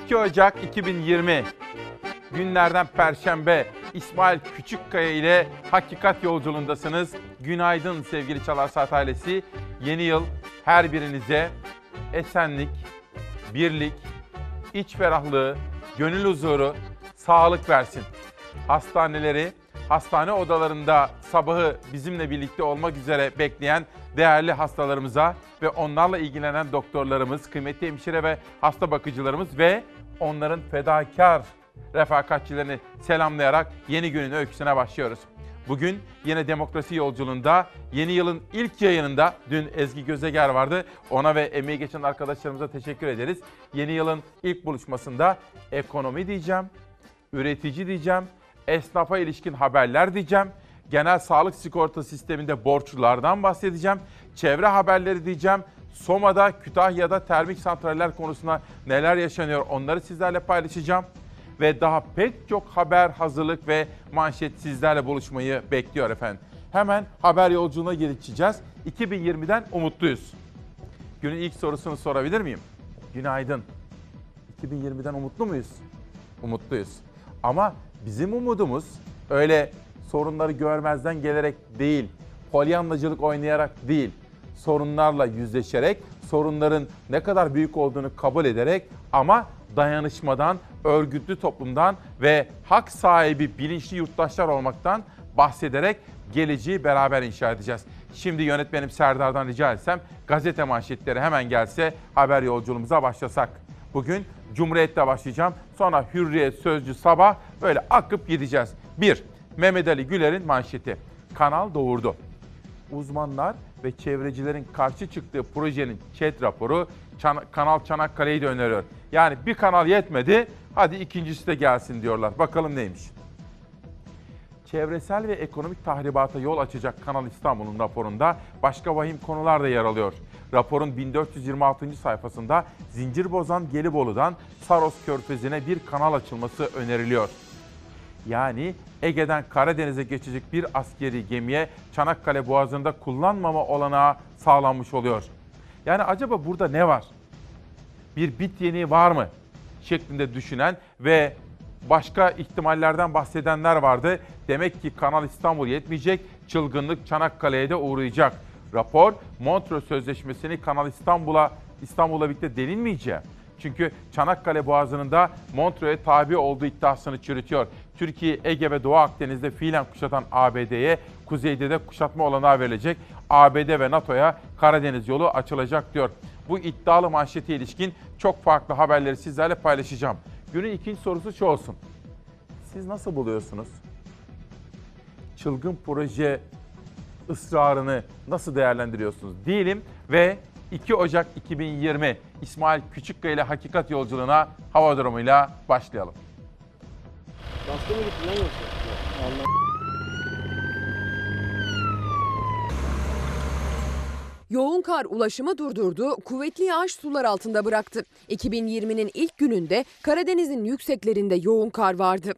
2 Ocak 2020 günlerden Perşembe, İsmail Küçükkaya ile Hakikat Yolculuğundasınız. Günaydın sevgili Çalar Saat ailesi. Yeni yıl her birinize esenlik, birlik, iç ferahlığı, gönül huzuru, sağlık versin. Hastaneleri, hastane odalarında sabahı bizimle birlikte olmak üzere bekleyen değerli hastalarımıza ve onlarla ilgilenen doktorlarımız, kıymetli hemşire ve hasta bakıcılarımız ve onların fedakar refakatçilerini selamlayarak yeni günün öyküsüne başlıyoruz. Bugün yine demokrasi yolculuğunda yeni yılın ilk yayınında dün Ezgi Gözeger vardı. Ona ve emeği geçen arkadaşlarımıza teşekkür ederiz. Yeni yılın ilk buluşmasında ekonomi diyeceğim, üretici diyeceğim, esnafa ilişkin haberler diyeceğim, genel sağlık sigorta sisteminde borçlulardan bahsedeceğim, çevre haberleri diyeceğim, Soma'da, Kütahya'da termik santraller konusunda neler yaşanıyor onları sizlerle paylaşacağım. Ve daha pek çok haber, hazırlık ve manşet sizlerle buluşmayı bekliyor efendim. Hemen haber yolculuğuna geçeceğiz. 2020'den umutluyuz. Günün ilk sorusunu sorabilir miyim? Günaydın. 2020'den umutlu muyuz? Umutluyuz. Ama bizim umudumuz öyle sorunları görmezden gelerek değil, polyanlacılık oynayarak değil, sorunlarla yüzleşerek, sorunların ne kadar büyük olduğunu kabul ederek ama dayanışmadan, örgütlü toplumdan ve hak sahibi bilinçli yurttaşlar olmaktan bahsederek geleceği beraber inşa edeceğiz. Şimdi yönetmenim Serdar'dan rica etsem gazete manşetleri hemen gelse haber yolculuğumuza başlasak. Bugün Cumhuriyet'le başlayacağım. Sonra Hürriyet, Sözcü, Sabah böyle akıp gideceğiz. 1. Mehmet Ali Güler'in manşeti. Kanal doğurdu. Uzmanlar ve çevrecilerin karşı çıktığı projenin ÇED raporu Kanal Çanakkale'yi de öneriyor. Yani bir kanal yetmedi, hadi ikincisi de gelsin diyorlar. Bakalım neymiş? Çevresel ve ekonomik tahribata yol açacak Kanal İstanbul'un raporunda başka vahim konular da yer alıyor. Raporun 1426. sayfasında zincir bozan Gelibolu'dan Saros Körfezi'ne bir kanal açılması öneriliyor. Yani Ege'den Karadeniz'e geçecek bir askeri gemiye Çanakkale Boğazı'nda kullanmama olanağı sağlanmış oluyor. Yani acaba burada ne var? Bir bit yeniği var mı? Şeklinde düşünen ve başka ihtimallerden bahsedenler vardı. Demek ki Kanal İstanbul yetmeyecek, çılgınlık Çanakkale'ye de uğrayacak. Rapor, Montreux Sözleşmesi'ni Kanal İstanbul'la birlikte denilmeyeceği. Çünkü Çanakkale Boğazı'nın da Montreux'e tabi olduğu iddiasını çürütüyor. Türkiye, Ege ve Doğu Akdeniz'de fiilen kuşatan ABD'ye kuzeyde de kuşatma olanağı verilecek. ABD ve NATO'ya Karadeniz yolu açılacak diyor. Bu iddialı manşete ilişkin çok farklı haberleri sizlerle paylaşacağım. Günün ikinci sorusu şu olsun. Siz nasıl buluyorsunuz? Çılgın proje ısrarını nasıl değerlendiriyorsunuz diyelim ve 2 Ocak 2020 İsmail Küçükkaya ile Hakikat Yolculuğuna hava durumuyla başlayalım. Bastı mı gitti lan yoksa? Yoğun kar ulaşımı durdurdu, kuvvetli yağış sular altında bıraktı. 2020'nin ilk gününde Karadeniz'in yükseklerinde yoğun kar vardı.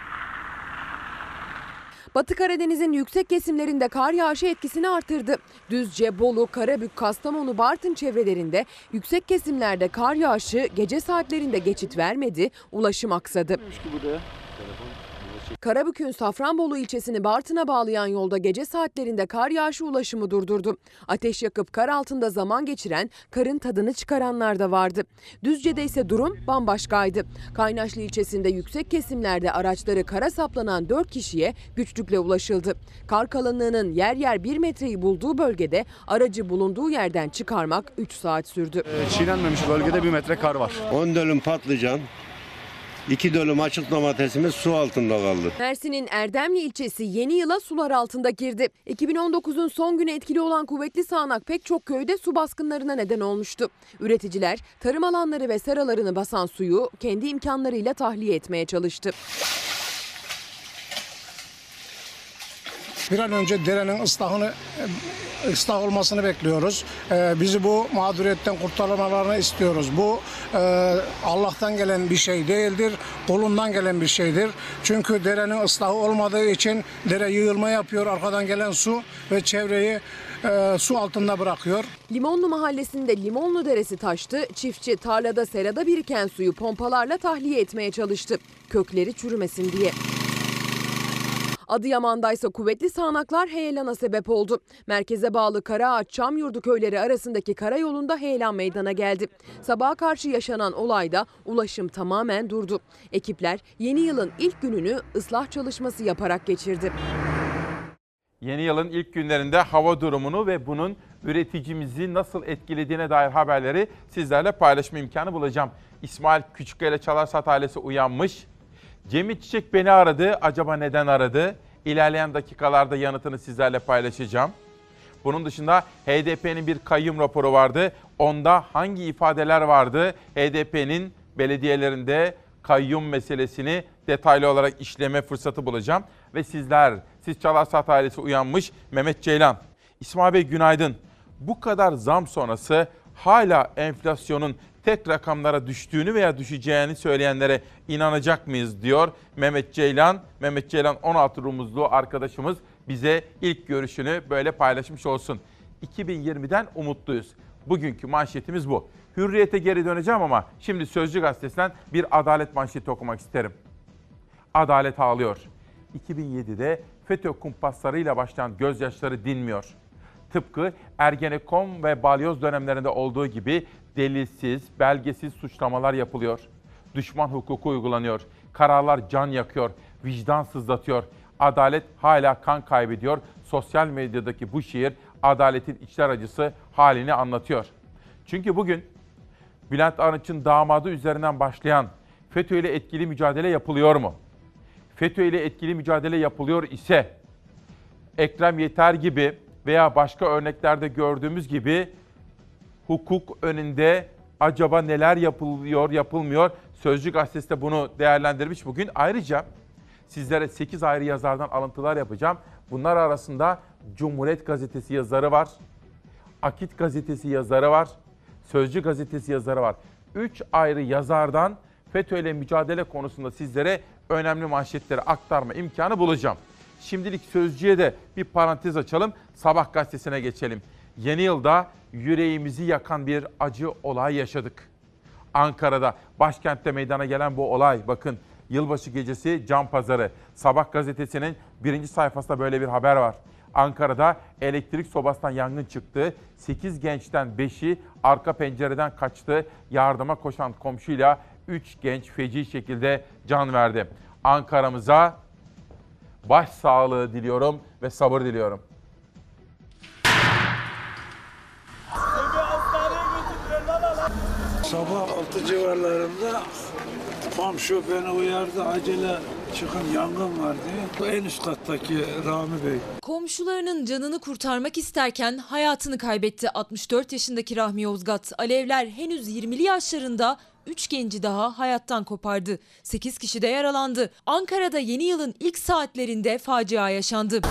Batı Karadeniz'in yüksek kesimlerinde kar yağışı etkisini artırdı. Düzce, Bolu, Karabük, Kastamonu, Bartın çevrelerinde yüksek kesimlerde kar yağışı gece saatlerinde geçit vermedi, ulaşım aksadı. Karabük'ün Safranbolu ilçesini Bartın'a bağlayan yolda gece saatlerinde kar yağışı ulaşımı durdurdu. Ateş yakıp kar altında zaman geçiren, karın tadını çıkaranlar da vardı. Düzce'de ise durum bambaşkaydı. Kaynaşlı ilçesinde yüksek kesimlerde araçları kara saplanan 4 kişiye güçlükle ulaşıldı. Kar kalınlığının yer yer 1 metreyi bulduğu bölgede aracı bulunduğu yerden çıkarmak 3 saat sürdü. Çiğnenmemiş bölgede 1 metre kar var. 10 dönüm patlıcan, 2 dönüm açık domatesimiz su altında kaldı. Mersin'in Erdemli ilçesi yeni yıla sular altında girdi. 2019'un son günü etkili olan kuvvetli sağanak pek çok köyde su baskınlarına neden olmuştu. Üreticiler tarım alanları ve seralarını basan suyu kendi imkanlarıyla tahliye etmeye çalıştı. Bir an önce derenin ıslah olmasını bekliyoruz. Bizi bu mağduriyetten kurtarmalarını istiyoruz. Bu Allah'tan gelen bir şey değildir, kulundan gelen bir şeydir. Çünkü derenin ıslahı olmadığı için dere yığılma yapıyor, arkadan gelen su ve çevreyi su altında bırakıyor. Limonlu mahallesinde Limonlu Deresi taştı. Çiftçi tarlada serada biriken suyu pompalarla tahliye etmeye çalıştı. Kökleri çürümesin diye. Adıyaman'da ise kuvvetli sağanaklar heyelana sebep oldu. Merkeze bağlı Karaağaç Çamyurdu köyleri arasındaki karayolunda heyelan meydana geldi. Sabaha karşı yaşanan olayda ulaşım tamamen durdu. Ekipler yeni yılın ilk gününü ıslah çalışması yaparak geçirdi. Yeni yılın ilk günlerinde hava durumunu ve bunun üreticimizi nasıl etkilediğine dair haberleri sizlerle paylaşma imkanı bulacağım. İsmail Küçükkaya ile Çalarsat ailesi uyanmış. Cemil Çiçek beni aradı. Acaba neden aradı? İlerleyen dakikalarda yanıtını sizlerle paylaşacağım. Bunun dışında HDP'nin bir kayyum raporu vardı. Onda hangi ifadeler vardı? HDP'nin belediyelerinde kayyum meselesini detaylı olarak işleme fırsatı bulacağım. Ve siz Çalarsat ailesi uyanmış. Mehmet Ceylan, İsmail Bey günaydın. Bu kadar zam sonrası hala enflasyonun tek rakamlara düştüğünü veya düşeceğini söyleyenlere inanacak mıyız diyor Mehmet Ceylan. Mehmet Ceylan 16 Rumuzlu arkadaşımız bize ilk görüşünü böyle paylaşmış olsun. 2020'den umutluyuz. Bugünkü manşetimiz bu. Hürriyete geri döneceğim ama şimdi Sözcü Gazetesi'nden bir adalet manşeti okumak isterim. Adalet ağlıyor. 2007'de FETÖ kumpaslarıyla başlayan gözyaşları dinmiyor. Tıpkı Ergenekon ve Balyoz dönemlerinde olduğu gibi delilsiz, belgesiz suçlamalar yapılıyor. Düşman hukuku uygulanıyor. Kararlar can yakıyor, vicdan sızlatıyor. Adalet hala kan kaybediyor. Sosyal medyadaki bu şiir adaletin içler acısı halini anlatıyor. Çünkü bugün Bülent Arınç'ın damadı üzerinden başlayan FETÖ ile etkili mücadele yapılıyor mu? FETÖ ile etkili mücadele yapılıyor ise Ekrem Yeter gibi veya başka örneklerde gördüğümüz gibi hukuk önünde acaba neler yapılıyor, yapılmıyor? Sözcü Gazetesi de bunu değerlendirmiş bugün. Ayrıca sizlere 8 ayrı yazardan alıntılar yapacağım. Bunlar arasında Cumhuriyet Gazetesi yazarı var, Akit Gazetesi yazarı var, Sözcü Gazetesi yazarı var. 3 ayrı yazardan FETÖ ile mücadele konusunda sizlere önemli manşetleri aktarma imkanı bulacağım. Şimdilik Sözcü'ye de bir parantez açalım. Sabah gazetesine geçelim. Yeni yılda yüreğimizi yakan bir acı olay yaşadık. Ankara'da, başkentte meydana gelen bu olay. Bakın, yılbaşı gecesi can pazarı. Sabah gazetesinin 1. sayfasında böyle bir haber var. Ankara'da elektrik sobasından yangın çıktı. 8 gençten 5'i arka pencereden kaçtı. Yardıma koşan komşuyla 3 genç feci şekilde can verdi. Ankara'mıza başsağlığı diliyorum ve sabır diliyorum. Sabah 6 civarlarında komşu beni uyardı, acele çıkın yangın var diye. Bu en üst kattaki Rami Bey. Komşularının canını kurtarmak isterken hayatını kaybetti 64 yaşındaki Rahmi Yozgat. Alevler henüz 20'li yaşlarında 3 genci daha hayattan kopardı. 8 kişi de yaralandı. Ankara'da yeni yılın ilk saatlerinde facia yaşandı.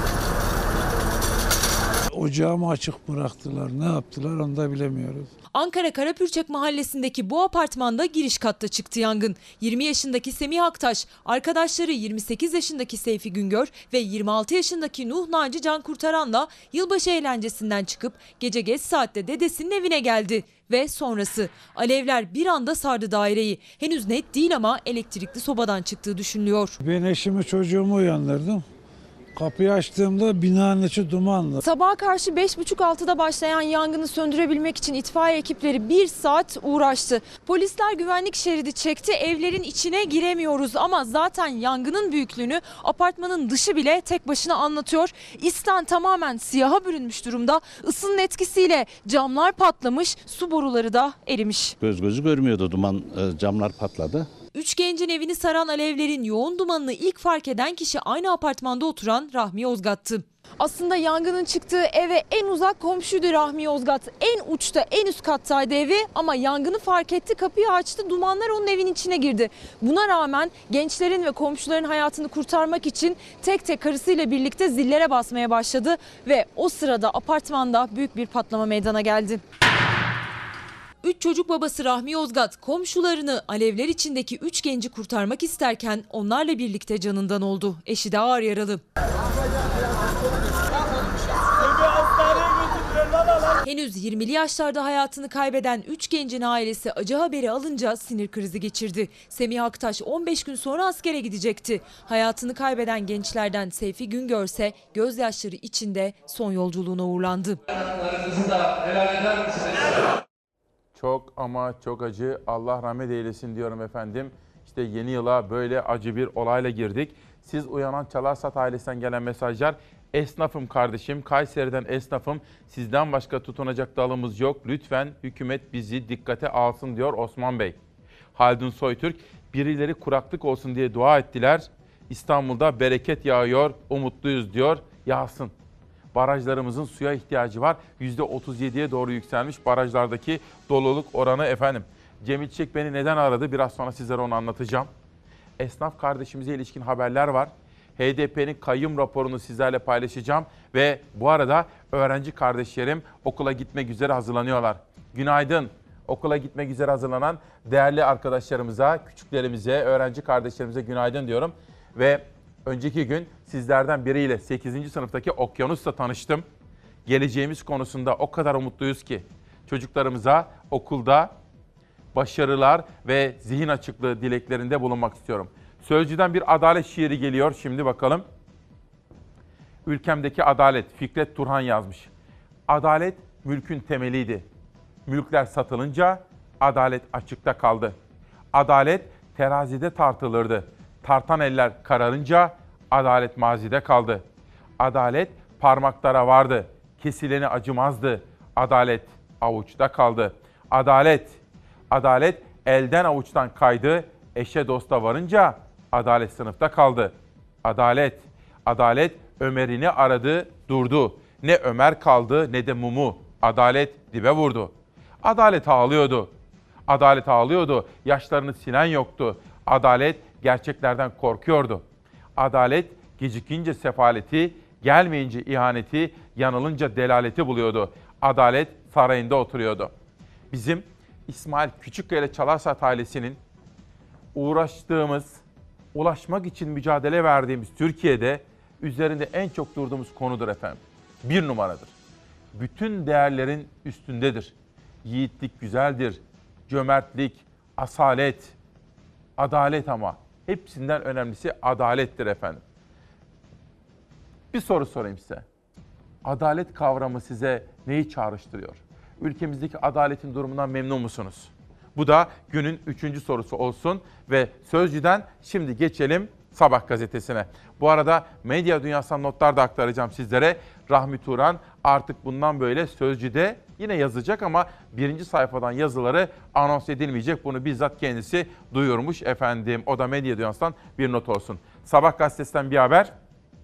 Ocağımı açık bıraktılar. Ne yaptılar onu da bilemiyoruz. Ankara Karapürçek mahallesindeki bu apartmanda giriş katta çıktı yangın. 20 yaşındaki Semih Aktaş, arkadaşları 28 yaşındaki Seyfi Güngör ve 26 yaşındaki Nuh Naci Can Kurtaran'la yılbaşı eğlencesinden çıkıp gece geç saatte dedesinin evine geldi. Ve sonrası alevler bir anda sardı daireyi. Henüz net değil ama elektrikli sobadan çıktığı düşünülüyor. Ben eşimi çocuğumu uyandırdım. Kapıyı açtığımda binanın içi dumanlı. Sabaha karşı 5.30-6'da başlayan yangını söndürebilmek için itfaiye ekipleri 1 saat uğraştı. Polisler güvenlik şeridi çekti, evlerin içine giremiyoruz ama zaten yangının büyüklüğünü apartmanın dışı bile tek başına anlatıyor. İstan tamamen siyaha bürünmüş durumda. Isının etkisiyle camlar patlamış, su boruları da erimiş. Göz gözü görmüyordu, duman, camlar patladı. 3 gencin evini saran alevlerin yoğun dumanını ilk fark eden kişi aynı apartmanda oturan Rahmi Yozgat'tı. Aslında yangının çıktığı eve en uzak komşuydu Rahmi Yozgat. En uçta, en üst kattaydı evi ama yangını fark etti, kapıyı açtı, dumanlar onun evin içine girdi. Buna rağmen gençlerin ve komşuların hayatını kurtarmak için tek tek karısıyla birlikte zillere basmaya başladı ve o sırada apartmanda büyük bir patlama meydana geldi. 3 çocuk babası Rahmi Yozgat komşularını, alevler içindeki 3 genci kurtarmak isterken onlarla birlikte canından oldu. Eşi de ağır yaralı. Henüz 20'li yaşlarda hayatını kaybeden 3 gencin ailesi acı haberi alınca sinir krizi geçirdi. Semih Aktaş 15 gün sonra askere gidecekti. Hayatını kaybeden gençlerden Seyfi Güngör ise gözyaşları içinde son yolculuğuna uğurlandı. Çok ama çok acı. Allah rahmet eylesin diyorum efendim. İşte yeni yıla böyle acı bir olayla girdik. Siz uyanan Çalarsat ailesinden gelen mesajlar. Esnafım kardeşim, Kayseri'den esnafım. Sizden başka tutunacak dalımız yok. Lütfen hükümet bizi dikkate alsın diyor Osman Bey. Haldun Soytürk, birileri kuraklık olsun diye dua ettiler. İstanbul'da bereket yağıyor, umutluyuz diyor. Yağsın. Barajlarımızın suya ihtiyacı var. %37'ye doğru yükselmiş barajlardaki doluluk oranı efendim. Cemil Çiçek beni neden aradı? Biraz sonra sizlere onu anlatacağım. Esnaf kardeşimize ilişkin haberler var. HDP'nin kayyum raporunu sizlerle paylaşacağım. Ve bu arada öğrenci kardeşlerim okula gitmek üzere hazırlanıyorlar. Günaydın. Okula gitmek üzere hazırlanan değerli arkadaşlarımıza, küçüklerimize, öğrenci kardeşlerimize günaydın diyorum. Ve önceki gün sizlerden biriyle 8. sınıftaki Okyanus'la tanıştım. Geleceğimiz konusunda o kadar umutluyuz ki çocuklarımıza okulda başarılar ve zihin açıklığı dileklerinde bulunmak istiyorum. Sözcü'den bir adalet şiiri geliyor. Şimdi bakalım. Ülkemdeki adalet. Fikret Turhan yazmış. Adalet mülkün temeliydi. Mülkler satılınca adalet açıkta kaldı. Adalet terazide tartılırdı. Tartan eller kararınca adalet mazide kaldı. Adalet parmaklara vardı. Kesileni acımazdı. Adalet avuçta kaldı. Adalet elden avuçtan kaydı. Eşe dosta varınca adalet sınıfta kaldı. Adalet Ömer'ini aradı, durdu. Ne Ömer kaldı ne de mumu. Adalet dibe vurdu. Adalet ağlıyordu. Yaşlarını silen yoktu. Adalet gerçeklerden korkuyordu. Adalet gecikince sefaleti, gelmeyince ihaneti, yanılınca delaleti buluyordu. Adalet sarayında oturuyordu. Bizim İsmail Küçükkaya ile Çalarsat ailesinin uğraştığımız, ulaşmak için mücadele verdiğimiz Türkiye'de üzerinde en çok durduğumuz konudur efendim. 1 numaradır. Bütün değerlerin üstündedir. Yiğitlik güzeldir, cömertlik, asalet, adalet ama hepsinden önemlisi adalettir efendim. Bir soru sorayım size. Adalet kavramı size neyi çağrıştırıyor? Ülkemizdeki adaletin durumundan memnun musunuz? Bu da günün 3. sorusu olsun ve Sözcü'den şimdi geçelim Sabah gazetesine. Bu arada medya dünyasından notlar da aktaracağım sizlere. Rahmi Turan artık bundan böyle Sözcü'de yine yazacak ama 1. sayfadan yazıları anons edilmeyecek. Bunu bizzat kendisi duyurmuş efendim. O da medya dünyasından bir not olsun. Sabah gazetesinden bir haber.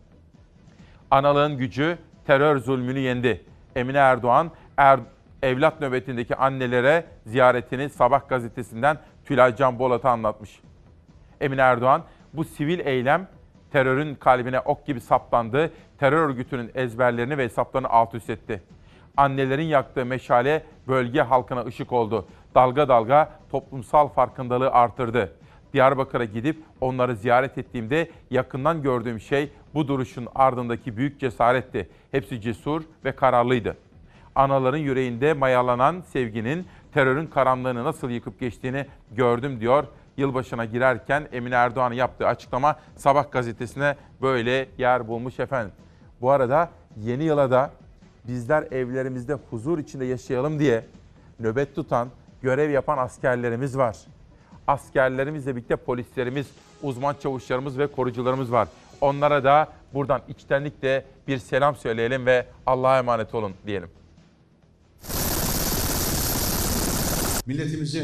Analığın gücü terör zulmünü yendi. Emine Erdoğan evlat nöbetindeki annelere ziyaretini Sabah gazetesinden Tülay Can Bolat'a anlatmış. Emine Erdoğan, bu sivil eylem terörün kalbine ok gibi saplandı, terör örgütünün ezberlerini ve hesaplarını alt üst etti. Annelerin yaktığı meşale bölge halkına ışık oldu. Dalga dalga toplumsal farkındalığı artırdı. Diyarbakır'a gidip onları ziyaret ettiğimde yakından gördüğüm şey bu duruşun ardındaki büyük cesaretti. Hepsi cesur ve kararlıydı. Anaların yüreğinde mayalanan sevginin terörün karanlığını nasıl yıkıp geçtiğini gördüm diyor. Yılbaşına girerken Emine Erdoğan'ın yaptığı açıklama Sabah gazetesine böyle yer bulmuş efendim. Bu arada yeni yıla da bizler evlerimizde huzur içinde yaşayalım diye nöbet tutan, görev yapan askerlerimiz var. Askerlerimizle birlikte polislerimiz, uzman çavuşlarımız ve korucularımız var. Onlara da buradan içtenlikle bir selam söyleyelim ve Allah'a emanet olun diyelim. Milletimizin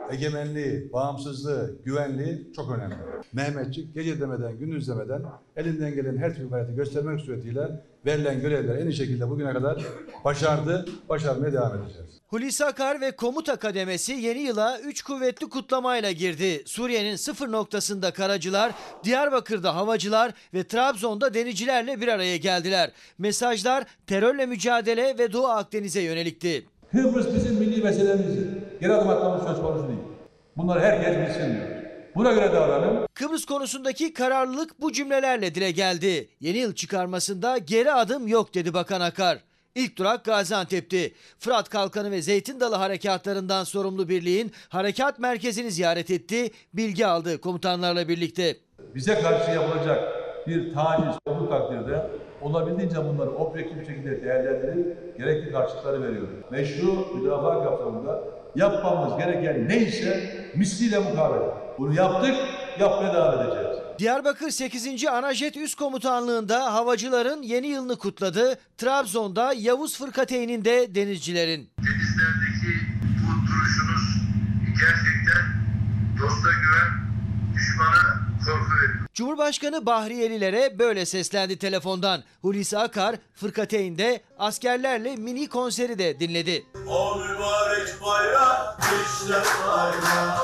egemenliği, bağımsızlığı, güvenliği çok önemli. Mehmetçik gece demeden, gündüz demeden elinden gelen her türlü gayreti göstermek suretiyle verilen görevleri en iyi şekilde bugüne kadar başardı, başarmaya devam edeceğiz. Hulusi Akar ve Komuta Kademesi yeni yıla 3 kuvvetli kutlamayla girdi. Suriye'nin sıfır noktasında karacılar, Diyarbakır'da havacılar ve Trabzon'da denizcilerle bir araya geldiler. Mesajlar terörle mücadele ve Doğu Akdeniz'e yönelikti. Kıbrıs bizim milli meselemizdir. Geri adım atmamız söz konusu değil. Bunları herkes bilsin diyor. Buna göre davranın. Kıbrıs konusundaki kararlılık bu cümlelerle dile geldi. Yeni yıl çıkarmasında geri adım yok dedi Bakan Akar. İlk durak Gaziantep'ti. Fırat Kalkanı ve Zeytin Dalı harekatlarından sorumlu birliğin harekat merkezini ziyaret etti, bilgi aldı komutanlarla birlikte. Bize karşı yapılacak bir taciz olduğu takdirde olabildiğince bunları objektif bir şekilde değerlendirip gerekli karşılıkları veriyoruz. Meşru müdafaa kapsamında yapmamız gereken neyse misliyle mukabele. Bunu yaptık, yapmaya devam edeceğiz. Diyarbakır 8. Anajet Üst Komutanlığı'nda havacıların yeni yılını kutladı. Trabzon'da Yavuz Fırkateyn'inde denizcilerin. Denizlerdeki bu duruşunuz gerçekten dosta güven, düşmana korku veriyor. Cumhurbaşkanı Bahriyelilere böyle seslendi telefondan. Hulusi Akar Fırkateyn'de askerlerle mini konseri de dinledi. O mübarek bayrak, işte bayrak.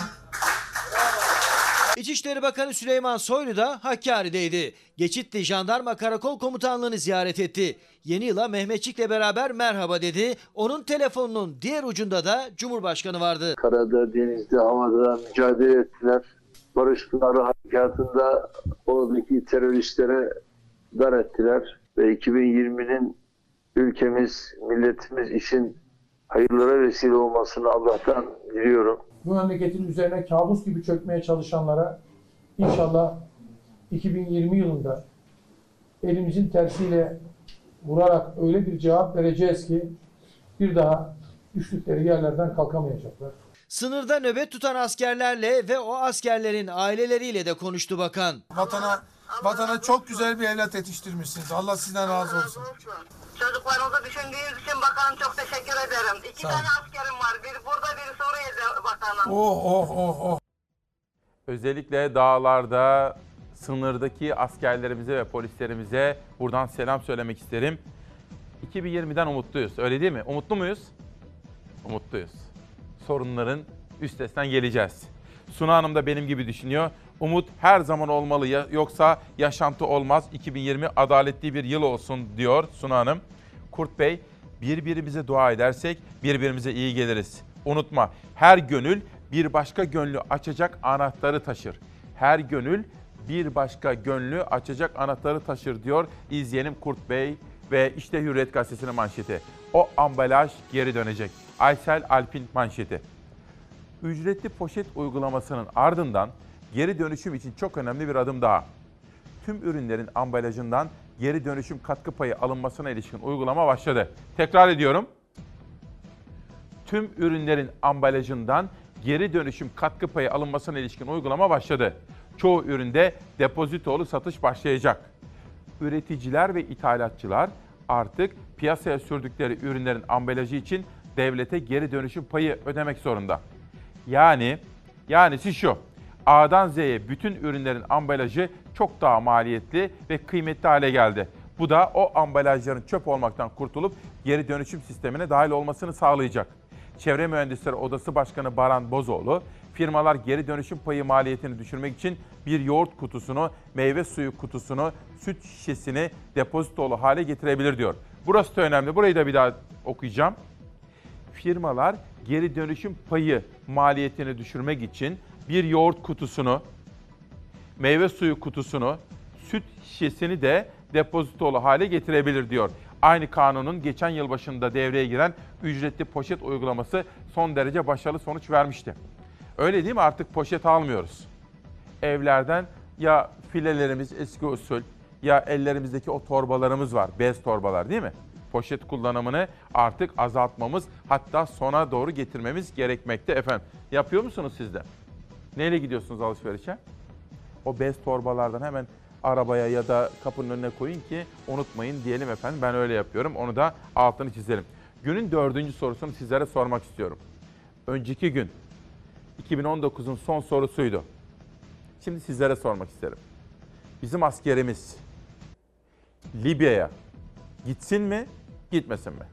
İçişleri Bakanı Süleyman Soylu da Hakkari'deydi. Geçitli Jandarma Karakol Komutanlığı'nı ziyaret etti. Yeni yıla Mehmetçik'le beraber merhaba dedi. Onun telefonunun diğer ucunda da Cumhurbaşkanı vardı. Karada, denizde, havada mücadele ettiler. Barış Pınarı Harekatı'nda oradaki teröristlere dar ettiler. Ve 2020'nin ülkemiz, milletimiz için hayırlara vesile olmasını Allah'tan diliyorum. Bu memleketin üzerine kabus gibi çökmeye çalışanlara inşallah 2020 yılında elimizin tersiyle vurarak öyle bir cevap vereceğiz ki bir daha düştükleri yerlerden kalkamayacaklar. Sınırda nöbet tutan askerlerle ve o askerlerin aileleriyle de konuştu bakan. Vatana çok güzel bir evlat yetiştirmişsiniz. Allah sizden razı olsun. Çocuklarınızı düşündüğünüz için bakanım çok teşekkür ederim. 2 tane askerim var. Biri burada, biri Suriye'de bakanım. Oh. Özellikle dağlarda, sınırdaki askerlerimize ve polislerimize buradan selam söylemek isterim. 2020'den umutluyuz, öyle değil mi? Umutlu muyuz? Umutluyuz. Sorunların üstesinden geleceğiz. Suna Hanım da benim gibi düşünüyor. Umut her zaman olmalı, yoksa yaşantı olmaz. 2020 adaletli bir yıl olsun diyor Suna Hanım. Kurt Bey, birbirimize dua edersek birbirimize iyi geliriz. Unutma, her gönül bir başka gönlü açacak anahtarı taşır. Her gönül bir başka gönlü açacak anahtarı taşır diyor. İzleyelim Kurt Bey ve işte Hürriyet Gazetesi'nin manşeti. O ambalaj geri dönecek. Aysel Alp'in manşeti. Ücretli poşet uygulamasının ardından geri dönüşüm için çok önemli bir adım daha. Tüm ürünlerin ambalajından geri dönüşüm katkı payı alınmasına ilişkin uygulama başladı. Tekrar ediyorum. Tüm ürünlerin ambalajından geri dönüşüm katkı payı alınmasına ilişkin uygulama başladı. Çoğu üründe depozitolu satış başlayacak. Üreticiler ve ithalatçılar artık piyasaya sürdükleri ürünlerin ambalajı için devlete geri dönüşüm payı ödemek zorunda. Yani şu, A'dan Z'ye bütün ürünlerin ambalajı çok daha maliyetli ve kıymetli hale geldi. Bu da o ambalajların çöp olmaktan kurtulup geri dönüşüm sistemine dahil olmasını sağlayacak. Çevre Mühendisleri Odası Başkanı Baran Bozoğlu, firmalar geri dönüşüm payı maliyetini düşürmek için bir yoğurt kutusunu, meyve suyu kutusunu, süt şişesini depozitolu hale getirebilir diyor. Burası da önemli, burayı da bir daha okuyacağım. Firmalar geri dönüşüm payı maliyetini düşürmek için bir yoğurt kutusunu, meyve suyu kutusunu, süt şişesini de depozitolu hale getirebilir diyor. Aynı kanunun geçen yıl başında devreye giren ücretli poşet uygulaması son derece başarılı sonuç vermişti. Öyle değil mi? Artık poşet almıyoruz. Evlerden ya filelerimiz eski usul ya ellerimizdeki o torbalarımız var. Bez torbalar değil mi? Poşet kullanımını artık azaltmamız, hatta sona doğru getirmemiz gerekmekte efendim. Yapıyor musunuz siz de? Neyle gidiyorsunuz alışverişe? O bez torbalardan hemen arabaya ya da kapının önüne koyun ki unutmayın diyelim efendim. Ben öyle yapıyorum. Onu da altını çizelim. Günün 4. sorusunu sizlere sormak istiyorum. Önceki gün 2019'un son sorusuydu. Şimdi sizlere sormak isterim. Bizim askerimiz Libya'ya gitsin mi, gitmesin mi?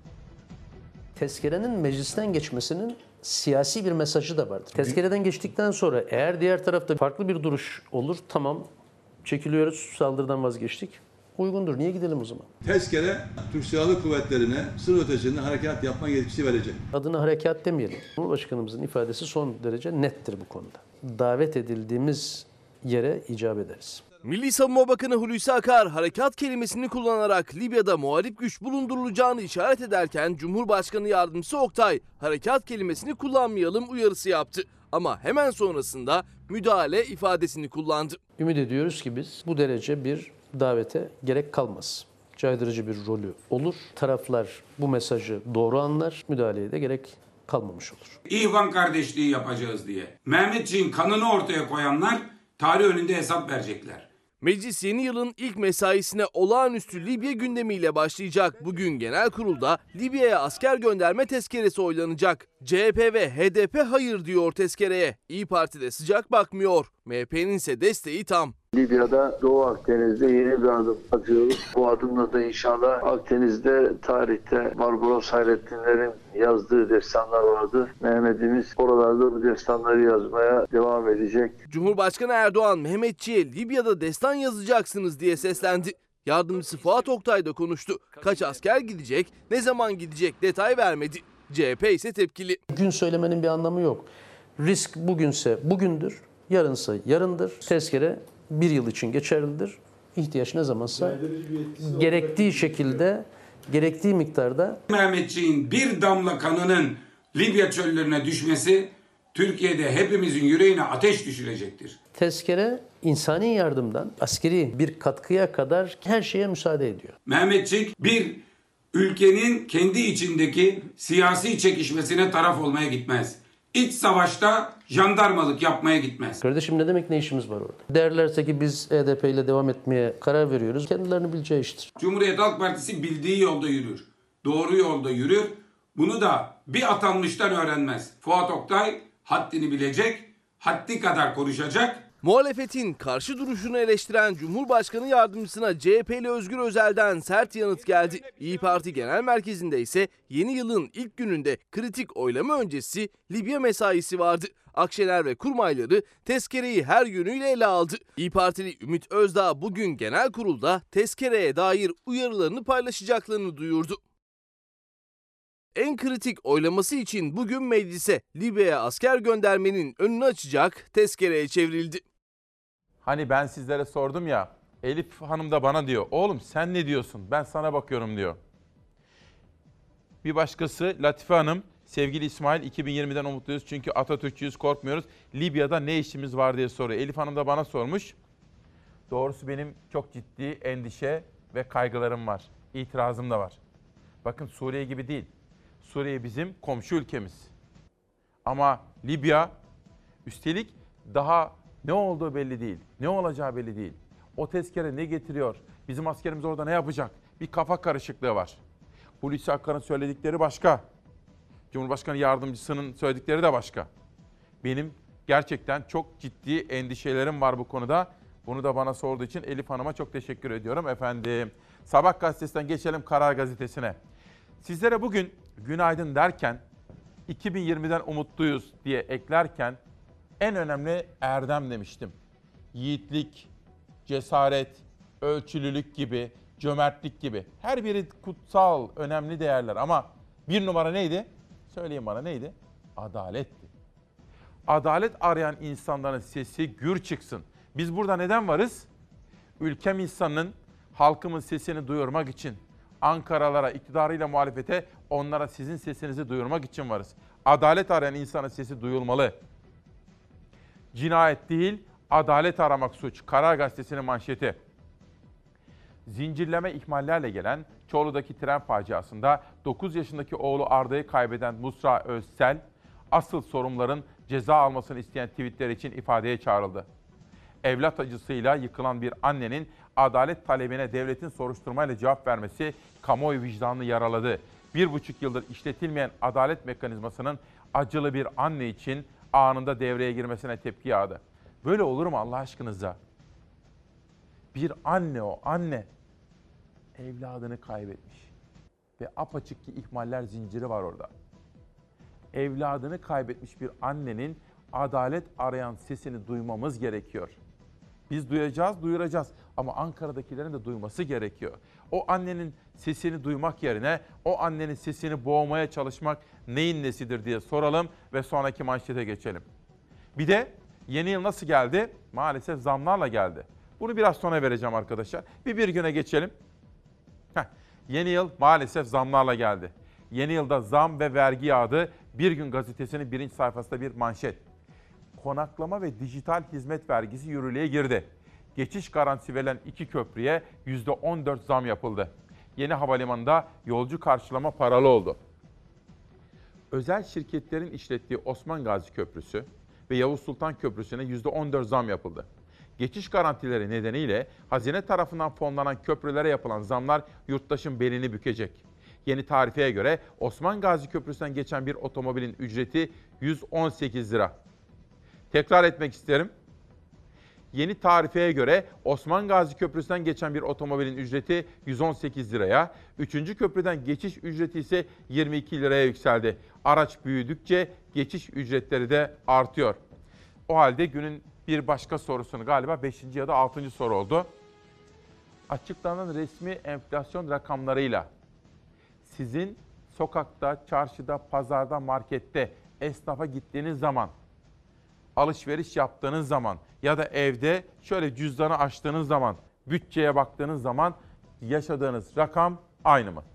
Tezkerenin meclisten geçmesinin siyasi bir mesajı da vardır. Tezkereden geçtikten sonra eğer diğer tarafta farklı bir duruş olur, tamam çekiliyoruz, saldırıdan vazgeçtik. Uygundur. Niye gidelim o zaman? Tezkere Türk Silahlı Kuvvetleri'ne sınır ötesinde harekat yapma yetkisi verecek. Adına harekat demeyelim. Cumhurbaşkanımızın ifadesi son derece nettir bu konuda. Davet edildiğimiz yere icap ederiz. Milli Savunma Bakanı Hulusi Akar harekat kelimesini kullanarak Libya'da muhalif güç bulundurulacağını işaret ederken Cumhurbaşkanı Yardımcısı Oktay harekat kelimesini kullanmayalım uyarısı yaptı. Ama hemen sonrasında müdahale ifadesini kullandı. Ümit ediyoruz ki biz bu derece bir davete gerek kalmaz. Caydırıcı bir rolü olur. Taraflar bu mesajı doğru anlar. Müdahaleye de gerek kalmamış olur. İhvan kardeşliği yapacağız diye Mehmetçiğin kanını ortaya koyanlar tarih önünde hesap verecekler. Meclis yeni yılın ilk mesaisine olağanüstü Libya gündemiyle başlayacak. Bugün genel kurulda Libya'ya asker gönderme tezkeresi oylanacak. CHP ve HDP hayır diyor tezkereye. İYİ Parti de sıcak bakmıyor. MHP'nin ise desteği tam. Libya'da Doğu Akdeniz'de yeni bir adım atıyoruz. Bu adımla da inşallah Akdeniz'de tarihte Barbaros Hayrettinlerin yazdığı destanlar vardı. Mehmet'imiz oralarda bu destanları yazmaya devam edecek. Cumhurbaşkanı Erdoğan Mehmetçi'ye Libya'da destan yazacaksınız diye seslendi. Yardımcısı Fuat Oktay da konuştu. Kaç asker gidecek, ne zaman gidecek detay vermedi. CHP ise tepkili. Gün söylemenin bir anlamı yok. Risk bugünse bugündür, yarınsa yarındır. Tezkere bir yıl için geçerlidir. İhtiyaç ne zamansa gerektiği şekilde, gerektiği miktarda. Mehmetçiğin bir damla kanının Libya çöllerine düşmesi Türkiye'de hepimizin yüreğine ateş düşürecektir. Tezkere insani yardımdan askeri bir katkıya kadar her şeye müsaade ediyor. Mehmetçik bir ülkenin kendi içindeki siyasi çekişmesine taraf olmaya gitmez. İç savaşta jandarmalık yapmaya gitmez. Kardeşim ne demek ne işimiz var orada? Derlerse ki biz HDP ile devam etmeye karar veriyoruz. Kendilerinin bileceği iştir. Cumhuriyet Halk Partisi bildiği yolda yürür. Doğru yolda yürür. Bunu da bir atanmıştan öğrenmez. Fuat Oktay haddini bilecek, haddi kadar konuşacak. Muhalefetin karşı duruşunu eleştiren Cumhurbaşkanı Yardımcısına CHP'li Özgür Özel'den sert yanıt geldi. İYİ Parti Genel Merkezi'nde ise yeni yılın ilk gününde kritik oylama öncesi Libya mesaisi vardı. Akşener ve kurmayları tezkereyi her yönüyle ele aldı. İYİ Partili Ümit Özdağ bugün genel kurulda tezkereye dair uyarılarını paylaşacaklarını duyurdu. En kritik oylaması için bugün meclise Libya'ya asker göndermenin önünü açacak tezkereye çevrildi. Hani ben sizlere sordum ya, Elif Hanım da bana diyor, oğlum sen ne diyorsun, ben sana bakıyorum diyor. Bir başkası Latife Hanım, sevgili İsmail 2020'den umutluyuz çünkü Atatürkçüyüz, korkmuyoruz. Libya'da ne işimiz var diye soruyor. Elif Hanım da bana sormuş. Doğrusu benim çok ciddi endişe ve kaygılarım var. İtirazım da var. Bakın Suriye gibi değil. Suriye bizim komşu ülkemiz. Ama Libya, üstelik daha ne olduğu belli değil. Ne olacağı belli değil. O tezkere ne getiriyor? Bizim askerimiz orada ne yapacak? Bir kafa karışıklığı var. Hulusi Akar'ın söyledikleri başka. Cumhurbaşkanı Yardımcısının söyledikleri de başka. Benim gerçekten çok ciddi endişelerim var bu konuda. Bunu da bana sorduğu için Elif Hanım'a çok teşekkür ediyorum efendim. Sabah gazetesinden geçelim Karar Gazetesi'ne. Sizlere bugün günaydın derken 2020'den umutluyuz diye eklerken en önemli erdem demiştim. Yiğitlik, cesaret, ölçülülük gibi, cömertlik gibi. Her biri kutsal, önemli değerler ama bir numara neydi? Söyleyin bana neydi? Adaletti. Adalet arayan insanların sesi gür çıksın. Biz burada neden varız? Ülkem insanının, halkımın sesini duyurmak için. Ankaralara, iktidarıyla muhalefete, onlara sizin sesinizi duyurmak için varız. Adalet arayan insanın sesi duyulmalı. Cinayet değil, adalet aramak suç. Karar Gazetesi'nin manşeti. Zincirleme ihmallerle gelen Çorlu'daki tren faciasında 9 yaşındaki oğlu Arda'yı kaybeden Musra Özsel, asıl sorumluların ceza almasını isteyen tweetler için ifadeye çağrıldı. Evlat acısıyla yıkılan bir annenin adalet talebine devletin soruşturmayla cevap vermesi kamuoyu vicdanını yaraladı. 1,5 yıldır işletilmeyen adalet mekanizmasının acılı bir anne için anında devreye girmesine tepki yağdı. Böyle olur mu Allah aşkınıza? Bir anne, o anne evladını kaybetmiş. Ve apaçık ki ihmaller zinciri var orada. Evladını kaybetmiş bir annenin adalet arayan sesini duymamız gerekiyor. Biz duyuracağız ama Ankara'dakilerin de duyması gerekiyor. O annenin sesini duymak yerine o annenin sesini boğmaya çalışmak neyin nesidir diye soralım ve sonraki manşete geçelim. Bir de yeni yıl nasıl geldi? Maalesef zamlarla geldi. Bunu biraz sonra vereceğim arkadaşlar. Bir güne geçelim. Yeni yıl maalesef zamlarla geldi. Yeni yılda zam ve vergi yağdı. Bir Gün Gazetesi'nin birinci sayfasında bir manşet. Konaklama ve dijital hizmet vergisi yürürlüğe girdi. Geçiş garantisi verilen 2 köprüye %14 zam yapıldı. Yeni havalimanında yolcu karşılama paralı oldu. Özel şirketlerin işlettiği Osman Gazi Köprüsü ve Yavuz Sultan Köprüsü'ne %14 zam yapıldı. Geçiş garantileri nedeniyle hazine tarafından fonlanan köprülere yapılan zamlar yurttaşın belini bükecek. Yeni tarifeye göre Osman Gazi Köprüsü'nden geçen bir otomobilin ücreti 118 lira. Tekrar etmek isterim. Yeni tarifeye göre Osman Gazi Köprüsü'nden geçen bir otomobilin ücreti 118 liraya, 3. köprüden geçiş ücreti ise 22 liraya yükseldi. Araç büyüdükçe geçiş ücretleri de artıyor. O halde günün bir başka sorusunu galiba 5. ya da 6. soru oldu. Açıklanan resmi enflasyon rakamlarıyla sizin sokakta, çarşıda, pazarda, markette, esnafa gittiğiniz zaman, alışveriş yaptığınız zaman ya da evde şöyle cüzdanı açtığınız zaman, bütçeye baktığınız zaman yaşadığınız rakam aynı mı?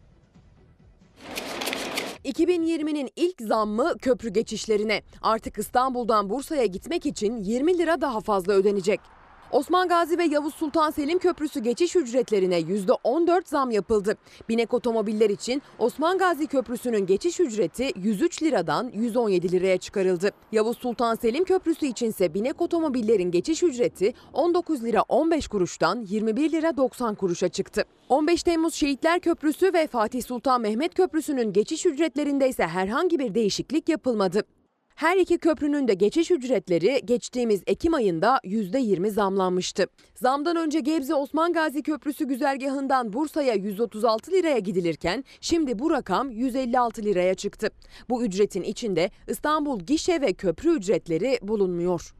2020'nin ilk zammı köprü geçişlerine. Artık İstanbul'dan Bursa'ya gitmek için 20 lira daha fazla ödenecek. Osman Gazi ve Yavuz Sultan Selim Köprüsü geçiş ücretlerine %14 zam yapıldı. Binek otomobiller için Osman Gazi Köprüsü'nün geçiş ücreti 103 liradan 117 liraya çıkarıldı. Yavuz Sultan Selim Köprüsü içinse binek otomobillerin geçiş ücreti 19 lira 15 kuruştan 21 lira 90 kuruşa çıktı. 15 Temmuz Şehitler Köprüsü ve Fatih Sultan Mehmet Köprüsü'nün geçiş ücretlerinde ise herhangi bir değişiklik yapılmadı. Her iki köprünün de geçiş ücretleri geçtiğimiz Ekim ayında %20 zamlanmıştı. Zamdan önce Gebze Osman Gazi Köprüsü güzergahından Bursa'ya 136 liraya gidilirken şimdi bu rakam 156 liraya çıktı. Bu ücretin içinde İstanbul gişe ve köprü ücretleri bulunmuyor.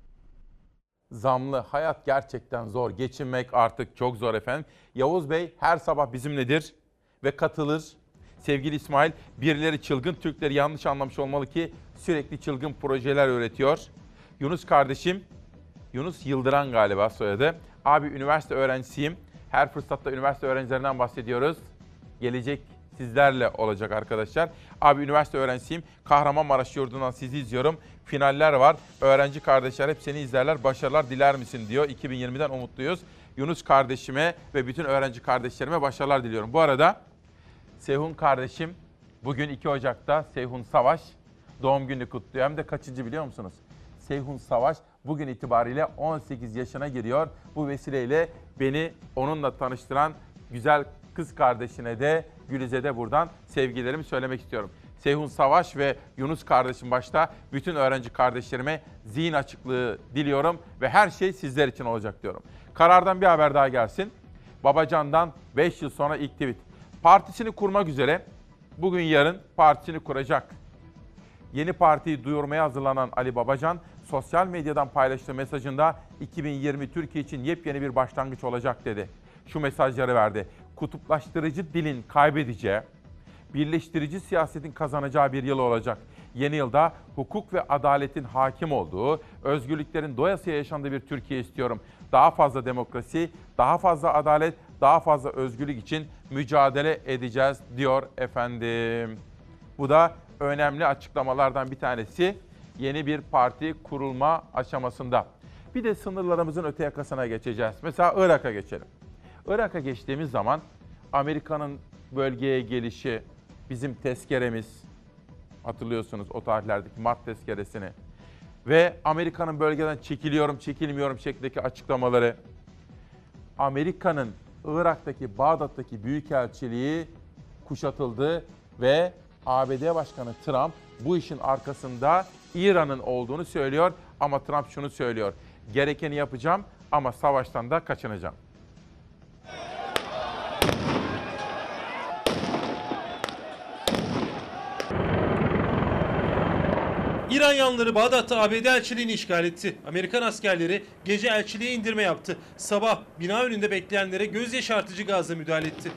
Zamlı hayat gerçekten zor. Geçinmek artık çok zor efendim. Yavuz Bey her sabah bizimledir ve katılır. Sevgili İsmail, birileri çılgın Türkleri yanlış anlamış olmalı ki sürekli çılgın projeler üretiyor. Yunus kardeşim, Yunus Yıldıran galiba soyadı. Abi üniversite öğrencisiyim. Her fırsatta üniversite öğrencilerinden bahsediyoruz. Gelecek sizlerle olacak arkadaşlar. Abi üniversite öğrencisiyim. Kahramanmaraş yurdundan sizi izliyorum. Finaller var. Öğrenci kardeşler hep seni izlerler. Başarılar diler misin diyor. 2020'den umutluyuz. Yunus kardeşime ve bütün öğrenci kardeşlerime başarılar diliyorum. Bu arada Seyhun kardeşim bugün 2 Ocak'ta Seyhun Savaş doğum gününü kutluyor. Hem de kaçıncı biliyor musunuz? Seyhun Savaş bugün itibariyle 18 yaşına giriyor. Bu vesileyle beni onunla tanıştıran güzel kız kardeşine de Güliz'e de buradan sevgilerimi söylemek istiyorum. Seyhun Savaş ve Yunus kardeşim başta bütün öğrenci kardeşlerime zihin açıklığı diliyorum ve her şey sizler için olacak diyorum. Karardan bir haber daha gelsin. Babacan'dan 5 yıl sonra ilk tweet. Partisini kurmak üzere bugün yarın partisini kuracak. Yeni partiyi duyurmaya hazırlanan Ali Babacan sosyal medyadan paylaştığı mesajında 2020 Türkiye için yepyeni bir başlangıç olacak dedi. Şu mesajları verdi. Kutuplaştırıcı dilin kaybedeceği, birleştirici siyasetin kazanacağı bir yıl olacak. Yeni yılda hukuk ve adaletin hakim olduğu, özgürlüklerin doyasıya yaşandığı bir Türkiye istiyorum. Daha fazla demokrasi, daha fazla adalet, daha fazla özgürlük için mücadele edeceğiz diyor efendim. Bu da önemli açıklamalardan bir tanesi yeni bir parti kurulma aşamasında. Bir de sınırlarımızın öte yakasına geçeceğiz. Mesela Irak'a geçelim. Irak'a geçtiğimiz zaman Amerika'nın bölgeye gelişi, bizim tezkeremiz, hatırlıyorsunuz o tarihlerdeki Mart tezkeresini ve Amerika'nın bölgeden çekiliyorum, çekilmiyorum şeklindeki açıklamaları, Amerika'nın Irak'taki, Bağdat'taki büyükelçiliği kuşatıldı ve ABD Başkanı Trump bu işin arkasında İran'ın olduğunu söylüyor ama Trump şunu söylüyor. Gerekeni yapacağım ama savaştan da kaçınacağım. İran yanlıları Bağdat'ta ABD elçiliğini işgal etti. Amerikan askerleri gece elçiliğe indirme yaptı. Sabah bina önünde bekleyenlere göz yaşartıcı gazla müdahale etti.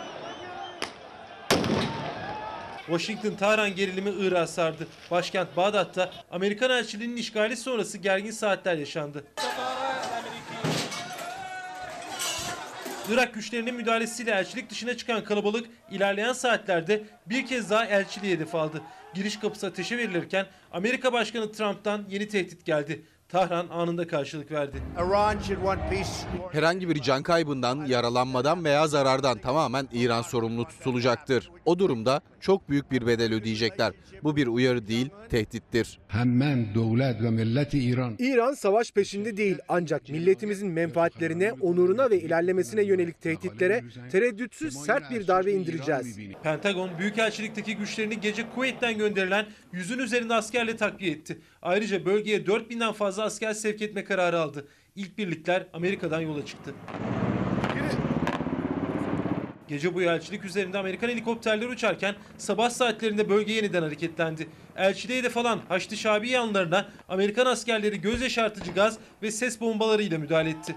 Washington-Tahran gerilimi Irak'a sardı. Başkent Bağdat'ta Amerikan elçiliğinin işgali sonrası gergin saatler yaşandı. Irak güçlerinin müdahalesiyle elçilik dışına çıkan kalabalık ilerleyen saatlerde bir kez daha elçiliği hedef aldı. Giriş kapısı ateşe verilirken Amerika Başkanı Trump'tan yeni tehdit geldi. Tahran anında karşılık verdi. Herhangi bir can kaybından, yaralanmadan veya zarardan tamamen İran sorumlu tutulacaktır. O durumda çok büyük bir bedel ödeyecekler. Bu bir uyarı değil, tehdittir. İran savaş peşinde değil, ancak milletimizin menfaatlerine, onuruna ve ilerlemesine yönelik tehditlere tereddütsüz sert bir darbe indireceğiz. Pentagon, Büyükelçilik'teki güçlerini gece Kuveyt'ten gönderilen 100'ün üzerinde askerle takviye etti. Ayrıca bölgeye 4000'den fazla asker sevk etme kararı aldı. İlk birlikler Amerika'dan yola çıktı. Gece boyu elçilik üzerinde Amerikan helikopterleri uçarken sabah saatlerinde bölge yeniden hareketlendi. Elçiliğe hedef alan Haçlı Şabi yanlarına Amerikan askerleri göz yaşartıcı gaz ve ses bombalarıyla müdahale etti.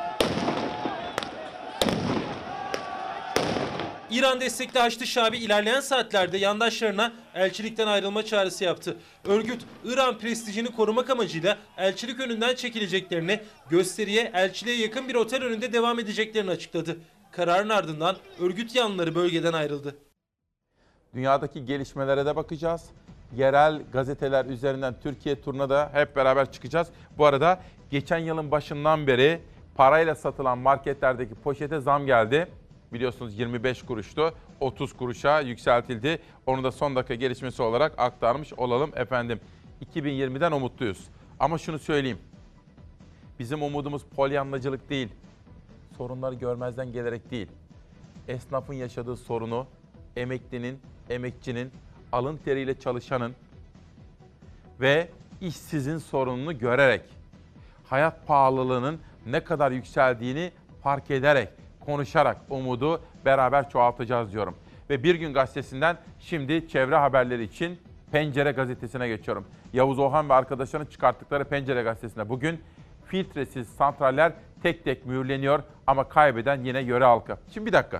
İran destekli Haçlı Şabi ilerleyen saatlerde yandaşlarına elçilikten ayrılma çağrısı yaptı. Örgüt, İran prestijini korumak amacıyla elçilik önünden çekileceklerini, gösteriye elçiliğe yakın bir otel önünde devam edeceklerini açıkladı. Kararın ardından örgüt yanlıları bölgeden ayrıldı. Dünyadaki gelişmelere de bakacağız. Yerel gazeteler üzerinden Türkiye turuna da hep beraber çıkacağız. Bu arada geçen yılın başından beri parayla satılan marketlerdeki poşete zam geldi. Biliyorsunuz 25 kuruştu, 30 kuruşa yükseltildi. Onu da son dakika gelişmesi olarak aktarmış olalım efendim. 2020'den umutluyuz. Ama şunu söyleyeyim. Bizim umudumuz polyanlacılık değil. Sorunları görmezden gelerek değil. Esnafın yaşadığı sorunu, emeklinin, emekçinin, alın teriyle çalışanın ve işsizin sorununu görerek, hayat pahalılığının ne kadar yükseldiğini fark ederek, konuşarak umudu beraber çoğaltacağız diyorum. Ve Bir Gün Gazetesi'nden şimdi çevre haberleri için Pencere Gazetesi'ne geçiyorum. Yavuz Ohan ve arkadaşlarının çıkarttıkları Pencere Gazetesi'nde bugün filtresiz santraller tek tek mühürleniyor ama kaybeden yine yöre halkı. Şimdi bir dakika.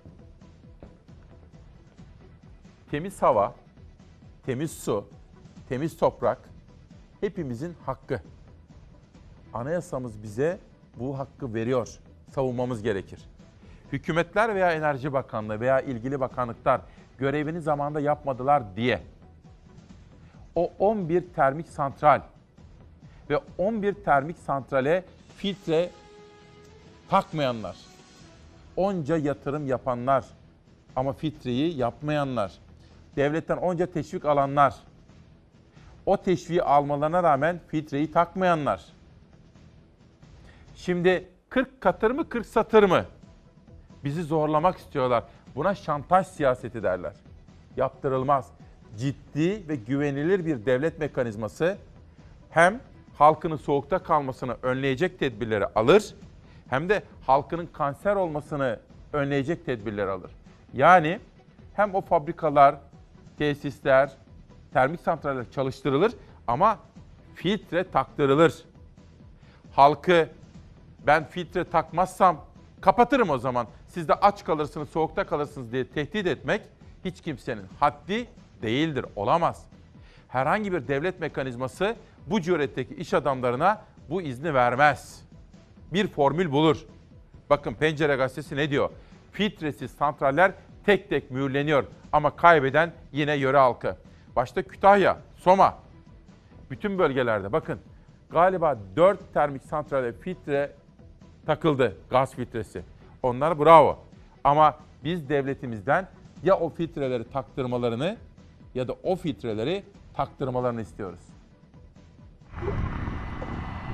Temiz hava, temiz su, temiz toprak hepimizin hakkı. Anayasamız bize bu hakkı veriyor. Savunmamız gerekir. Hükümetler veya Enerji Bakanlığı veya ilgili bakanlıklar görevini zamanında yapmadılar diye o 11 termik santral ve 11 termik santrale filtre takmayanlar, onca yatırım yapanlar ama filtreyi yapmayanlar, devletten onca teşvik alanlar, o teşviği almalarına rağmen filtreyi takmayanlar. Şimdi 40 katır mı 40 satır mı? Bizi zorlamak istiyorlar. Buna şantaj siyaseti derler. Yaptırılmaz. Ciddi ve güvenilir bir devlet mekanizması hem halkının soğukta kalmasını önleyecek tedbirleri alır, hem de halkının kanser olmasını önleyecek tedbirleri alır. Yani hem o fabrikalar, tesisler, termik santraller çalıştırılır ama filtre taktırılır. Halkı ben filtre takmazsam kapatırım o zaman, siz de aç kalırsınız, soğukta kalırsınız diye tehdit etmek hiç kimsenin haddi değildir, olamaz. Herhangi bir devlet mekanizması bu cüretteki iş adamlarına bu izni vermez. Bir formül bulur. Bakın Pencere Gazetesi ne diyor? Filtresiz santraller tek tek mühürleniyor ama kaybeden yine yöre halkı. Başta Kütahya, Soma, bütün bölgelerde bakın galiba 4 termik santrale filtre takıldı, gaz filtresi. Onlar bravo. Ama biz devletimizden ya o filtreleri taktırmalarını ya da o filtreleri taktırmalarını istiyoruz.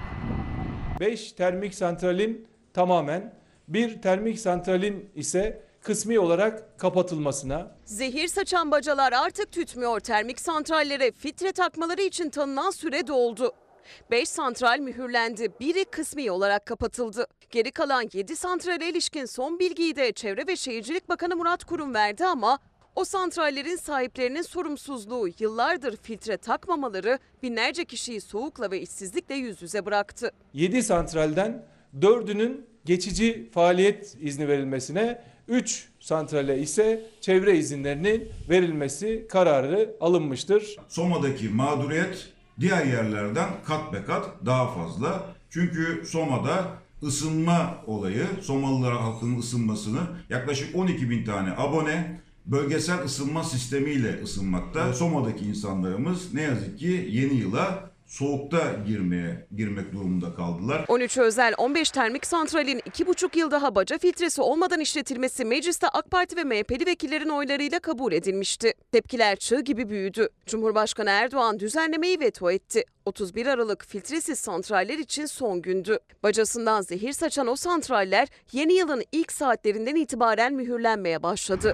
5 termik santralin tamamen, bir termik santralin ise kısmi olarak kapatılmasına. Zehir saçan bacalar artık tütmüyor. Termik santrallere filtre takmaları için tanınan süre doldu. 5 santral mühürlendi. Biri kısmi olarak kapatıldı. Geri kalan 7 santrale ilişkin son bilgiyi de Çevre ve Şehircilik Bakanı Murat Kurum verdi ama o santrallerin sahiplerinin sorumsuzluğu, yıllardır filtre takmamaları binlerce kişiyi soğukla ve işsizlikle yüz yüze bıraktı. 7 santralden 4'ünün geçici faaliyet izni verilmesine, 3 santrale ise çevre izinlerinin verilmesi kararı alınmıştır. Soma'daki mağduriyet diğer yerlerden kat be kat daha fazla. Çünkü Soma'da ısınma olayı, Somalılar halkının ısınmasını yaklaşık 12.000 tane abone bölgesel ısınma sistemiyle ısınmakta. Soma'daki insanlarımız ne yazık ki yeni yıla soğukta girmek durumunda kaldılar. 13 özel 15 termik santralin 2,5 yıl daha baca filtresi olmadan işletilmesi mecliste AK Parti ve MHP'li vekillerin oylarıyla kabul edilmişti. Tepkiler çığ gibi büyüdü. Cumhurbaşkanı Erdoğan düzenlemeyi veto etti. 31 Aralık filtresiz santraller için son gündü. Bacasından zehir saçan o santraller yeni yılın ilk saatlerinden itibaren mühürlenmeye başladı.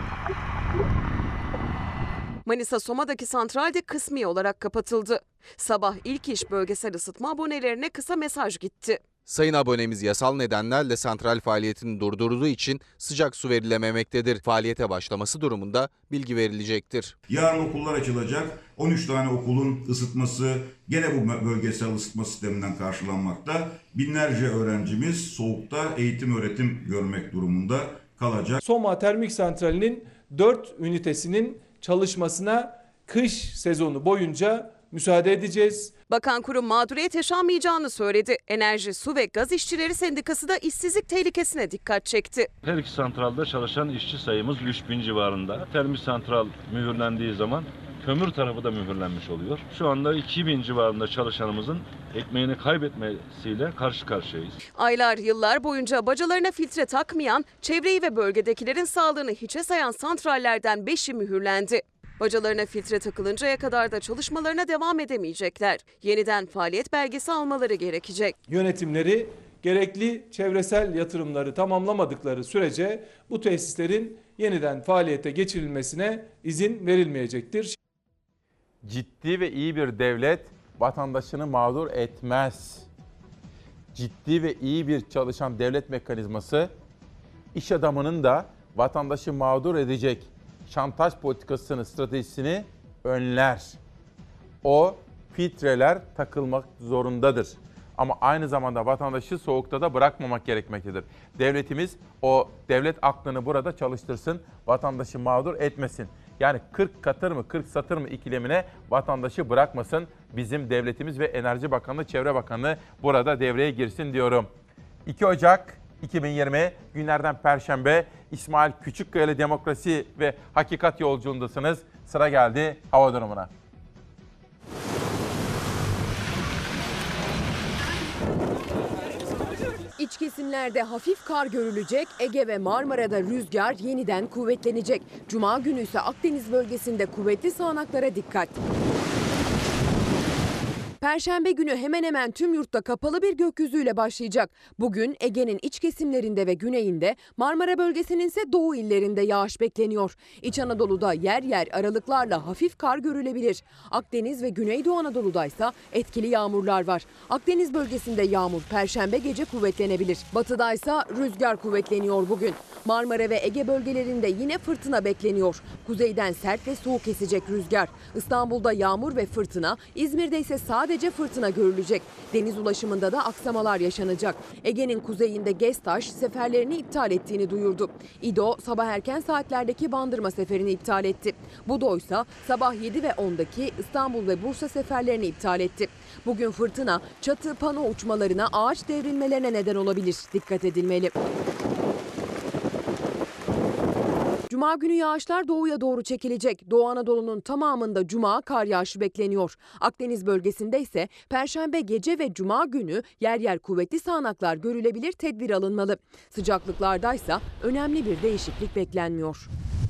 Manisa Soma'daki santral de kısmi olarak kapatıldı. Sabah ilk iş bölgesel ısıtma abonelerine kısa mesaj gitti. Sayın abonemiz yasal nedenlerle santral faaliyetini durdurduğu için sıcak su verilememektedir. Faaliyete başlaması durumunda bilgi verilecektir. Yarın okullar açılacak. 13 tane okulun ısıtması gene bu bölgesel ısıtma sisteminden karşılanmakta. Binlerce öğrencimiz soğukta eğitim öğretim görmek durumunda kalacak. Soma Termik Santrali'nin 4 ünitesinin çalışmasına kış sezonu boyunca müsaade edeceğiz. Bakan Kurum mağduriyet yaşanmayacağını söyledi. Enerji, Su ve Gaz İşçileri Sendikası da işsizlik tehlikesine dikkat çekti. Her iki santralda çalışan işçi sayımız 3000 civarında. Termik santral mühürlendiği zaman kömür tarafı da mühürlenmiş oluyor. Şu anda 2000 civarında çalışanımızın ekmeğini kaybetmesiyle karşı karşıyayız. Aylar, yıllar boyunca bacalarına filtre takmayan, çevreyi ve bölgedekilerin sağlığını hiçe sayan santrallerden 5'i mühürlendi. Bacalarına filtre takılıncaya kadar da çalışmalarına devam edemeyecekler. Yeniden faaliyet belgesi almaları gerekecek. Yönetimleri gerekli çevresel yatırımları tamamlamadıkları sürece bu tesislerin yeniden faaliyete geçirilmesine izin verilmeyecektir. Ciddi ve iyi bir devlet vatandaşını mağdur etmez. Ciddi ve iyi bir çalışan devlet mekanizması iş adamının da vatandaşı mağdur edecek şantaj politikasını, stratejisini önler. O filtreler takılmak zorundadır. Ama aynı zamanda vatandaşı soğukta da bırakmamak gerekmektedir. Devletimiz o devlet aklını burada çalıştırsın, vatandaşı mağdur etmesin. Yani 40 katır mı 40 satır mı ikilemine vatandaşı bırakmasın. Bizim devletimiz ve Enerji Bakanlığı, Çevre Bakanlığı burada devreye girsin diyorum. 2 Ocak 2020 günlerden Perşembe, İsmail Küçükkaya ile Demokrasi ve Hakikat yolculuğundasınız. Sıra geldi hava durumuna. İç kesimlerde hafif kar görülecek, Ege ve Marmara'da rüzgar yeniden kuvvetlenecek. Cuma günü ise Akdeniz bölgesinde kuvvetli sağanaklara dikkat. Perşembe günü hemen hemen tüm yurtta kapalı bir gökyüzüyle başlayacak. Bugün Ege'nin iç kesimlerinde ve güneyinde, Marmara bölgesinin ise doğu illerinde yağış bekleniyor. İç Anadolu'da yer yer aralıklarla hafif kar görülebilir. Akdeniz ve Güneydoğu Anadolu'da ise etkili yağmurlar var. Akdeniz bölgesinde yağmur Perşembe gece kuvvetlenebilir. Batıda ise rüzgar kuvvetleniyor bugün. Marmara ve Ege bölgelerinde yine fırtına bekleniyor. Kuzeyden sert ve soğuk esecek rüzgar. İstanbul'da yağmur ve fırtına, İzmir'de ise sadece fırtına görülecek. Deniz ulaşımında da aksamalar yaşanacak. Ege'nin kuzeyinde Gestaş seferlerini iptal ettiğini duyurdu. İDO sabah erken saatlerdeki Bandırma seferini iptal etti. BUDO ise sabah 7 ve 10'daki İstanbul ve Bursa seferlerini iptal etti. Bugün fırtına çatı pano uçmalarına, ağaç devrilmelerine neden olabilir. Dikkat edilmeli. Cuma günü yağışlar doğuya doğru çekilecek. Doğu Anadolu'nun tamamında Cuma kar yağışı bekleniyor. Akdeniz bölgesinde ise Perşembe gece ve Cuma günü yer yer kuvvetli sağanaklar görülebilir, tedbir alınmalı. Sıcaklıklardaysa önemli bir değişiklik beklenmiyor.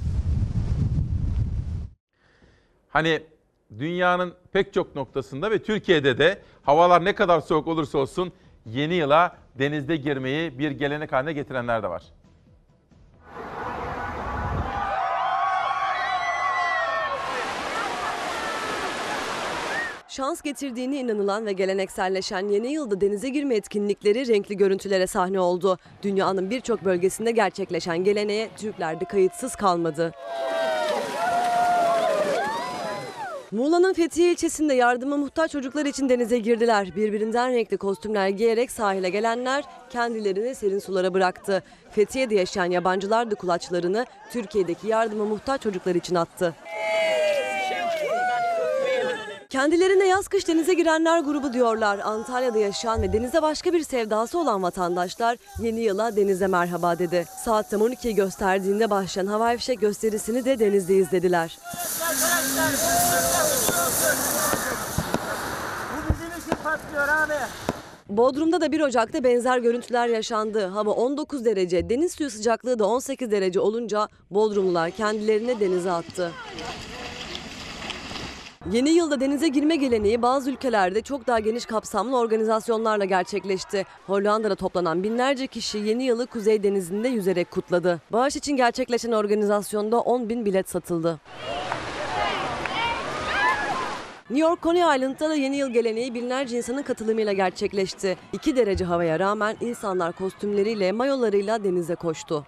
Hani dünyanın pek çok noktasında ve Türkiye'de de havalar ne kadar soğuk olursa olsun yeni yıla denizde girmeyi bir gelenek haline getirenler de var. Şans getirdiğine inanılan ve gelenekselleşen yeni yılda denize girme etkinlikleri renkli görüntülere sahne oldu. Dünyanın birçok bölgesinde gerçekleşen geleneğe Türkler de kayıtsız kalmadı. Muğla'nın Fethiye ilçesinde yardıma muhtaç çocuklar için denize girdiler. Birbirinden renkli kostümler giyerek sahile gelenler kendilerini serin sulara bıraktı. Fethiye'de yaşayan yabancılar da kulaçlarını Türkiye'deki yardıma muhtaç çocuklar için attı. Kendilerine yaz kış denize girenler grubu diyorlar. Antalya'da yaşayan ve denize başka bir sevdası olan vatandaşlar yeni yıla denize merhaba dedi. Saat tam 12'yi gösterdiğinde başlayan havai fişek gösterisini de denizde izlediler. Bu bizim için patlıyor abi. Bodrum'da da 1 Ocak'ta benzer görüntüler yaşandı. Hava 19 derece, deniz suyu sıcaklığı da 18 derece olunca Bodrumlular kendilerini denize attı. Yeni yılda denize girme geleneği bazı ülkelerde çok daha geniş kapsamlı organizasyonlarla gerçekleşti. Hollanda'da toplanan binlerce kişi yeni yılı Kuzey Denizi'nde yüzerek kutladı. Bağış için gerçekleşen organizasyonda 10.000 bilet satıldı. New York Coney Island'da da yeni yıl geleneği binlerce insanın katılımıyla gerçekleşti. 2 derece havaya rağmen insanlar kostümleriyle, mayolarıyla denize koştu.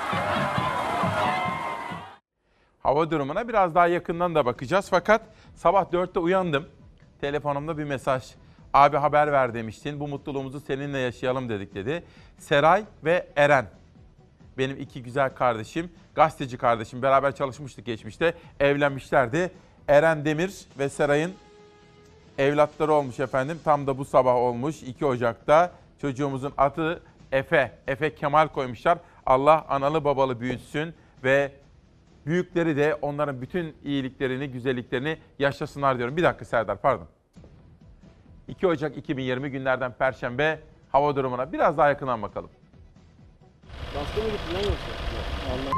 Hava durumuna biraz daha yakından da bakacağız. Fakat sabah 4'te uyandım. Telefonumda bir mesaj. Abi haber ver demiştin. Bu mutluluğumuzu seninle yaşayalım dedik dedi. Seray ve Eren. Benim 2 güzel kardeşim, gazeteci kardeşim. Beraber çalışmıştık geçmişte. Evlenmişlerdi. Eren Demir ve Seray'ın evlatları olmuş efendim. Tam da bu sabah olmuş 2 Ocak'ta. Çocuğumuzun adı Efe. Efe Kemal koymuşlar. Allah analı babalı büyütsün ve büyükleri de onların bütün iyiliklerini, güzelliklerini yaşasınlar diyorum. Bir dakika Serdar, pardon. 2 Ocak 2020 günlerden Perşembe hava durumuna biraz daha yakından bakalım. Başka mı gitti lan yoksa? Allah.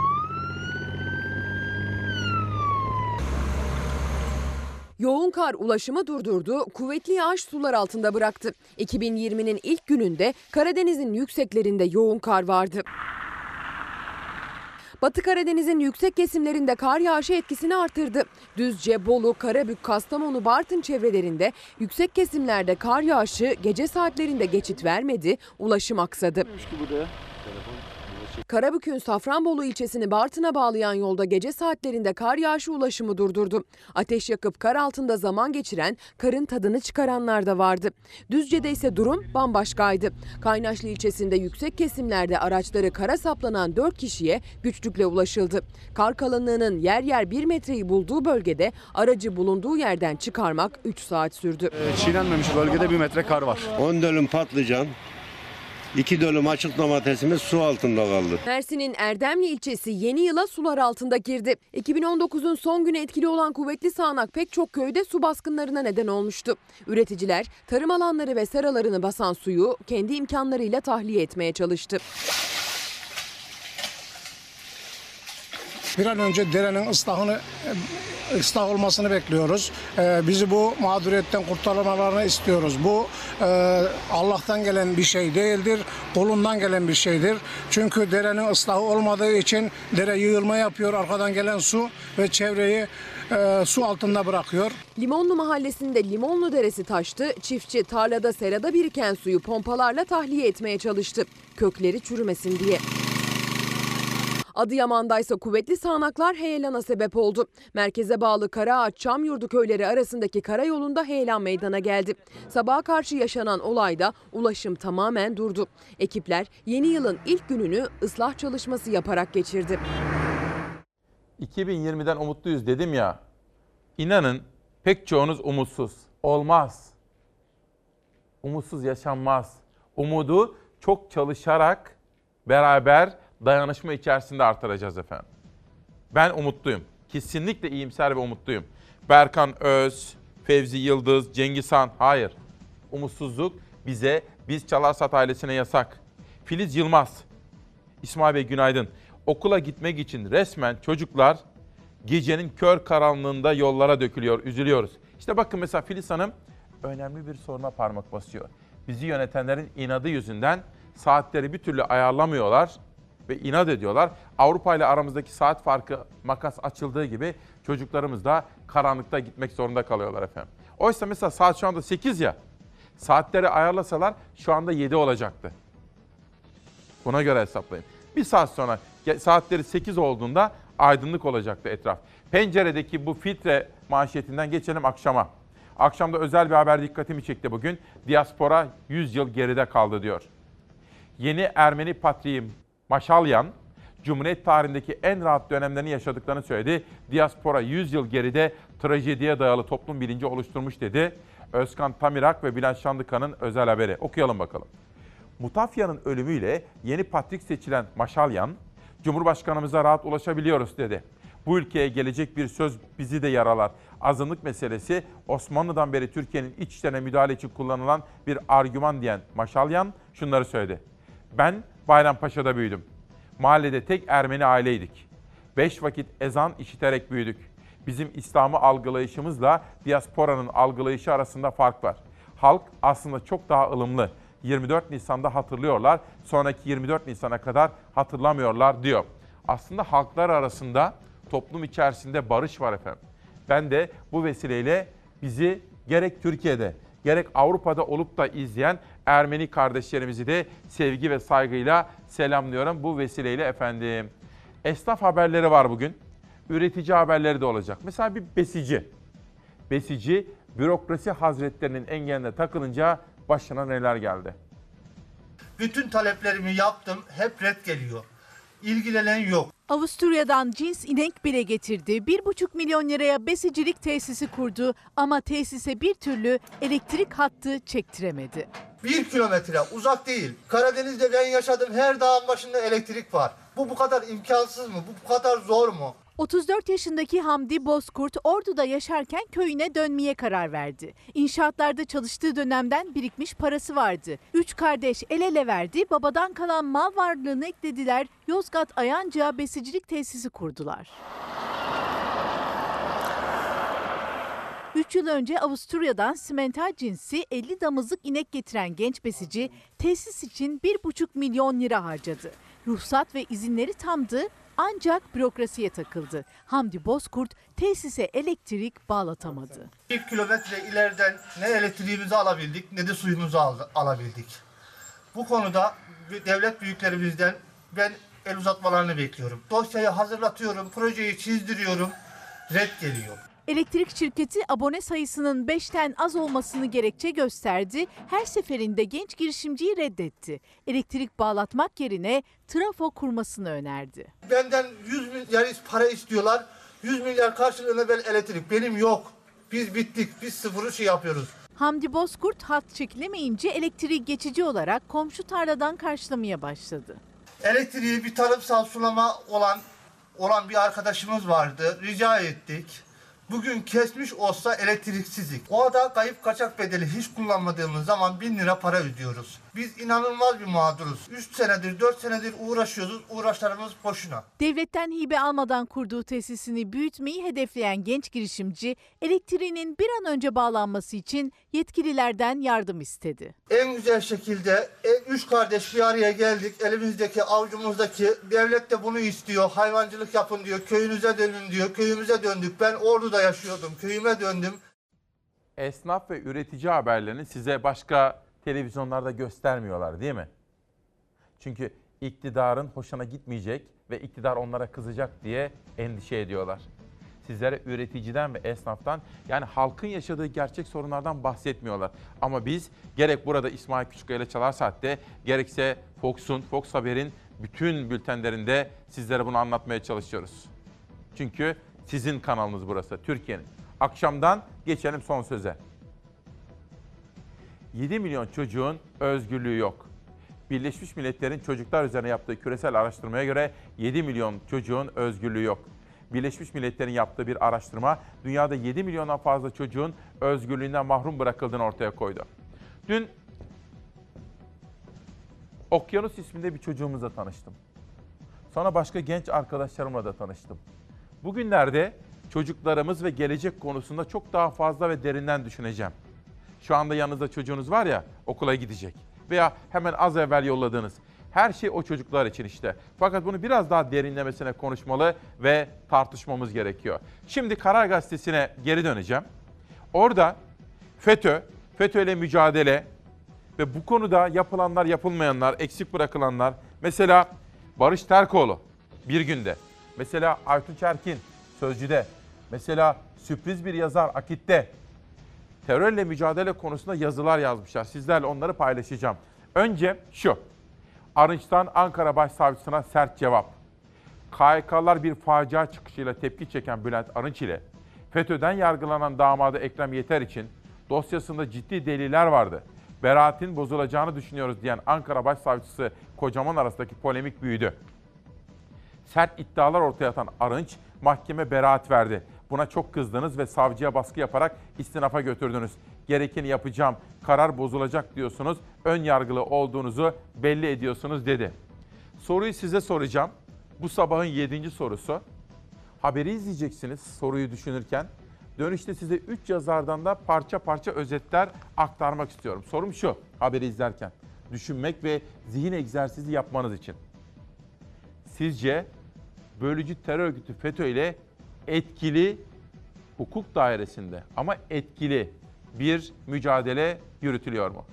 Yoğun kar ulaşımı durdurdu, kuvvetli yağış sular altında bıraktı. 2020'nin ilk gününde Karadeniz'in yükseklerinde yoğun kar vardı. Batı Karadeniz'in yüksek kesimlerinde kar yağışı etkisini artırdı. Düzce, Bolu, Karabük, Kastamonu, Bartın çevrelerinde yüksek kesimlerde kar yağışı gece saatlerinde geçit vermedi, ulaşım aksadı. Karabük'ün Safranbolu ilçesini Bartın'a bağlayan yolda gece saatlerinde kar yağışı ulaşımı durdurdu. Ateş yakıp kar altında zaman geçiren, karın tadını çıkaranlar da vardı. Düzce'de ise durum bambaşkaydı. Kaynaşlı ilçesinde yüksek kesimlerde araçları kara saplanan 4 kişiye güçlükle ulaşıldı. Kar kalınlığının yer yer 1 metreyi bulduğu bölgede aracı bulunduğu yerden çıkarmak 3 saat sürdü. Çiğnenmemiş bölgede 1 metre kar var. 10 dönüm patlıcan, 2 dönüm açık domatesimiz su altında kaldı. Mersin'in Erdemli ilçesi yeni yıla sular altında girdi. 2019'un son günü etkili olan kuvvetli sağanak pek çok köyde su baskınlarına neden olmuştu. Üreticiler tarım alanları ve seralarını basan suyu kendi imkanlarıyla tahliye etmeye çalıştı. Bir an önce derenin ıslah olmasını bekliyoruz. Bizi bu mağduriyetten kurtarmalarını istiyoruz. Bu Allah'tan gelen bir şey değildir, kolundan gelen bir şeydir. Çünkü derenin ıslahı olmadığı için dere yığılma yapıyor, arkadan gelen su ve çevreyi su altında bırakıyor. Limonlu mahallesinde Limonlu Deresi taştı. Çiftçi tarlada serada biriken suyu pompalarla tahliye etmeye çalıştı. Kökleri çürümesin diye. Adıyaman'da ise kuvvetli sağanaklar heyelana sebep oldu. Merkeze bağlı Karaağaç, Çamyurdu köyleri arasındaki karayolunda heyelan meydana geldi. Sabaha karşı yaşanan olayda ulaşım tamamen durdu. Ekipler yeni yılın ilk gününü ıslah çalışması yaparak geçirdi. 2020'den umutluyuz dedim ya. İnanın pek çoğunuz umutsuz. Olmaz. Umutsuz yaşanmaz. Umudu çok çalışarak beraber dayanışma içerisinde artıracağız efendim. Ben umutluyum. Kesinlikle iyimser ve umutluyum. Berkan Öz, Fevzi Yıldız, Cengiz Han. Hayır. Umutsuzluk bize, biz Çalarsat ailesine yasak. Filiz Yılmaz. İsmail Bey günaydın. Okula gitmek için resmen çocuklar gecenin kör karanlığında yollara dökülüyor. Üzülüyoruz. İşte bakın mesela Filiz Hanım önemli bir soruna parmak basıyor. Bizi yönetenlerin inadı yüzünden saatleri bir türlü ayarlamıyorlar ve inat ediyorlar. Avrupa ile aramızdaki saat farkı makas açıldığı gibi çocuklarımız da karanlıkta gitmek zorunda kalıyorlar efendim. Oysa mesela saat şu anda 8 ya. Saatleri ayarlasalar şu anda 7 olacaktı. Buna göre hesaplayın. Bir saat sonra saatleri 8 olduğunda aydınlık olacaktı etraf. Penceredeki bu filtre manşetinden geçelim akşama. Akşamda özel bir haber dikkatimi çekti bugün. Diaspora 100 yıl geride kaldı diyor. Yeni Ermeni patriği Maşalyan, Cumhuriyet tarihindeki en rahat dönemlerini yaşadıklarını söyledi. Diaspora 100 yıl geride trajediye dayalı toplum bilinci oluşturmuş dedi. Özkan Tamirak ve Bülent Şanlıka'nın özel haberi. Okuyalım bakalım. Mutafya'nın ölümüyle yeni patrik seçilen Maşalyan, Cumhurbaşkanımıza rahat ulaşabiliyoruz dedi. Bu ülkeye gelecek bir söz bizi de yaralar. Azınlık meselesi Osmanlı'dan beri Türkiye'nin iç işlerine müdahale için kullanılan bir argüman diyen Maşalyan şunları söyledi. Ben Bayrampaşa'da büyüdüm. Mahallede tek Ermeni aileydik. 5 vakit ezan işiterek büyüdük. Bizim İslam'ı algılayışımızla diasporanın algılayışı arasında fark var. Halk aslında çok daha ılımlı. 24 Nisan'da hatırlıyorlar, sonraki 24 Nisan'a kadar hatırlamıyorlar diyor. Aslında halklar arasında, toplum içerisinde barış var efendim. Ben de bu vesileyle bizi gerek Türkiye'de, gerek Avrupa'da olup da izleyen Ermeni kardeşlerimizi de sevgi ve saygıyla selamlıyorum bu vesileyle efendim. Esnaf haberleri var bugün. Üretici haberleri de olacak. Mesela bir besici. Besici, bürokrasi hazretlerinin engeline takılınca başına neler geldi? Bütün taleplerimi yaptım, hep red geliyor. İlgilenen yok. Avusturya'dan cins inek bile getirdi. 1,5 milyon liraya besicilik tesisi kurdu ama tesise bir türlü elektrik hattı çektiremedi. 1 kilometre uzak değil. Karadeniz'de ben yaşadım, her dağın başında elektrik var. Bu kadar imkansız mı? Bu kadar zor mu? 34 yaşındaki Hamdi Bozkurt Ordu'da yaşarken köyüne dönmeye karar verdi. İnşaatlarda çalıştığı dönemden birikmiş parası vardı. 3 kardeş el ele verdi, babadan kalan mal varlığını eklediler. Yozgat Ayancı'ya besicilik tesisi kurdular. 3 yıl önce Avusturya'dan simental cinsi 50 damızlık inek getiren genç besici tesis için 1,5 milyon lira harcadı. Ruhsat ve izinleri tamdı ancak bürokrasiye takıldı. Hamdi Bozkurt tesise elektrik bağlatamadı. 1 kilometre ileriden ne elektriğimizi alabildik ne de suyumuzu alabildik. Bu konuda devlet büyüklerimizden ben el uzatmalarını bekliyorum. Dosyayı hazırlatıyorum, projeyi çizdiriyorum, red geliyor. Elektrik şirketi abone sayısının 5'ten az olmasını gerekçe gösterdi. Her seferinde genç girişimciyi reddetti. Elektrik bağlatmak yerine trafo kurmasını önerdi. Benden 100 milyar para istiyorlar. 100 milyar karşılığında ben elektrik. Benim yok. Biz bittik. Biz sıfır yapıyoruz. Hamdi Bozkurt hat çekilemeyince elektriği geçici olarak komşu tarladan karşılamaya başladı. Elektriği bir tarımsal sulama olan bir arkadaşımız vardı. Rica ettik. Bugün kesmiş olsa elektriksizlik. O da kayıp kaçak bedeli hiç kullanmadığımız zaman 1000 lira para ödüyoruz. Biz inanılmaz bir mağduruz. 3 senedir 4 senedir uğraşıyoruz. Uğraşlarımız boşuna. Devletten hibe almadan kurduğu tesisini büyütmeyi hedefleyen genç girişimci elektriğinin bir an önce bağlanması için yetkililerden yardım istedi. En güzel şekilde 3 kardeş bir araya geldik. Elimizdeki avucumuzdaki devlet de bunu istiyor. Hayvancılık yapın diyor. Köyünüze dönün diyor. Köyümüze döndük. Ben Ordu'da yaşıyordum. Köyüme döndüm. Esnaf ve üretici haberlerini size başka televizyonlarda göstermiyorlar değil mi? Çünkü iktidarın hoşuna gitmeyecek ve iktidar onlara kızacak diye endişe ediyorlar. Sizlere üreticiden ve esnaftan, yani halkın yaşadığı gerçek sorunlardan bahsetmiyorlar. Ama biz gerek burada İsmail Küçükkaya ile Çalar Saat'te, gerekse Fox Haber'in bütün bültenlerinde sizlere bunu anlatmaya çalışıyoruz. Çünkü sizin kanalınız burası, Türkiye'nin. Akşamdan geçelim son söze. 7 milyon çocuğun özgürlüğü yok. Birleşmiş Milletler'in çocuklar üzerine yaptığı küresel araştırmaya göre 7 milyon çocuğun özgürlüğü yok. Birleşmiş Milletler'in yaptığı bir araştırma dünyada 7 milyondan fazla çocuğun özgürlüğünden mahrum bırakıldığını ortaya koydu. Dün Okyanus isminde bir çocuğumuzla tanıştım. Sonra başka genç arkadaşlarımla da tanıştım. Bugünlerde çocuklarımız ve gelecek konusunda çok daha fazla ve derinden düşüneceğim. Şu anda yanınızda çocuğunuz var ya, okula gidecek veya hemen az evvel yolladığınız. Her şey o çocuklar için işte. Fakat bunu biraz daha derinlemesine konuşmalı ve tartışmamız gerekiyor. Şimdi Karar Gazetesi'ne geri döneceğim. Orada FETÖ ile mücadele ve bu konuda yapılanlar, yapılmayanlar, eksik bırakılanlar. Mesela Barış Terkoğlu Bir Gün'de. Mesela Aytunç Erkin Sözcü'de. Mesela sürpriz bir yazar Akit'te. Terörle mücadele konusunda yazılar yazmışlar. Sizlerle onları paylaşacağım. Önce şu. Arınç'tan Ankara Başsavcısına sert cevap. KHK'lar bir facia çıkışıyla tepki çeken Bülent Arınç ile FETÖ'den yargılanan damadı Ekrem Yeter için dosyasında ciddi deliller vardı. Beraatin bozulacağını düşünüyoruz diyen Ankara Başsavcısı Kocaman arasındaki polemik büyüdü. Sert iddialar ortaya atan Arınç mahkeme beraat verdi. Buna çok kızdınız ve savcıya baskı yaparak istinafa götürdünüz. Gerekeni yapacağım, karar bozulacak diyorsunuz, ön yargılı olduğunuzu belli ediyorsunuz dedi. Soruyu size soracağım. Bu sabahın 7. sorusu. Haberi izleyeceksiniz soruyu düşünürken. Dönüşte size 3 yazardan da parça parça özetler aktarmak istiyorum. Sorum şu, haberi izlerken. Düşünmek ve zihin egzersizi yapmanız için. Sizce bölücü terör örgütü FETÖ ile etkili, hukuk dairesinde ama etkili bir mücadele yürütülüyor mu?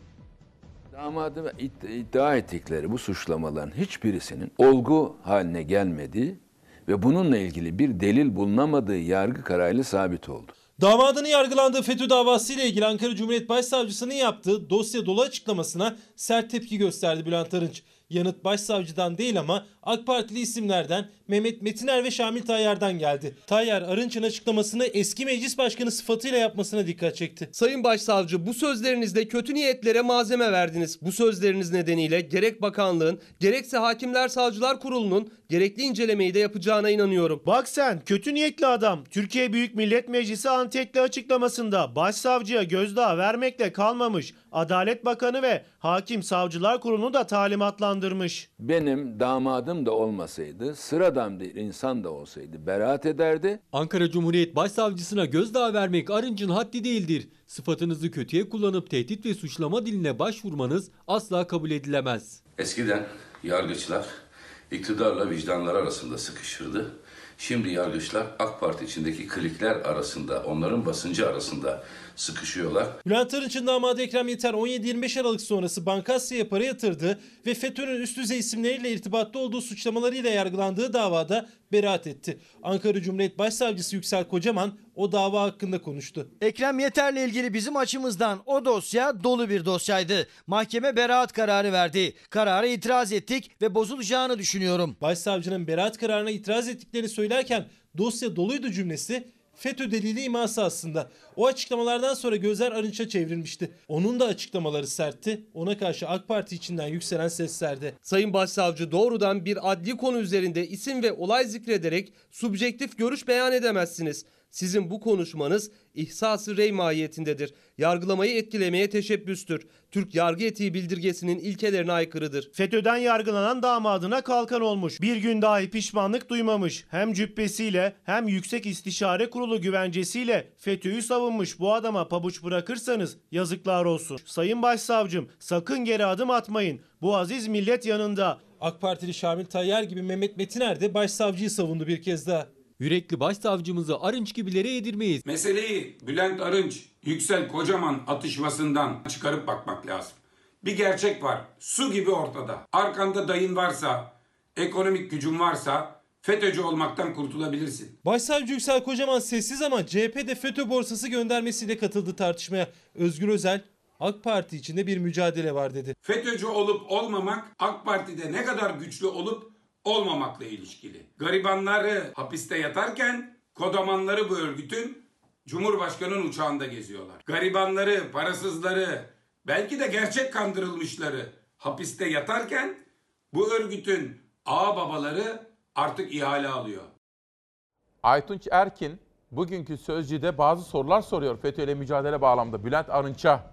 Damadı iddia ettikleri bu suçlamaların hiçbirisinin olgu haline gelmediği ve bununla ilgili bir delil bulunamadığı yargı kararıyla sabit oldu. Damadının yargılandığı FETÖ davası ile ilgili Ankara Cumhuriyet Başsavcısının yaptığı dosya dolu açıklamasına sert tepki gösterdi Bülent Arınç. Yanıt başsavcıdan değil ama AK Partili isimlerden Mehmet Metiner ve Şamil Tayyar'dan geldi. Tayyar, Arınç'ın açıklamasını eski meclis başkanı sıfatıyla yapmasına dikkat çekti. Sayın Başsavcı, bu sözlerinizde kötü niyetlere malzeme verdiniz. Bu sözleriniz nedeniyle gerek bakanlığın gerekse Hakimler Savcılar Kurulu'nun gerekli incelemeyi de yapacağına inanıyorum. Bak sen, kötü niyetli adam. Türkiye Büyük Millet Meclisi Antekli açıklamasında başsavcıya gözdağı vermekle kalmamış. Adalet Bakanı ve Hakim Savcılar Kurulu'nu da talimatlandırmış. Benim damadım da olmasaydı, sıradan bir insan da olsaydı beraat ederdi. Ankara Cumhuriyet Başsavcısına gözdağı vermek Arınç'ın haddi değildir. Sıfatınızı kötüye kullanıp tehdit ve suçlama diline başvurmanız asla kabul edilemez. Eskiden yargıçlar iktidarla vicdanlar arasında sıkışırdı. Şimdi yargıçlar AK Parti içindeki klikler arasında, onların basıncı arasında sıkışıyorlar. Bülent Arınç'ın damadı Ekrem Yeter 17-25 Aralık sonrası Bankasya'ya para yatırdığı ve FETÖ'nün üst düzey isimleriyle irtibatta olduğu suçlamalarıyla yargılandığı davada beraat etti. Ankara Cumhuriyet Başsavcısı Yüksel Kocaman o dava hakkında konuştu. Ekrem Yeter'le ilgili bizim açımızdan o dosya dolu bir dosyaydı. Mahkeme beraat kararı verdi. Karara itiraz ettik ve bozulacağını düşünüyorum. Başsavcının beraat kararına itiraz ettiklerini söylerken dosya doluydu cümlesi FETÖ delili iması aslında. O açıklamalardan sonra gözler Arınç'a çevrilmişti. Onun da açıklamaları sertti. Ona karşı AK Parti içinden yükselen seslerde. Sayın Başsavcı, doğrudan bir adli konu üzerinde isim ve olay zikrederek subjektif görüş beyan edemezsiniz. Sizin bu konuşmanız ihsas-ı rey mahiyetindedir. Yargılamayı etkilemeye teşebbüstür. Türk yargı etiği bildirgesinin ilkelerine aykırıdır. FETÖ'den yargılanan damadına kalkan olmuş. Bir gün dahi pişmanlık duymamış. Hem cübbesiyle hem Yüksek İstişare Kurulu güvencesiyle FETÖ'yü savunmuş. Bu adama pabuç bırakırsanız yazıklar olsun. Sayın Başsavcım, sakın geri adım atmayın. Bu aziz millet yanında. AK Partili Şamil Tayyar gibi Mehmet Metiner de başsavcıyı savundu bir kez daha. Yürekli başsavcımızı Arınç gibilere yedirmeyiz. Meseleyi Bülent Arınç, Yüksel Kocaman atışmasından çıkarıp bakmak lazım. Bir gerçek var, su gibi ortada. Arkanda dayın varsa, ekonomik gücün varsa FETÖ'cü olmaktan kurtulabilirsin. Başsavcı Yüksel Kocaman sessiz ama CHP'de FETÖ borsası göndermesiyle katıldı tartışmaya. Özgür Özel, AK Parti içinde bir mücadele var dedi. FETÖ'cü olup olmamak AK Parti'de ne kadar güçlü olup olmamakla ilişkili. Garibanları hapiste yatarken kodamanları bu örgütün Cumhurbaşkanı'nın uçağında geziyorlar. Garibanları, parasızları, belki de gerçek kandırılmışları hapiste yatarken bu örgütün ağababaları artık ihale alıyor. Aytunç Erkin bugünkü Sözcü'de bazı sorular soruyor FETÖ ile mücadele bağlamında Bülent Arınç'a.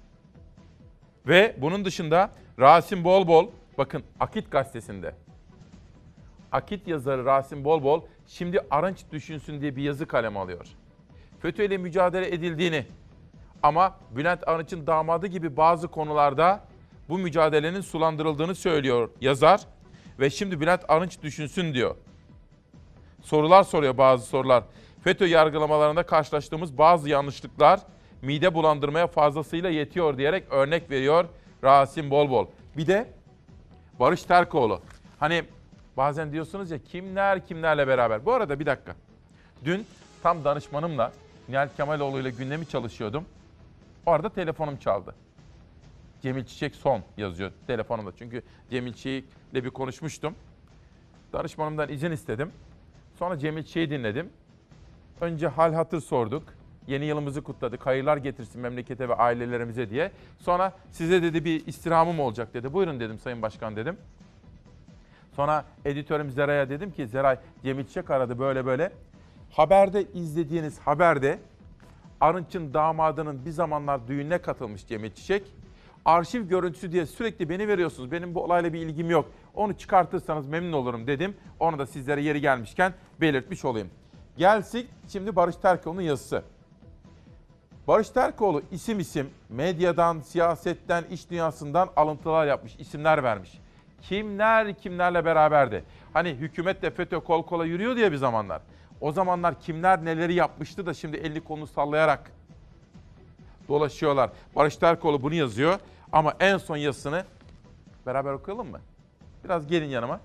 Ve bunun dışında Rasim Bolbol, bakın Akit gazetesinde. Akit yazarı Rasim Bolbol şimdi Arınç düşünsün diye bir yazı kaleme alıyor. FETÖ ile mücadele edildiğini ama Bülent Arınç'ın damadı gibi bazı konularda bu mücadelenin sulandırıldığını söylüyor yazar. Ve şimdi Bülent Arınç düşünsün diyor. Sorular soruyor, bazı sorular. FETÖ yargılamalarında karşılaştığımız bazı yanlışlıklar mide bulandırmaya fazlasıyla yetiyor diyerek örnek veriyor Rasim Bolbol. Bir de Barış Terkoğlu. Hani bazen diyorsunuz ya kimlerle beraber. Bu arada bir dakika. Dün tam danışmanımla Nihal Kemaloğlu ile gündemi çalışıyordum. O arada telefonum çaldı. Cemil Çiçek son yazıyor telefonumda. Çünkü Cemil Çiçek'le bir konuşmuştum. Danışmanımdan izin istedim. Sonra Cemil Çiçek'i dinledim. Önce hal hatır sorduk. Yeni yılımızı kutladık. Hayırlar getirsin memlekete ve ailelerimize diye. Sonra size dedi bir istirhamım olacak dedi. Buyurun dedim Sayın Başkan dedim. Sonra editörüm Zeray'a dedim ki Zeray Cemil Çiçek aradı böyle. Haberde izlediğiniz haberde Arınç'ın damadının bir zamanlar düğününe katılmış Cemil Çiçek. Arşiv görüntüsü diye sürekli beni veriyorsunuz. Benim bu olayla bir ilgim yok. Onu çıkartırsanız memnun olurum dedim. Onu da sizlere yeri gelmişken belirtmiş olayım. Gelsin şimdi Barış Terkoğlu'nun yazısı. Barış Terkoğlu isim medyadan, siyasetten, iş dünyasından alıntılar yapmış, isimler vermiş. Kimlerle beraberdi? Hani hükümetle FETÖ kol kola yürüyor diye bir zamanlar. O zamanlar kimler neleri yapmıştı da şimdi elini kolunu sallayarak dolaşıyorlar. Barış Terkoğlu bunu yazıyor ama en son yazısını beraber okuyalım mı? Biraz gelin yanıma.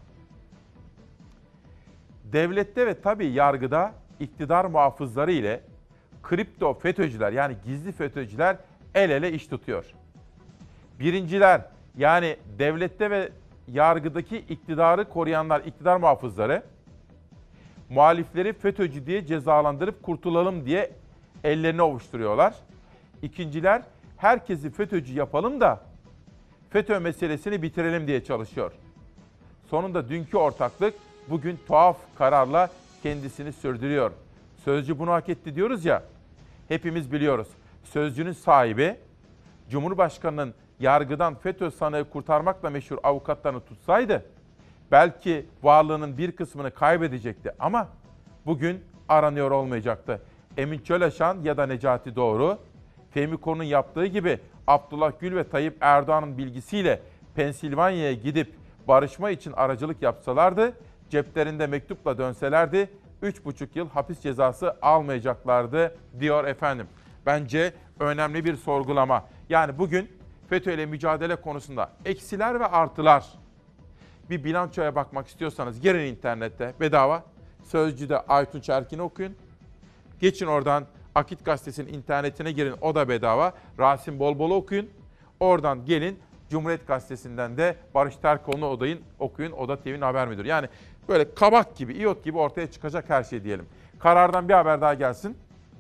Devlette ve tabii yargıda iktidar muhafızları ile kripto FETÖ'cüler yani gizli FETÖ'cüler el ele iş tutuyor. Birinciler yani devlette ve yargıdaki iktidarı koruyanlar, iktidar muhafızları muhalifleri FETÖ'cü diye cezalandırıp kurtulalım diye ellerini ovuşturuyorlar. İkinciler herkesi FETÖ'cü yapalım da FETÖ meselesini bitirelim diye çalışıyor. Sonunda dünkü ortaklık bugün tuhaf kararla kendisini sürdürüyor. Sözcü bunu hak etti diyoruz ya, hepimiz biliyoruz. Sözcünün sahibi Cumhurbaşkanı'nın yargıdan FETÖ sanığı kurtarmakla meşhur avukatlarını tutsaydı belki varlığının bir kısmını kaybedecekti ama bugün aranıyor olmayacaktı. Emin Çölaşan ya da Necati Doğru, Fehmi Korun'un yaptığı gibi Abdullah Gül ve Tayyip Erdoğan'ın bilgisiyle Pensilvanya'ya gidip barışma için aracılık yapsalardı, ceplerinde mektupla dönselerdi, 3,5 yıl hapis cezası almayacaklardı diyor efendim. Bence önemli bir sorgulama. Yani bugün FETÖ ile mücadele konusunda eksiler ve artılar. Bir bilançoya bakmak istiyorsanız girin internette bedava. Sözcü'de Aytunç Erkin'i okuyun. Geçin oradan Akit Gazetesi'nin internetine girin, o da bedava. Rasim Bolbol'u okuyun. Oradan gelin Cumhuriyet Gazetesi'nden de Barış Terkoğlu'nu okuyun. O da TV'nin haber müdürü. Yani böyle kabak gibi, iyot gibi ortaya çıkacak her şey diyelim. Karardan bir haber daha gelsin.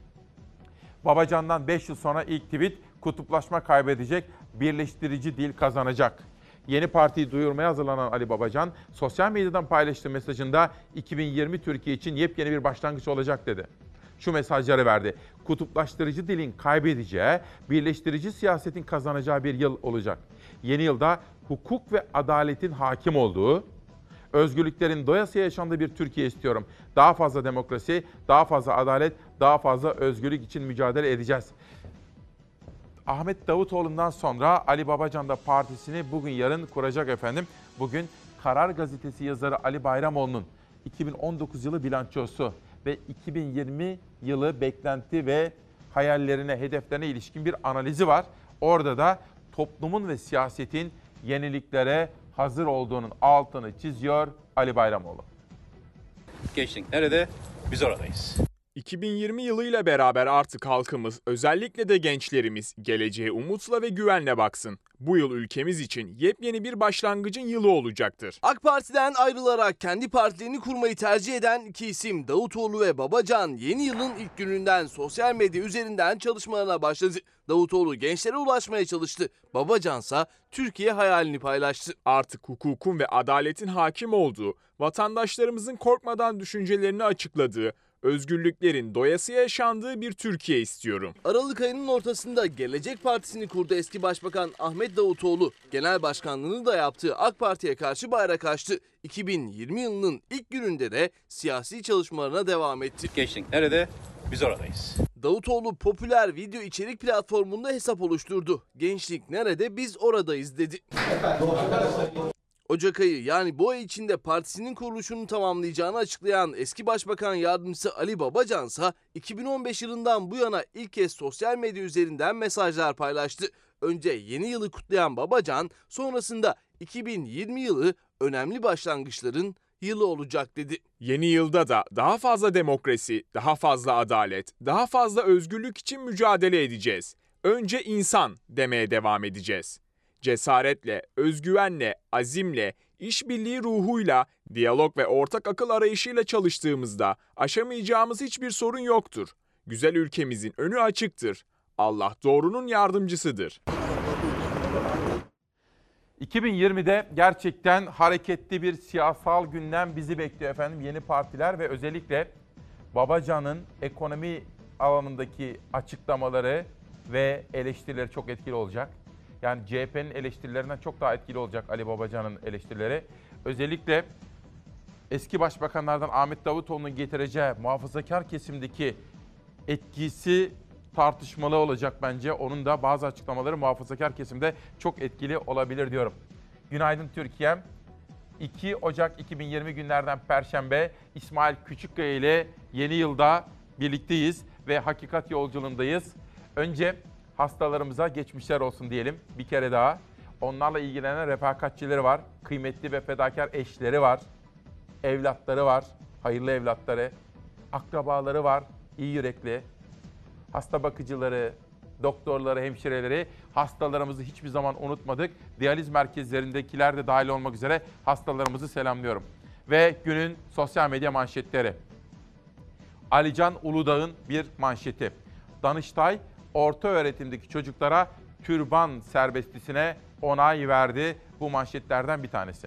Babacan'dan 5 yıl sonra ilk tweet, kutuplaşma kaybedecek, birleştirici dil kazanacak. Yeni partiyi duyurmaya hazırlanan Ali Babacan, sosyal medyadan paylaştığı mesajında 2020 Türkiye için yepyeni bir başlangıç olacak dedi. Şu mesajları verdi. Kutuplaştırıcı dilin kaybedeceği, birleştirici siyasetin kazanacağı bir yıl olacak. Yeni yılda hukuk ve adaletin hakim olduğu, özgürlüklerin doyasıya yaşandığı bir Türkiye istiyorum. Daha fazla demokrasi, daha fazla adalet, daha fazla özgürlük için mücadele edeceğiz. Ahmet Davutoğlu'ndan sonra Ali Babacan da partisini bugün yarın kuracak efendim. Bugün Karar Gazetesi yazarı Ali Bayramoğlu'nun 2019 yılı bilançosu ve 2020 yılı beklenti ve hayallerine, hedeflerine ilişkin bir analizi var. Orada da toplumun ve siyasetin yeniliklere hazır olduğunun altını çiziyor Ali Bayramoğlu. Gençlik nerede? Biz oradayız. 2020 yılıyla beraber artık halkımız, özellikle de gençlerimiz geleceğe umutla ve güvenle baksın. Bu yıl ülkemiz için yepyeni bir başlangıcın yılı olacaktır. AK Parti'den ayrılarak kendi partilerini kurmayı tercih eden iki isim Davutoğlu ve Babacan yeni yılın ilk gününden sosyal medya üzerinden çalışmalarına başladı. Davutoğlu gençlere ulaşmaya çalıştı. Babacansa Türkiye hayalini paylaştı. Artık hukukun ve adaletin hakim olduğu, vatandaşlarımızın korkmadan düşüncelerini açıkladığı, özgürlüklerin doyasıya yaşandığı bir Türkiye istiyorum. Aralık ayının ortasında Gelecek Partisi'ni kurdu eski Başbakan Ahmet Davutoğlu. Genel başkanlığını da yaptığı AK Parti'ye karşı bayrak açtı. 2020 yılının ilk gününde de siyasi çalışmalarına devam etti. Gençlik nerede? Biz oradayız. Davutoğlu popüler video içerik platformunda hesap oluşturdu. Gençlik nerede? Biz oradayız dedi. Ocak ayı yani bu ay içinde partisinin kuruluşunu tamamlayacağını açıklayan eski Başbakan Yardımcısı Ali Babacan ise 2015 yılından bu yana ilk kez sosyal medya üzerinden mesajlar paylaştı. Önce yeni yılı kutlayan Babacan sonrasında 2020 yılı önemli başlangıçların yılı olacak dedi. Yeni yılda da daha fazla demokrasi, daha fazla adalet, daha fazla özgürlük için mücadele edeceğiz. Önce insan demeye devam edeceğiz. Cesaretle, özgüvenle, azimle, işbirliği ruhuyla, diyalog ve ortak akıl arayışıyla çalıştığımızda aşamayacağımız hiçbir sorun yoktur. Güzel ülkemizin önü açıktır. Allah doğrunun yardımcısıdır. 2020'de gerçekten hareketli bir siyasal gündem bizi bekliyor efendim. Yeni partiler ve özellikle Babacan'ın ekonomi alanındaki açıklamaları ve eleştirileri çok etkili olacak. Yani CHP'nin eleştirilerinden çok daha etkili olacak Ali Babacan'ın eleştirileri. Özellikle eski başbakanlardan Ahmet Davutoğlu'nun getireceği muhafazakar kesimdeki etkisi tartışmalı olacak bence. Onun da bazı açıklamaları muhafazakar kesimde çok etkili olabilir diyorum. Günaydın Türkiye'm. 2 Ocak 2020 günlerden Perşembe İsmail Küçükkaya ile yeni yılda birlikteyiz ve hakikat yolculuğundayız. Önce hastalarımıza geçmişler olsun diyelim bir kere daha. Onlarla ilgilenen refakatçileri var, kıymetli ve fedakar eşleri var, evlatları var, hayırlı evlatları, akrabaları var, iyi yürekli. Hasta bakıcıları, doktorları, hemşireleri, hastalarımızı hiçbir zaman unutmadık. Diyaliz merkezlerindekiler de dahil olmak üzere hastalarımızı selamlıyorum. Ve günün sosyal medya manşetleri. Alican Uludağ'ın bir manşeti. Danıştay, orta öğretimdeki çocuklara türban serbestisine onay verdi. Bu manşetlerden bir tanesi.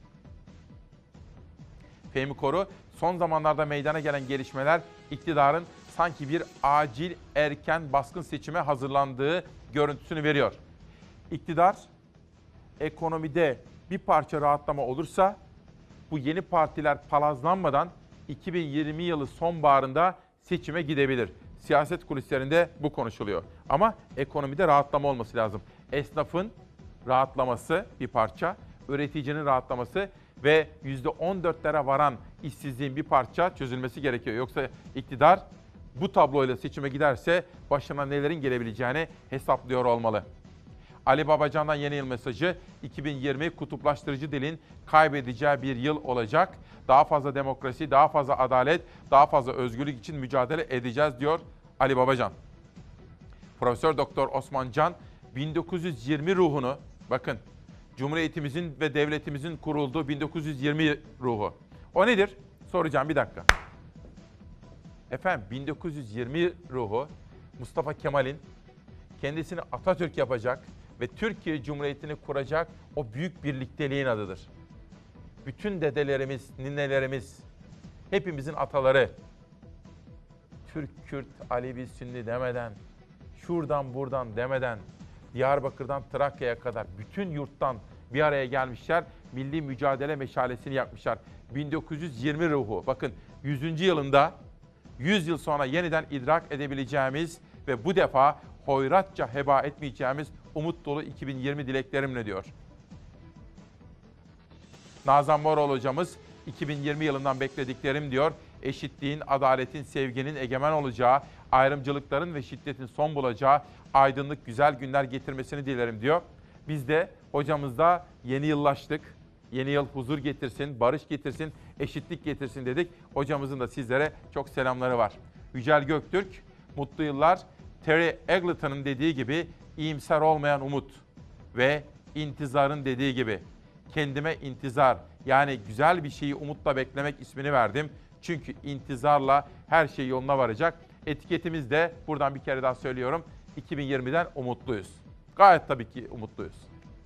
Fehmi Koru, son zamanlarda meydana gelen gelişmeler iktidarın sanki bir acil erken baskın seçime hazırlandığı görüntüsünü veriyor. İktidar ekonomide bir parça rahatlama olursa bu yeni partiler palazlanmadan 2020 yılı sonbaharında seçime gidebilir. Siyaset kulislerinde bu konuşuluyor. Ama ekonomide rahatlama olması lazım. Esnafın rahatlaması bir parça, üreticinin rahatlaması ve %14'lere varan işsizliğin bir parça çözülmesi gerekiyor. Yoksa iktidar bu tabloyla seçime giderse başına nelerin gelebileceğini hesaplıyor olmalı. Ali Babacan'dan yeni yıl mesajı, 2020 kutuplaştırıcı dilin kaybedeceği bir yıl olacak. Daha fazla demokrasi, daha fazla adalet, daha fazla özgürlük için mücadele edeceğiz diyor Ali Babacan. Profesör Doktor Osman Can, 1920 ruhunu, bakın Cumhuriyetimizin ve devletimizin kurulduğu 1920 ruhu. O nedir? Soracağım bir dakika. Efendim 1920 ruhu Mustafa Kemal'in kendisini Atatürk yapacak ve Türkiye Cumhuriyeti'ni kuracak o büyük birlikteliğin adıdır. Bütün dedelerimiz, ninelerimiz, hepimizin ataları Türk, Kürt, Alevi, Sünni demeden, şuradan buradan demeden, Diyarbakır'dan Trakya'ya kadar bütün yurttan bir araya gelmişler, milli mücadele meşalesini yakmışlar. 1920 ruhu, bakın 100. yılında 100 yıl sonra yeniden idrak edebileceğimiz ve bu defa hoyratça heba etmeyeceğimiz umut dolu 2020 dileklerimle diyor. Nazan Moroğlu hocamız 2020 yılından beklediklerim diyor. Eşitliğin, adaletin, sevginin egemen olacağı, ayrımcılıkların ve şiddetin son bulacağı aydınlık güzel günler getirmesini dilerim diyor. Biz de hocamızda yeni yıllaştık. Yeni yıl huzur getirsin, barış getirsin, eşitlik getirsin dedik. Hocamızın da sizlere çok selamları var. Yücel Göktürk, mutlu yıllar. Terry Eggleton'ın dediği gibi iyimser olmayan umut ve intizarın dediği gibi kendime intizar, yani güzel bir şeyi umutla beklemek ismini verdim. Çünkü intizarla her şey yoluna varacak. Etiketimiz de buradan bir kere daha söylüyorum. 2020'den umutluyuz. Gayet tabii ki umutluyuz.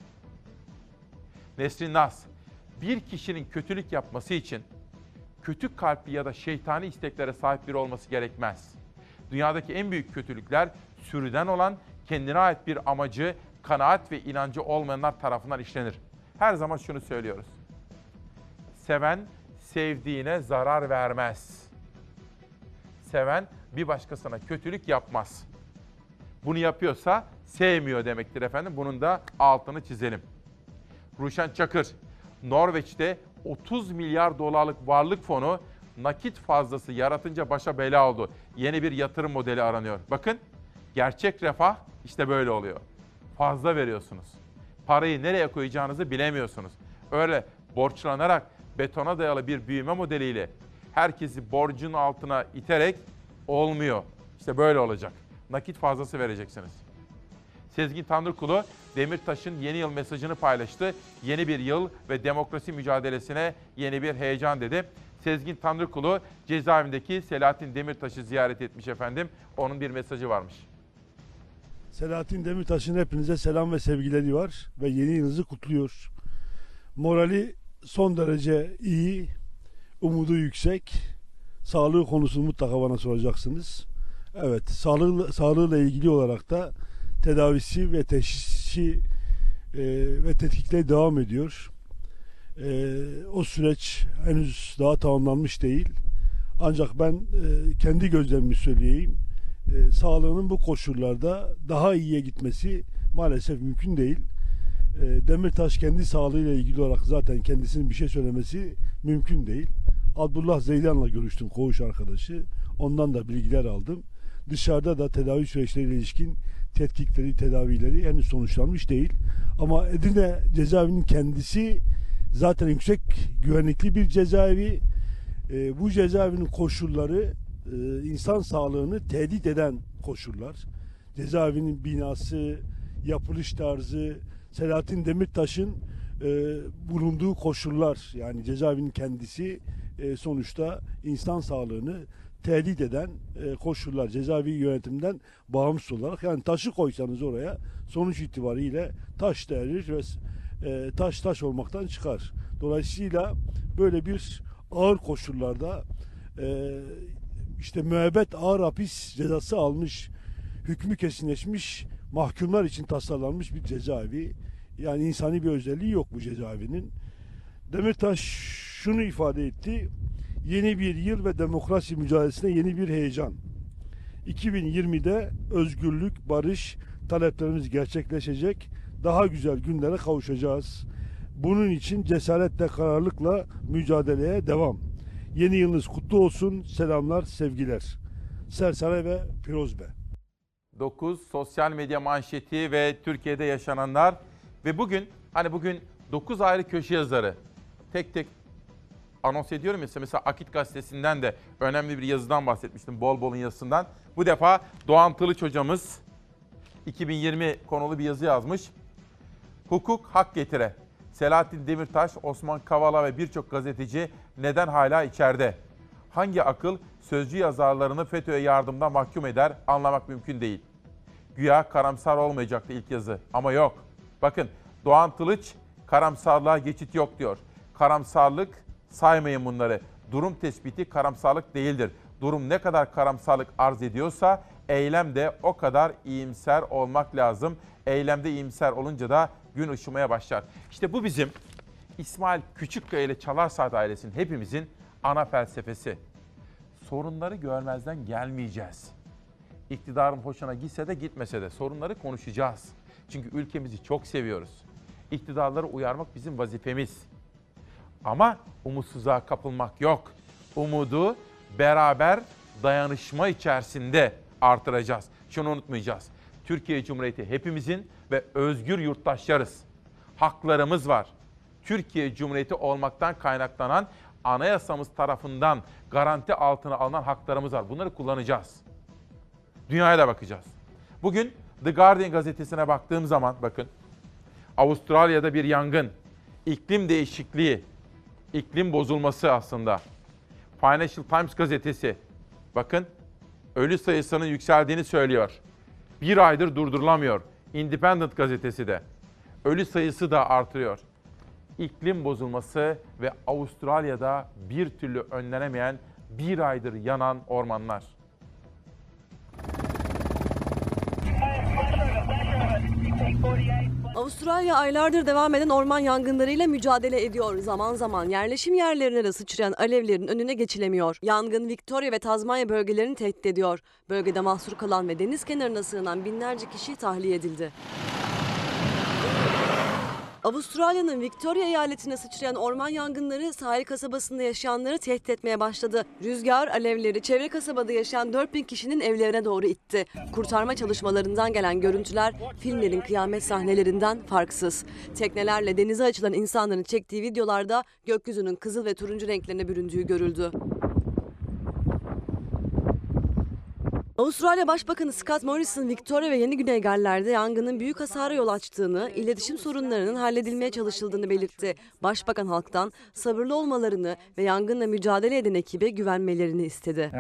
Nesrin Naz, bir kişinin kötülük yapması için kötü kalpli ya da şeytani isteklere sahip biri olması gerekmez. Dünyadaki en büyük kötülükler sürüden olan, kendine ait bir amacı, kanaat ve inancı olmayanlar tarafından işlenir. Her zaman şunu söylüyoruz. Seven sevdiğine zarar vermez. Seven bir başkasına kötülük yapmaz. Bunu yapıyorsa sevmiyor demektir efendim. Bunun da altını çizelim. Ruşen Çakır, Norveç'te 30 milyar dolarlık varlık fonu nakit fazlası yaratınca başa bela oldu. Yeni bir yatırım modeli aranıyor. Bakın, gerçek refah işte böyle oluyor. Fazla veriyorsunuz. Parayı nereye koyacağınızı bilemiyorsunuz. Öyle borçlanarak betona dayalı bir büyüme modeliyle herkesi borcun altına iterek olmuyor. İşte böyle olacak. Nakit fazlası vereceksiniz. Sezgin Tanrıkulu, Demirtaş'ın yeni yıl mesajını paylaştı. Yeni bir yıl ve demokrasi mücadelesine yeni bir heyecan dedi. Sezgin Tanrıkulu cezaevindeki Selahattin Demirtaş'ı ziyaret etmiş efendim. Onun bir mesajı varmış. Selahattin Demirtaş'ın hepinize selam ve sevgileri var ve yeni yılınızı kutluyor. Morali son derece iyi, umudu yüksek. Sağlığı konusunu mutlaka bana soracaksınız. Evet, sağlığıyla ilgili olarak da tedavisi ve teşhisi ve tetkikleri devam ediyor. O süreç henüz daha tamamlanmış değil. Ancak ben kendi gözlemimi söyleyeyim. Sağlığının bu koşullarda daha iyiye gitmesi maalesef mümkün değil. Demirtaş kendi sağlığıyla ilgili olarak zaten kendisinin bir şey söylemesi mümkün değil. Abdullah Zeydan'la görüştüm, koğuş arkadaşı. Ondan da bilgiler aldım. Dışarıda da tedavi süreçleriyle ilişkin tetkikleri, tedavileri henüz sonuçlanmış değil. Ama Edirne cezaevinin kendisi zaten yüksek güvenlikli bir cezaevi. Bu cezaevinin koşulları insan sağlığını tehdit eden koşullar. Cezaevinin binası, yapılış tarzı, Selahattin Demirtaş'ın bulunduğu koşullar, yani cezaevinin kendisi sonuçta insan sağlığını tehdit eden koşullar, cezaevi yönetiminden bağımsız olarak. Yani taşı koysanız oraya sonuç itibariyle taş derir ve taş olmaktan çıkar. Dolayısıyla böyle bir ağır koşullarda işte müebbet ağır hapis cezası almış, hükmü kesinleşmiş mahkumlar için tasarlanmış bir cezaevi. Yani insani bir özelliği yok bu cezaevinin. Demirtaş şunu ifade etti: yeni bir yıl ve demokrasi mücadelesine yeni bir heyecan. 2020'de özgürlük, barış taleplerimiz gerçekleşecek, daha güzel günlere kavuşacağız. Bunun için cesaretle, kararlılıkla mücadeleye devam. Yeni yılınız kutlu olsun. Selamlar, sevgiler. Sersare ve Firoz Bey. 9 sosyal medya manşeti ve Türkiye'de yaşananlar ve bugün 9 ayrı köşe yazarı tek tek anons ediyorum ya, mesela Akit Gazetesi'nden de önemli bir yazıdan bahsetmiştim, Bol yazısından. Bu defa Doğan Tılıç hocamız 2020 konulu bir yazı yazmış. Hukuk hak getire. Selahattin Demirtaş, Osman Kavala ve birçok gazeteci neden hala içeride? Hangi akıl sözcü yazarlarını FETÖ'ye yardımdan mahkum eder, anlamak mümkün değil. Güya karamsar olmayacaktı ilk yazı ama yok. Bakın, Doğan Tılıç karamsarlığa geçit yok diyor. Karamsarlık, saymayın bunları. Durum tespiti karamsarlık değildir. Durum ne kadar karamsarlık arz ediyorsa eylem de o kadar iyimser olmak lazım. Eylemde iyimser olunca da gün ışımaya başlar. İşte bu bizim İsmail Küçükkaya ile Çalar Saat ailesinin, hepimizin ana felsefesi. Sorunları görmezden gelmeyeceğiz. İktidarın hoşuna gitse de gitmese de sorunları konuşacağız. Çünkü ülkemizi çok seviyoruz. İktidarları uyarmak bizim vazifemiz. Ama umutsuzluğa kapılmak yok. Umudu beraber dayanışma içerisinde artıracağız. Şunu unutmayacağız. Türkiye Cumhuriyeti hepimizin ve özgür yurttaşlarız. Haklarımız var. Türkiye Cumhuriyeti olmaktan kaynaklanan anayasamız tarafından garanti altına alınan haklarımız var. Bunları kullanacağız. Dünyaya da bakacağız. Bugün The Guardian gazetesine baktığım zaman bakın, Avustralya'da bir yangın, iklim değişikliği, iklim bozulması aslında. Financial Times gazetesi, bakın, ölü sayısının yükseldiğini söylüyor. Bir aydır durdurulamıyor. Independent gazetesi de. Ölü sayısı da artıyor. İklim bozulması ve Avustralya'da bir türlü önlenemeyen, bir aydır yanan ormanlar. Avustralya aylardır devam eden orman yangınlarıyla mücadele ediyor. Zaman zaman yerleşim yerlerine de sıçrayan alevlerin önüne geçilemiyor. Yangın Victoria ve Tazmanya bölgelerini tehdit ediyor. Bölgede mahsur kalan ve deniz kenarına sığınan binlerce kişi tahliye edildi. Avustralya'nın Victoria eyaletine sıçrayan orman yangınları sahil kasabasında yaşayanları tehdit etmeye başladı. Rüzgar alevleri çevre kasabada yaşayan 4000 kişinin evlerine doğru itti. Kurtarma çalışmalarından gelen görüntüler filmlerin kıyamet sahnelerinden farksız. Teknelerle denize açılan insanların çektiği videolarda gökyüzünün kızıl ve turuncu renklerine büründüğü görüldü. Avustralya Başbakanı Scott Morrison, Victoria ve Yeni Güney Galler'de yangının büyük hasara yol açtığını, iletişim sorunlarının halledilmeye çalışıldığını belirtti. Başbakan halktan sabırlı olmalarını ve yangınla mücadele eden ekibe güvenmelerini istedi.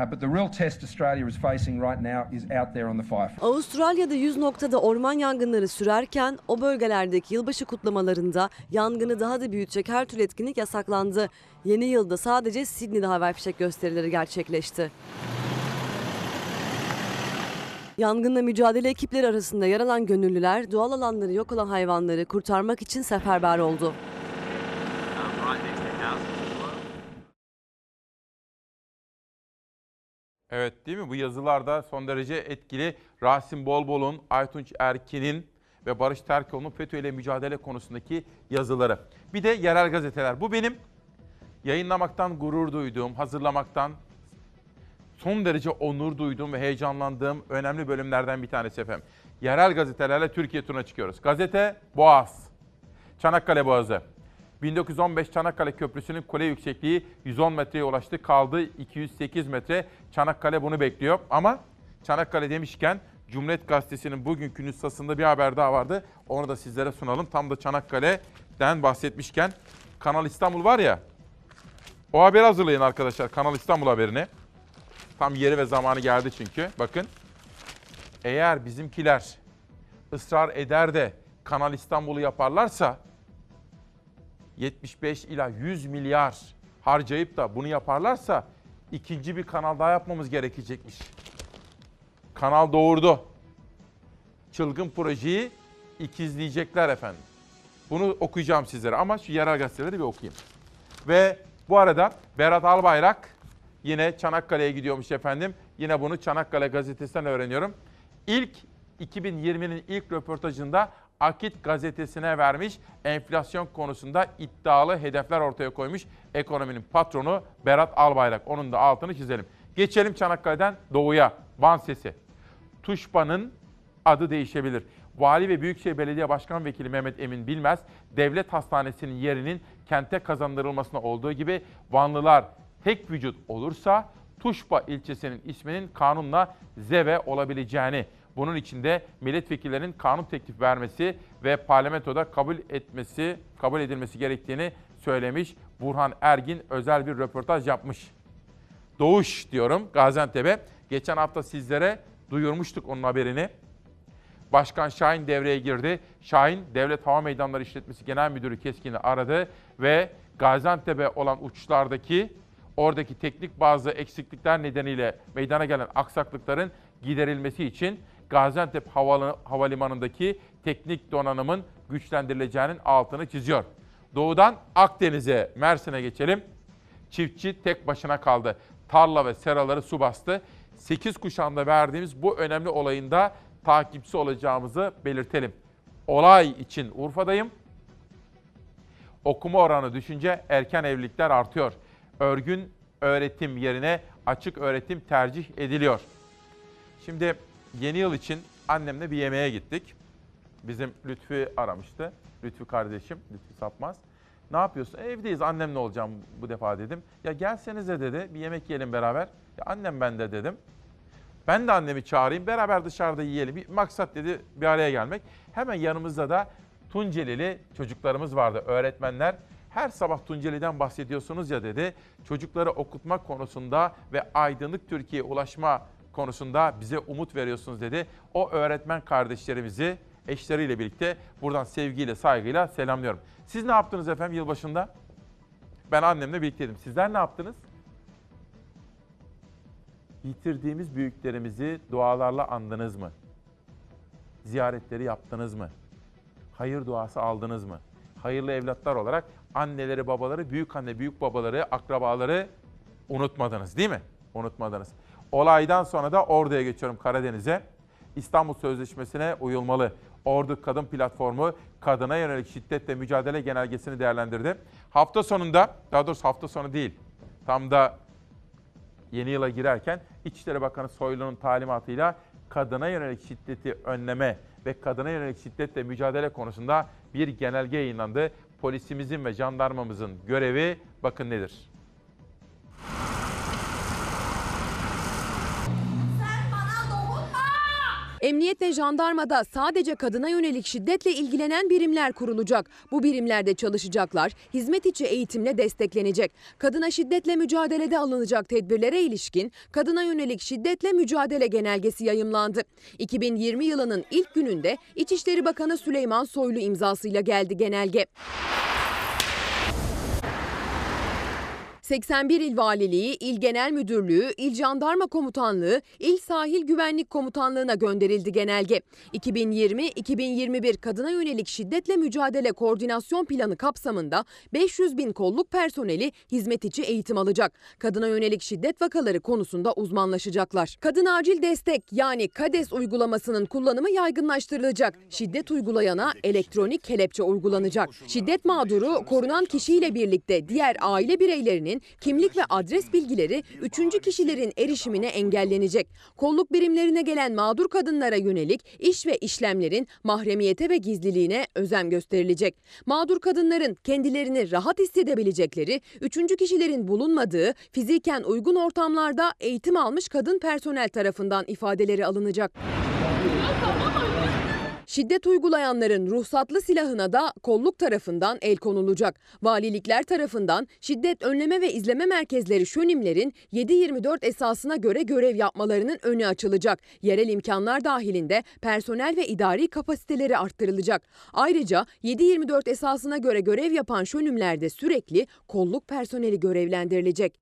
Avustralya'da 100 noktada orman yangınları sürerken o bölgelerdeki yılbaşı kutlamalarında yangını daha da büyütecek her türlü etkinlik yasaklandı. Yeni yılda sadece Sydney'de havai fişek gösterileri gerçekleşti. Yangınla mücadele ekipleri arasında yer alan gönüllüler doğal alanları yok olan hayvanları kurtarmak için seferber oldu. Evet, değil mi? Bu yazılarda son derece etkili. Rasim Bolbol'un, Aytunç Erkin'in ve Barış Terkoğlu'nun FETÖ ile mücadele konusundaki yazıları. Bir de yerel gazeteler. Bu benim yayınlamaktan gurur duyduğum, hazırlamaktan son derece onur duyduğum ve heyecanlandığım önemli bölümlerden bir tanesi efendim. Yerel gazetelerle Türkiye turuna çıkıyoruz. Gazete Boğaz, Çanakkale Boğazı. 1915 Çanakkale Köprüsü'nün kule yüksekliği 110 metreye ulaştı. Kaldı 208 metre. Çanakkale bunu bekliyor. Ama Çanakkale demişken Cumhuriyet Gazetesi'nin bugünkü nüshasında bir haber daha vardı. Onu da sizlere sunalım. Tam da Çanakkale'den bahsetmişken Kanal İstanbul var ya. O haberi hazırlayın arkadaşlar. Kanal İstanbul haberini. Tam yeri ve zamanı geldi çünkü. Bakın. Eğer bizimkiler ısrar eder de Kanal İstanbul'u yaparlarsa 75 ila 100 milyar harcayıp da bunu yaparlarsa ikinci bir kanal daha yapmamız gerekecekmiş. Kanal doğurdu. Çılgın projeyi ikizleyecekler efendim. Bunu okuyacağım sizlere ama şu yerel gazeteleri bir okuyayım. Ve bu arada Berat Albayrak yine Çanakkale'ye gidiyormuş efendim. Yine bunu Çanakkale gazetesinden öğreniyorum. 2020'nin ilk röportajında Akit gazetesine vermiş, enflasyon konusunda iddialı hedefler ortaya koymuş ekonominin patronu Berat Albayrak. Onun da altını çizelim. Geçelim Çanakkale'den doğuya. Van Sesi. Tuşba'nın adı değişebilir. Vali ve Büyükşehir Belediye Başkan Vekili Mehmet Emin Bilmez, devlet hastanesinin yerinin kente kazandırılmasına olduğu gibi Vanlılar tek vücut olursa Tuşba ilçesinin isminin kanunla Zeve olabileceğini, bunun için de milletvekillerinin kanun teklif vermesi ve parlamentoda kabul edilmesi gerektiğini söylemiş. Burhan Ergin özel bir röportaj yapmış. Doğuş diyorum Gaziantep'e. Geçen hafta sizlere duyurmuştuk onun haberini. Başkan Şahin devreye girdi. Şahin, Devlet Hava Meydanları İşletmesi Genel Müdürü Keskin'i aradı ve Gaziantep'e olan uçuşlardaki oradaki teknik bazı eksiklikler nedeniyle meydana gelen aksaklıkların giderilmesi için Gaziantep Havalimanı'ndaki teknik donanımın güçlendirileceğinin altını çiziyor. Doğudan Akdeniz'e, Mersin'e geçelim. Çiftçi tek başına kaldı. Tarla ve seraları su bastı. 8 kuşağında verdiğimiz bu önemli olayın da takipçisi olacağımızı belirtelim. Olay için Urfa'dayım. Okuma oranı düşünce erken evlilikler artıyor. Örgün öğretim yerine açık öğretim tercih ediliyor. Şimdi yeni yıl için annemle bir yemeğe gittik. Bizim Lütfü aramıştı. Lütfü kardeşim, Lütfü Sapmaz. Ne yapıyorsun? Evdeyiz, annemle olacağım bu defa dedim. Ya gelsenize dedi, bir yemek yiyelim beraber. Ya annem ben de dedim. Ben de annemi çağırayım, beraber dışarıda yiyelim. Bir maksat dedi, bir araya gelmek. Hemen yanımızda da Tuncelili çocuklarımız vardı, öğretmenler. Her sabah Tunceli'den bahsediyorsunuz ya dedi. Çocukları okutma konusunda ve aydınlık Türkiye'ye ulaşma konusunda bize umut veriyorsunuz dedi. O öğretmen kardeşlerimizi eşleriyle birlikte buradan sevgiyle, saygıyla selamlıyorum. Siz ne yaptınız efendim yılbaşında? Ben annemle birlikteydim. Sizler ne yaptınız? Yitirdiğimiz büyüklerimizi dualarla andınız mı? Ziyaretleri yaptınız mı? Hayır duası aldınız mı? Hayırlı evlatlar olarak anneleri, babaları, büyük anne, büyük babaları, akrabaları unutmadınız değil mi? Unutmadınız. Olaydan sonra da Ordu'ya geçiyorum, Karadeniz'e. İstanbul Sözleşmesi'ne uyulmalı. Ordu Kadın Platformu kadına yönelik şiddetle mücadele genelgesini değerlendirdi. Hafta sonunda, daha doğrusu hafta sonu değil, tam da yeni yıla girerken İçişleri Bakanı Soylu'nun talimatıyla kadına yönelik şiddeti önleme ve kadına yönelik şiddetle mücadele konusunda bir genelge yayınlandı. Polisimizin ve jandarmamızın görevi bakın nedir? Emniyet ve jandarmada sadece kadına yönelik şiddetle ilgilenen birimler kurulacak. Bu birimlerde çalışacaklar, hizmet içi eğitimle desteklenecek. Kadına şiddetle mücadelede alınacak tedbirlere ilişkin kadına yönelik şiddetle mücadele genelgesi yayımlandı. 2020 yılının ilk gününde İçişleri Bakanı Süleyman Soylu imzasıyla geldi genelge. 81 il valiliği, il genel müdürlüğü, il jandarma komutanlığı, il sahil güvenlik komutanlığına gönderildi genelge. 2020-2021 kadına yönelik şiddetle mücadele koordinasyon planı kapsamında 500 bin kolluk personeli hizmet içi eğitim alacak. Kadına yönelik şiddet vakaları konusunda uzmanlaşacaklar. Kadın acil destek yani KADES uygulamasının kullanımı yaygınlaştırılacak. Şiddet uygulayana elektronik kelepçe uygulanacak. Şiddet mağduru korunan kişiyle birlikte diğer aile bireylerinin kimlik ve adres bilgileri üçüncü kişilerin erişimine engellenecek. Kolluk birimlerine gelen mağdur kadınlara yönelik iş ve işlemlerin mahremiyete ve gizliliğine özen gösterilecek. Mağdur kadınların kendilerini rahat hissedebilecekleri, üçüncü kişilerin bulunmadığı, fiziken uygun ortamlarda eğitim almış kadın personel tarafından ifadeleri alınacak. Şiddet uygulayanların ruhsatlı silahına da kolluk tarafından el konulacak. Valilikler tarafından şiddet önleme ve izleme merkezleri ŞÖNİM'lerin 7/24 esasına göre görev yapmalarının önü açılacak. Yerel imkanlar dahilinde personel ve idari kapasiteleri arttırılacak. Ayrıca 7/24 esasına göre görev yapan ŞÖNİM'lerde sürekli kolluk personeli görevlendirilecek.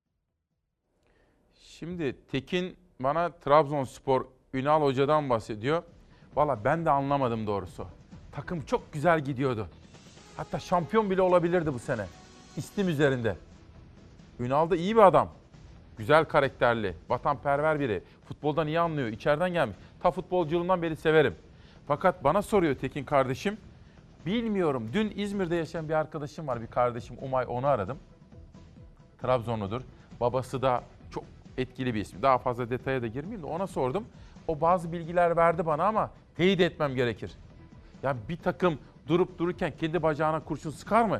Şimdi Tekin bana Trabzonspor Ünal Hoca'dan bahsediyor. Valla ben de anlamadım doğrusu. Takım çok güzel gidiyordu. Hatta şampiyon bile olabilirdi bu sene. İstim üzerinde. Ünal da iyi bir adam. Güzel karakterli, vatanperver biri. Futboldan iyi anlıyor, içeriden gelmiş. Ta futbolculuğundan beri severim. Fakat bana soruyor Tekin kardeşim. Bilmiyorum, dün İzmir'de yaşayan bir arkadaşım var, bir kardeşim Umay, onu aradım. Trabzonludur. Babası da çok etkili bir isim. Daha fazla detaya da girmeyeyim de ona sordum. O bazı bilgiler verdi bana ama teyit etmem gerekir. Ya bir takım durup dururken kendi bacağına kurşun sıkar mı?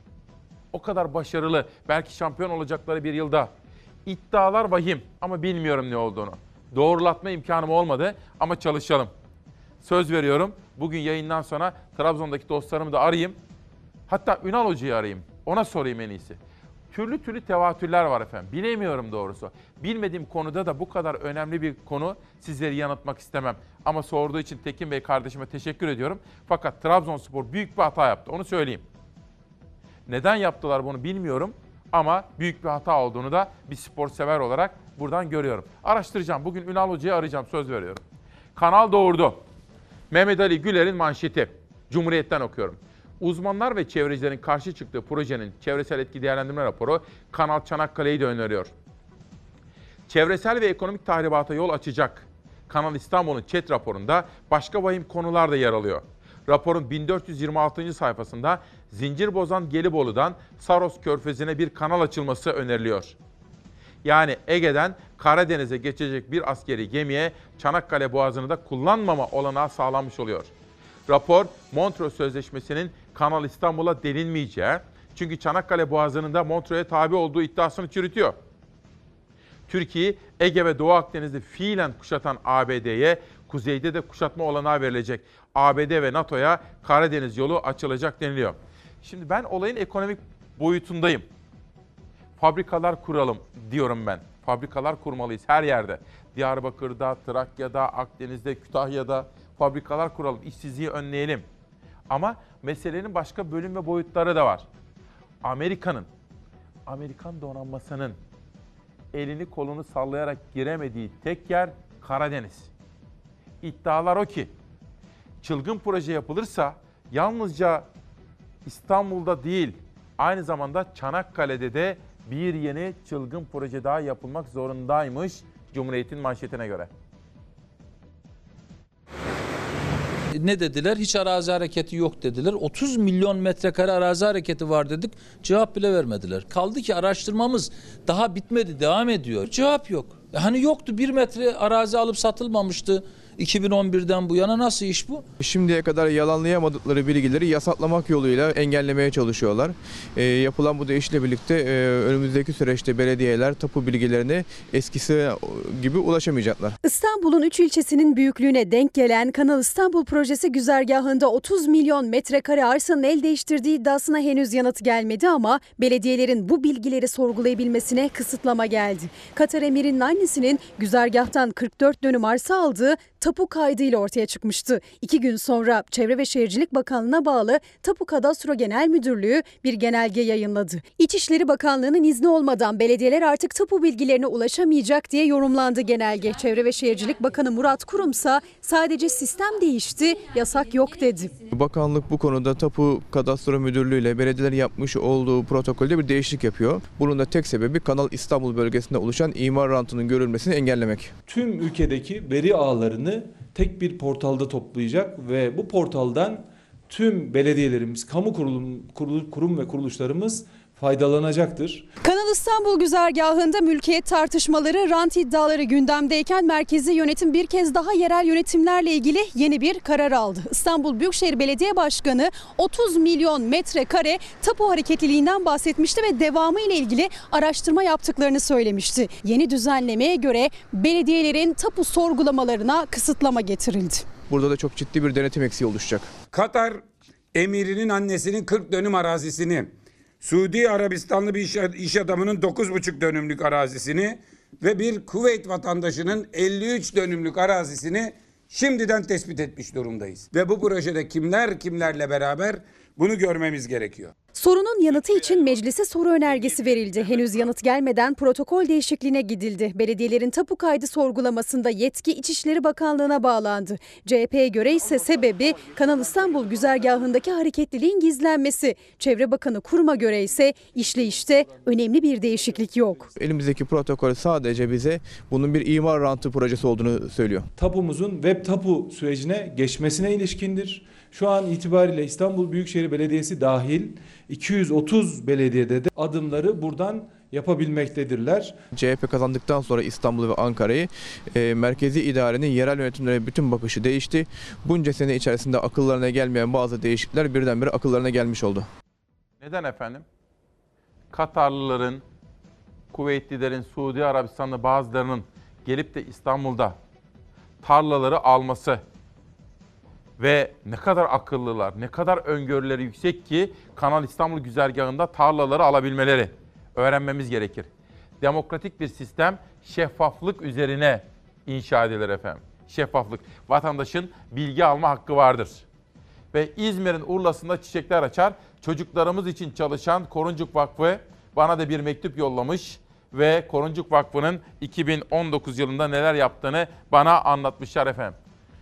O kadar başarılı, belki şampiyon olacakları bir yılda. İddialar vahim ama bilmiyorum ne olduğunu. Doğrulatma imkanım olmadı ama çalışalım. Söz veriyorum, bugün yayından sonra Trabzon'daki dostlarımı da arayayım. Hatta Ünal Hoca'yı arayayım, ona sorayım en iyisi. Türlü türlü tevatürler var efendim. Bilemiyorum doğrusu. Bilmediğim konuda da bu kadar önemli bir konu sizleri yanıltmak istemem. Ama sorduğu için Tekin Bey kardeşime teşekkür ediyorum. Fakat Trabzonspor büyük bir hata yaptı. Onu söyleyeyim. Neden yaptılar bunu bilmiyorum. Ama büyük bir hata olduğunu da bir spor sever olarak buradan görüyorum. Araştıracağım. Bugün Ünal Hoca'yı arayacağım. Söz veriyorum. Kanal doğurdu. Mehmet Ali Güler'in manşeti. Cumhuriyet'ten okuyorum. Uzmanlar ve çevrecilerin karşı çıktığı projenin çevresel etki değerlendirme raporu Kanal Çanakkale'yi de öneriyor. Çevresel ve ekonomik tahribata yol açacak Kanal İstanbul'un ÇED raporunda başka vahim konular da yer alıyor. Raporun 1426. sayfasında Zincirbozan Gelibolu'dan Saros Körfezi'ne bir kanal açılması öneriliyor. Yani Ege'den Karadeniz'e geçecek bir askeri gemiye Çanakkale Boğazı'nı da kullanmama olanağı sağlanmış oluyor. Rapor, Montreux Sözleşmesi'nin Kanal İstanbul'a delinmeyeceği, çünkü Çanakkale Boğazı'nın da Montreux'e tabi olduğu iddiasını çürütüyor. Türkiye'yi Ege ve Doğu Akdeniz'de fiilen kuşatan ABD'ye kuzeyde de kuşatma olanağı verilecek. ABD ve NATO'ya Karadeniz yolu açılacak deniliyor. Şimdi ben olayın ekonomik boyutundayım. Fabrikalar kuralım diyorum ben. Fabrikalar kurmalıyız her yerde. Diyarbakır'da, Trakya'da, Akdeniz'de, Kütahya'da fabrikalar kuralım, işsizliği önleyelim. Ama meselenin başka bölüm ve boyutları da var. Amerikan donanmasının elini kolunu sallayarak giremediği tek yer Karadeniz. İddialar o ki, çılgın proje yapılırsa yalnızca İstanbul'da değil, aynı zamanda Çanakkale'de de bir yeni çılgın proje daha yapılmak zorundaymış Cumhuriyet'in manşetine göre. Ne dediler? Hiç arazi hareketi yok dediler. 30 milyon metrekare arazi hareketi var dedik. Cevap bile vermediler. Kaldı ki araştırmamız daha bitmedi, devam ediyor. Cevap yok. Hani yoktu, 1 metre arazi alıp satılmamıştı. 2011'den bu yana nasıl iş bu? Şimdiye kadar yalanlayamadıkları bilgileri yasaklamak yoluyla engellemeye çalışıyorlar. Yapılan bu değişiklikle birlikte önümüzdeki süreçte belediyeler tapu bilgilerine eskisi gibi ulaşamayacaklar. İstanbul'un 3 ilçesinin büyüklüğüne denk gelen Kanal İstanbul projesi güzergahında 30 milyon metrekare arsanın el değiştirdiği iddiasına henüz yanıt gelmedi ama belediyelerin bu bilgileri sorgulayabilmesine kısıtlama geldi. Katar emirinin annesinin güzergahtan 44 dönüm arsa aldığı tapu kaydıyla ortaya çıkmıştı. 2 gün sonra Çevre ve Şehircilik Bakanlığı'na bağlı Tapu Kadastro Genel Müdürlüğü bir genelge yayınladı. İçişleri Bakanlığı'nın izni olmadan belediyeler artık tapu bilgilerine ulaşamayacak diye yorumlandı genelge. Çevre ve Şehircilik Bakanı Murat Kurumsa sadece sistem değişti, yasak yok dedi. Bakanlık bu konuda Tapu Kadastro Müdürlüğü ile belediyelerin yapmış olduğu protokolde bir değişiklik yapıyor. Bunun da tek sebebi Kanal İstanbul bölgesinde oluşan imar rantının görülmesini engellemek. Tüm ülkedeki veri ağlarını tek bir portalda toplayacak ve bu portaldan tüm belediyelerimiz, kamu kurum ve kuruluşlarımız faydalanacaktır. Kanal İstanbul güzergahında mülkiyet tartışmaları, rant iddiaları gündemdeyken merkezi yönetim bir kez daha yerel yönetimlerle ilgili yeni bir karar aldı. İstanbul Büyükşehir Belediye Başkanı 30 milyon metrekare tapu hareketliliğinden bahsetmişti ve devamı ile ilgili araştırma yaptıklarını söylemişti. Yeni düzenlemeye göre belediyelerin tapu sorgulamalarına kısıtlama getirildi. Burada da çok ciddi bir denetim eksiği oluşacak. Katar emirinin annesinin 40 dönüm arazisini, Suudi Arabistanlı bir iş adamının 9,5 dönümlük arazisini ve bir Kuveyt vatandaşının 53 dönümlük arazisini şimdiden tespit etmiş durumdayız. Ve bu projede kimlerle beraber bunu görmemiz gerekiyor. Sorunun yanıtı için meclise soru önergesi verildi. Henüz yanıt gelmeden protokol değişikliğine gidildi. Belediyelerin tapu kaydı sorgulamasında yetki İçişleri Bakanlığı'na bağlandı. CHP'ye göre ise sebebi Kanal İstanbul güzergahındaki hareketliliğin gizlenmesi. Çevre Bakanı Kurum'a göre ise işleyişte önemli bir değişiklik yok. Elimizdeki protokol sadece bize bunun bir imar rantı projesi olduğunu söylüyor. Tapumuzun web tapu sürecine geçmesine ilişkindir. Şu an itibariyle İstanbul Büyükşehir Belediyesi dahil 230 belediyede de adımları buradan yapabilmektedirler. CHP kazandıktan sonra İstanbul ve Ankara'yı merkezi idarenin yerel yönetimlere bütün bakışı değişti. Bunca sene içerisinde akıllarına gelmeyen bazı değişiklikler birdenbire akıllarına gelmiş oldu. Neden efendim? Katarlıların, Kuveytlilerin, Suudi Arabistanlı bazılarının gelip de İstanbul'da tarlaları alması ve ne kadar akıllılar, ne kadar öngörüleri yüksek ki Kanal İstanbul güzergahında tarlaları alabilmeleri. Öğrenmemiz gerekir. Demokratik bir sistem şeffaflık üzerine inşa edilir efendim. Şeffaflık. Vatandaşın bilgi alma hakkı vardır. Ve İzmir'in Urla'sında çiçekler açar. Çocuklarımız için çalışan Koruncuk Vakfı bana da bir mektup yollamış ve Koruncuk Vakfı'nın 2019 yılında neler yaptığını bana anlatmışlar efendim.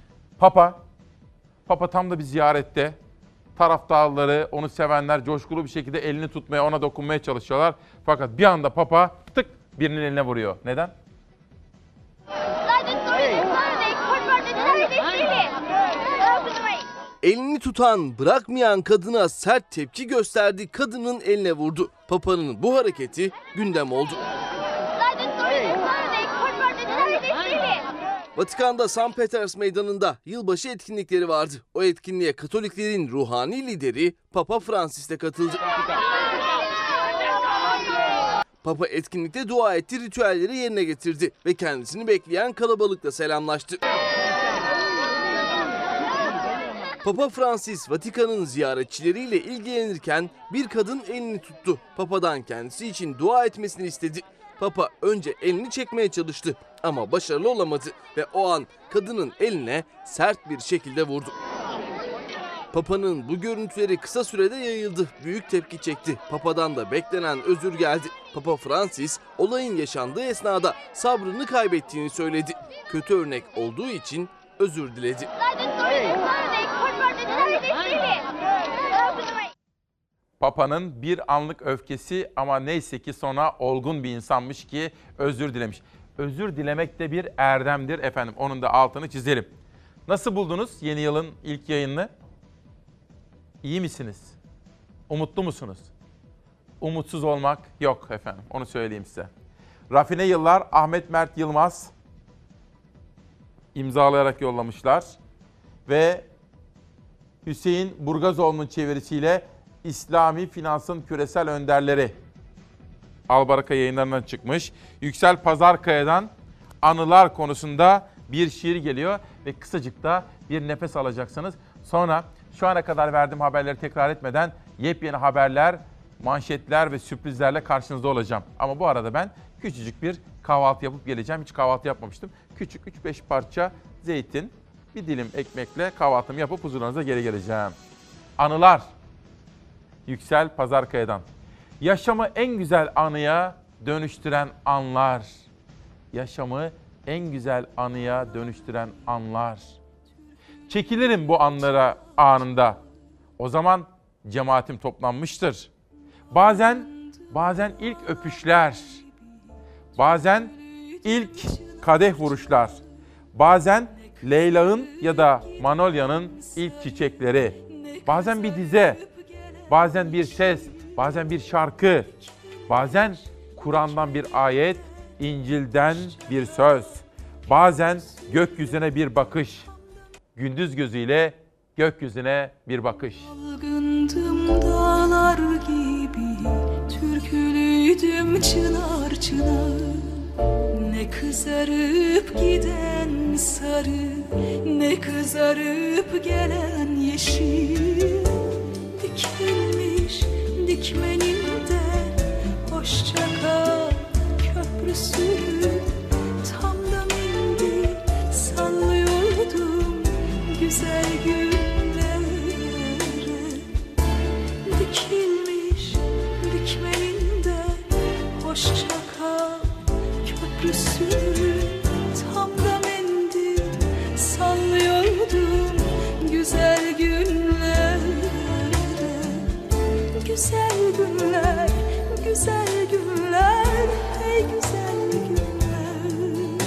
Papa tam da bir ziyarette. Taraftarları, onu sevenler coşkulu bir şekilde elini tutmaya, ona dokunmaya çalışıyorlar. Fakat bir anda Papa tık birinin eline vuruyor. Neden? Elini tutan, bırakmayan kadına sert tepki gösterdi, kadının eline vurdu. Papa'nın bu hareketi gündem oldu. Vatikan'da St. Peters Meydanı'nda yılbaşı etkinlikleri vardı. O etkinliğe Katoliklerin ruhani lideri Papa Francis de katıldı. Papa etkinlikte dua etti, ritüelleri yerine getirdi ve kendisini bekleyen kalabalıkla selamlaştı. Papa Francis, Vatikan'ın ziyaretçileriyle ilgilenirken bir kadın elini tuttu. Papa'dan kendisi için dua etmesini istedi. Papa önce elini çekmeye çalıştı ama başarılı olamadı ve o an kadının eline sert bir şekilde vurdu. Papa'nın bu görüntüleri kısa sürede yayıldı. Büyük tepki çekti. Papa'dan da beklenen özür geldi. Papa Francis olayın yaşandığı esnada sabrını kaybettiğini söyledi. Kötü örnek olduğu için özür diledi. Papa'nın bir anlık öfkesi ama neyse ki sonra olgun bir insanmış ki özür dilemiş. Özür dilemek de bir erdemdir efendim. Onun da altını çizelim. Nasıl buldunuz yeni yılın ilk yayınını? İyi misiniz? Umutlu musunuz? Umutsuz olmak yok efendim, onu söyleyeyim size. Rafine yıllar Ahmet Mert Yılmaz imzalayarak yollamışlar. Ve Hüseyin Burgazoğlu'nun çevirisiyle İslami Finansın Küresel Önderleri Albaraka Yayınları'ndan çıkmış. Yüksel Pazarkaya'dan anılar konusunda bir şiir geliyor ve kısacık da bir nefes alacaksınız. Sonra şu ana kadar verdiğim haberleri tekrar etmeden yepyeni haberler, manşetler ve sürprizlerle karşınızda olacağım. Ama bu arada ben küçücük bir kahvaltı yapıp geleceğim. Hiç kahvaltı yapmamıştım. Küçük 3-5 parça zeytin, bir dilim ekmekle kahvaltımı yapıp huzurlarınıza geri geleceğim. Anılar. Yüksel Pazarkaya'dan. Yaşamı en güzel anıya dönüştüren anlar. Yaşamı en güzel anıya dönüştüren anlar. Çekilirim bu anlara anında. O zaman cemaatim toplanmıştır. Bazen ilk öpüşler. Bazen ilk kadeh vuruşlar. Bazen Leyla'nın ya da Manolya'nın ilk çiçekleri. Bazen bir dize. Bazen bir ses. Bazen bir şarkı. Bazen Kur'an'dan bir ayet. İncil'den bir söz. Bazen gökyüzüne bir bakış. Gündüz gözüyle gökyüzüne bir bakış. Dalgındım dağlar gibi, türkülüydüm çınar çınar. Ne kızarıp giden sarı, ne kızarıp gelen yeşil. Dikilmiş dikmenimde hoşça kal köprüsü. Tam da mendil sallıyordum güzel günlere. Dikilmiş dikmeninde hoşça kal köprüsü. Tam da mendil sallıyordum güzel günlere. Güzel günler, güzel günler, hey güzel günler.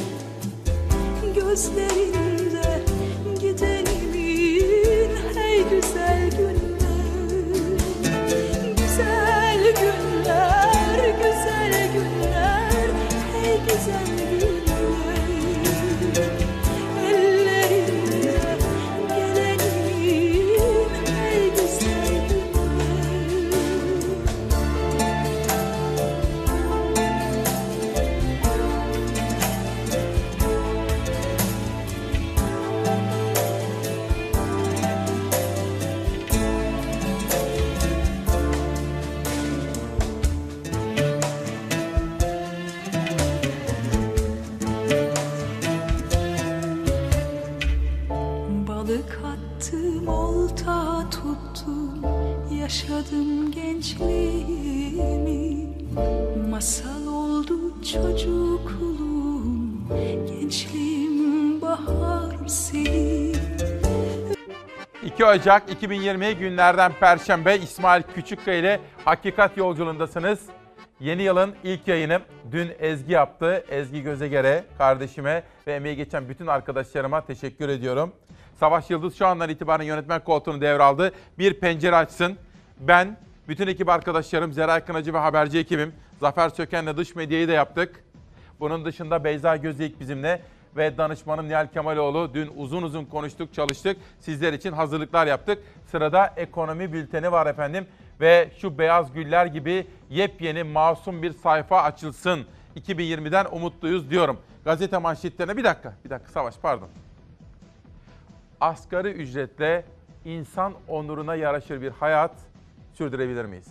Gözlerinde gidenimin hey güzel günler. Güzel günler, güzel günler, hey güzel günler. Ellerinde gelenin hey güzel günler. Balık attım, olta tuttum, yaşadım gençliğimi. Masal oldu çocukluğum, gençliğim bahar senin. 2 Ocak 2020 günlerden Perşembe, İsmail Küçükkaya ile Hakikat Yolculuğundasınız. Yeni yılın ilk yayını dün Ezgi yaptı. Ezgi Gözegere kardeşime ve emeği geçen bütün arkadaşlarıma teşekkür ediyorum. Savaş Yıldız şu andan itibaren yönetmen koltuğunu devraldı. Bir pencere açsın. Ben, bütün ekip arkadaşlarım, Zeray Kınacı ve haberci ekibim, Zafer Söken'le dış medyayı da yaptık. Bunun dışında Beyza Gözeyik bizimle ve danışmanım Nihal Kemaloğlu. Dün uzun uzun konuştuk, çalıştık. Sizler için hazırlıklar yaptık. Sırada ekonomi bülteni var efendim. Ve şu beyaz güller gibi yepyeni masum bir sayfa açılsın. 2020'den umutluyuz diyorum. Gazete manşetlerine bir dakika Savaş pardon. Asgari ücretle insan onuruna yaraşır bir hayat sürdürebilir miyiz?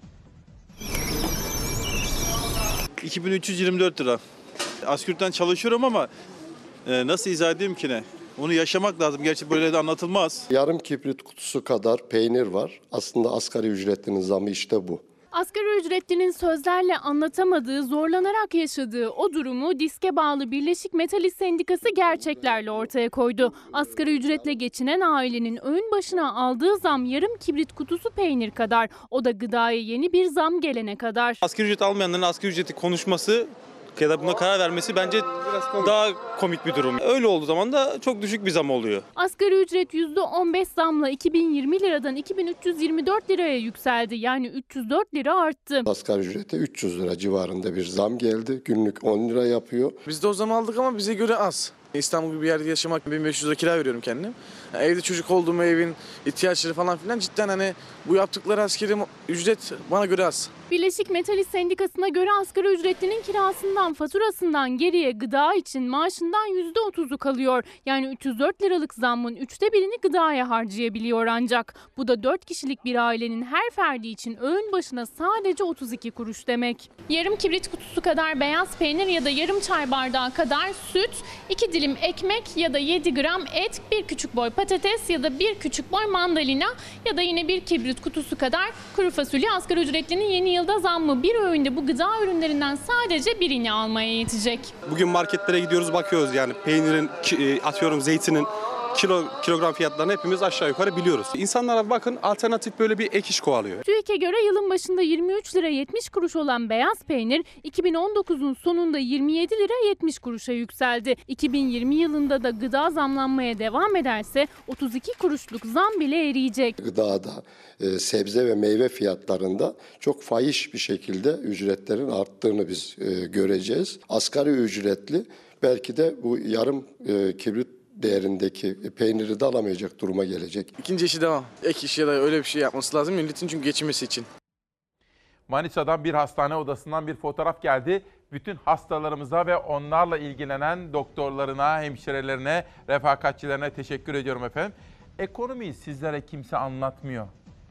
2324 lira. Asgari ücretten çalışıyorum ama nasıl izah edeyim ki ne? Onu yaşamak lazım. Gerçi böyle de anlatılmaz. Yarım kibrit kutusu kadar peynir var. Aslında asgari ücretlinin zamı işte bu. Asgari ücretlinin sözlerle anlatamadığı, zorlanarak yaşadığı o durumu diske bağlı Birleşik Metal İş Sendikası gerçeklerle ortaya koydu. Asgari ücretle geçinen ailenin öğün başına aldığı zam yarım kibrit kutusu peynir kadar. O da gıdaya yeni bir zam gelene kadar. Asgari ücret almayanların asgari ücreti konuşması ya da buna karar vermesi bence daha komik bir durum. Öyle olduğu zaman da çok düşük bir zam oluyor. Asgari ücret %15 zamla 2020 liradan 2324 liraya yükseldi. Yani 304 lira arttı. Asgari ücrete 300 lira civarında bir zam geldi. Günlük 10 lira yapıyor. Biz de o zamı aldık ama bize göre az. İstanbul gibi bir yerde yaşamak 1500 lira kira veriyorum kendim. Yani evde çocuk olduğumu, evin ihtiyaçları falan filan cidden hani bu yaptıkları asgari ücret bana göre az. Birleşik Metal İş Sendikası'na göre asgari ücretlinin kirasından, faturasından geriye gıda için maaşından %30'u kalıyor. Yani 304 liralık zammın 1/3'ünü gıdaya harcayabiliyor ancak. Bu da 4 kişilik bir ailenin her ferdi için öğün başına sadece 32 kuruş demek. Yarım kibrit kutusu kadar beyaz peynir ya da yarım çay bardağı kadar süt, 2 dilim ekmek ya da 7 gram et, bir küçük boy patates ya da bir küçük boy mandalina ya da yine bir kibrit kutusu kadar kuru fasulye asgari ücretlinin yeni yılda zammı bir öğünde bu gıda ürünlerinden sadece birini almaya yetecek. Bugün marketlere gidiyoruz, bakıyoruz yani peynirin, atıyorum zeytinin kilogram fiyatlarını hepimiz aşağı yukarı biliyoruz. İnsanlara bakın, alternatif böyle bir ek iş kovalıyor. TÜİK'e göre yılın başında 23 lira 70 kuruş olan beyaz peynir 2019'un sonunda 27 lira 70 kuruşa yükseldi. 2020 yılında da gıda zamlanmaya devam ederse 32 kuruşluk zam bile eriyecek. Gıdada, sebze ve meyve fiyatlarında çok fahiş bir şekilde ücretlerin arttığını biz göreceğiz. Asgari ücretli belki de bu yarım kibrit değerindeki peyniri de alamayacak duruma gelecek. İkinci işi devam. Ek iş ya da öyle bir şey yapması lazım milletin çünkü geçinmesi için. Manisa'dan bir hastane odasından bir fotoğraf geldi. Bütün hastalarımıza ve onlarla ilgilenen doktorlarına, hemşirelerine, refakatçilerine teşekkür ediyorum efendim. Ekonomiyi sizlere kimse anlatmıyor.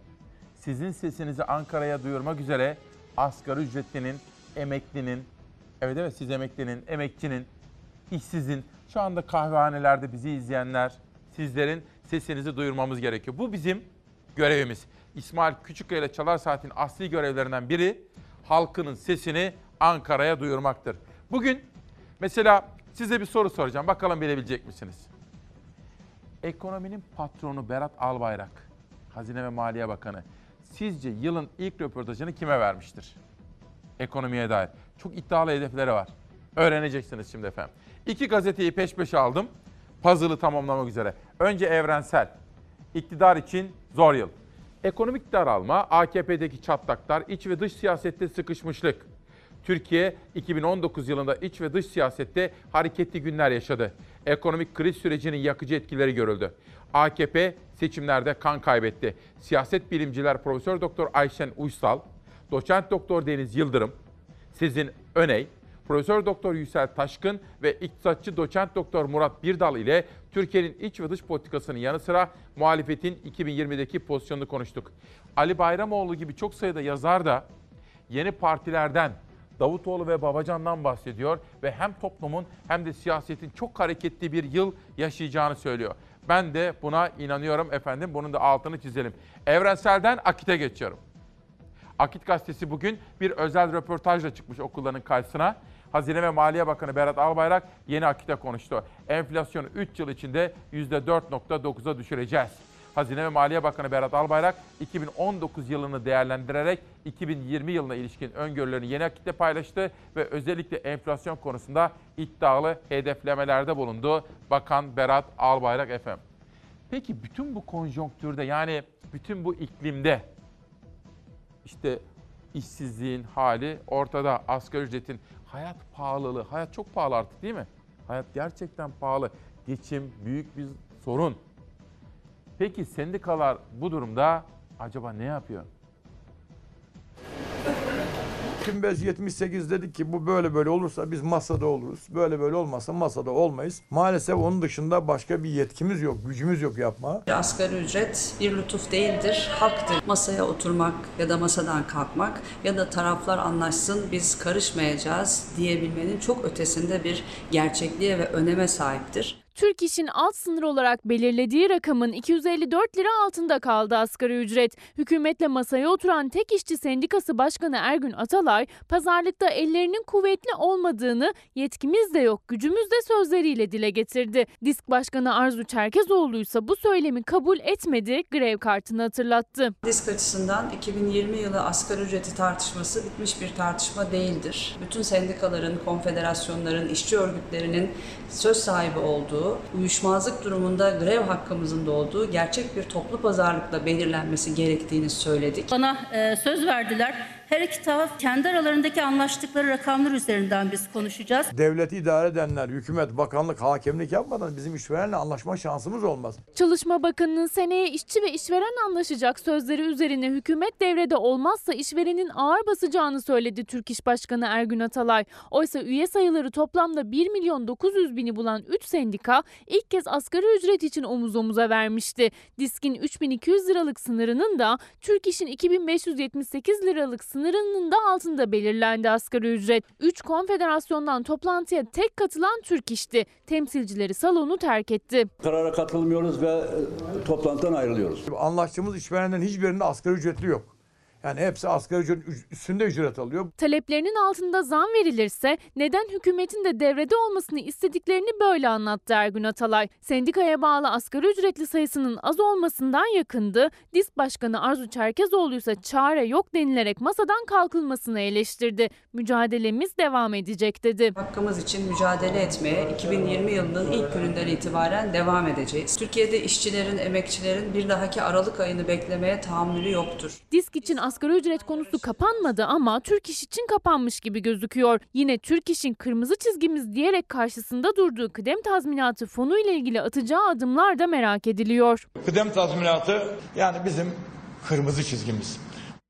Sizin sesinizi Ankara'ya duyurmak üzere asgari ücretlinin, emeklinin, evet siz emeklinin, emekçinin, işsizin, şu anda kahvehanelerde bizi izleyenler, sizlerin sesinizi duyurmamız gerekiyor. Bu bizim görevimiz. İsmail Küçükkaya ile Çalar Saat'in asli görevlerinden biri halkının sesini Ankara'ya duyurmaktır. Bugün mesela size bir soru soracağım. Bakalım bilebilecek misiniz? Ekonominin patronu Berat Albayrak, Hazine ve Maliye Bakanı, sizce yılın ilk röportajını kime vermiştir? Ekonomiye dair. Çok iddialı hedefleri var. Öğreneceksiniz şimdi efendim. 2 gazeteyi peş peşe aldım. Puzzle'ı tamamlamak üzere. Önce Evrensel. İktidar için zor yıl. Ekonomik daralma, AKP'deki çatlaklar, iç ve dış siyasette sıkışmışlık. Türkiye 2019 yılında iç ve dış siyasette hareketli günler yaşadı. Ekonomik kriz sürecinin yakıcı etkileri görüldü. AKP seçimlerde kan kaybetti. Siyaset bilimciler Profesör Doktor Ayşen Uysal, Doçent Doktor Deniz Yıldırım, Sezin Öney, Profesör Doktor Yüksel Taşkın ve iktisatçı Doçent Doktor Murat Birdal ile Türkiye'nin iç ve dış politikasının yanı sıra muhalefetin 2020'deki pozisyonunu konuştuk. Ali Bayramoğlu gibi çok sayıda yazar da yeni partilerden, Davutoğlu ve Babacan'dan bahsediyor ve hem toplumun hem de siyasetin çok hareketli bir yıl yaşayacağını söylüyor. Ben de buna inanıyorum efendim. Bunun da altını çizelim. Evrensel'den Akit'e geçiyorum. Akit gazetesi bugün bir özel röportajla çıkmış okulların karşısına. Hazine ve Maliye Bakanı Berat Albayrak yeni Akit'e konuştu. Enflasyonu 3 yıl içinde %4.9'a düşüreceğiz. Hazine ve Maliye Bakanı Berat Albayrak 2019 yılını değerlendirerek 2020 yılına ilişkin öngörülerini yeni Akit'te paylaştı ve özellikle enflasyon konusunda iddialı hedeflemelerde bulundu Bakan Berat Albayrak efendim. Peki bütün bu konjonktürde, yani bütün bu iklimde işte işsizliğin hali ortada, asgari ücretin, hayat pahalılığı, hayat çok pahalı artık değil mi? Hayat gerçekten pahalı, geçim büyük bir sorun. Peki sendikalar bu durumda acaba ne yapıyor? Biz 78 dedik ki bu böyle olursa biz masada oluruz. Böyle olmazsa masada olmayız. Maalesef onun dışında başka bir yetkimiz yok, gücümüz yok yapma. Asgari ücret bir lütuf değildir, haktır. Masaya oturmak ya da masadan kalkmak ya da taraflar anlaşsın biz karışmayacağız diyebilmenin çok ötesinde bir gerçekliğe ve öneme sahiptir. Türk İş'in alt sınır olarak belirlediği rakamın 254 lira altında kaldı asgari ücret. Hükümetle masaya oturan Tek İşçi Sendikası Başkanı Ergün Atalay, pazarlıkta ellerinin kuvvetli olmadığını, yetkimiz de yok, gücümüz de sözleriyle dile getirdi. DİSK Başkanı Arzu Çerkezoğlu ise bu söylemi kabul etmedi, grev kartını hatırlattı. DİSK açısından 2020 yılı asgari ücreti tartışması bitmiş bir tartışma değildir. Bütün sendikaların, konfederasyonların, işçi örgütlerinin söz sahibi olduğu, uyuşmazlık durumunda grev hakkımızın da olduğu gerçek bir toplu pazarlıkla belirlenmesi gerektiğini söyledik. Bana söz verdiler. Her iki taraf kendi aralarındaki anlaştıkları rakamlar üzerinden biz konuşacağız. Devleti idare edenler, hükümet, bakanlık, hakemlik yapmadan bizim işverenle anlaşma şansımız olmaz. Çalışma Bakanı'nın seneye işçi ve işveren anlaşacak sözleri üzerine hükümet devrede olmazsa işverenin ağır basacağını söyledi Türk İş Başkanı Ergün Atalay. Oysa üye sayıları toplamda 1.900.000'i bulan 3 sendika ilk kez asgari ücret için omuz omuza vermişti. DİSK'in 3.200 liralık sınırının da Türk İş'in 2.578 liralık sınırının da altında belirlendi asgari ücret. 3 konfederasyondan toplantıya tek katılan Türk İş'ti. Temsilcileri salonu terk etti. Karara katılmıyoruz ve toplantıdan ayrılıyoruz. Anlaştığımız işverenlerin hiçbirinde asgari ücretli yok. Yani hepsi asgari ücret üstünde ücret alıyor. Taleplerinin altında zam verilirse neden hükümetin de devrede olmasını istediklerini böyle anlattı Ergün Atalay. Sendikaya bağlı asgari ücretli sayısının az olmasından yakındı. DİSK Başkanı Arzu Çerkezoğlu ise çare yok denilerek masadan kalkılmasını eleştirdi. Mücadelemiz devam edecek dedi. Hakkımız için mücadele etmeye 2020 yılının ilk gününden itibaren devam edeceğiz. Türkiye'de işçilerin, emekçilerin bir dahaki Aralık ayını beklemeye tahammülü yoktur. DİSK için asgari ücret konusu kapanmadı ama Türk İş için kapanmış gibi gözüküyor. Yine Türk İş'in kırmızı çizgimiz diyerek karşısında durduğu kıdem tazminatı fonu ile ilgili atacağı adımlar da merak ediliyor. Kıdem tazminatı yani bizim kırmızı çizgimiz.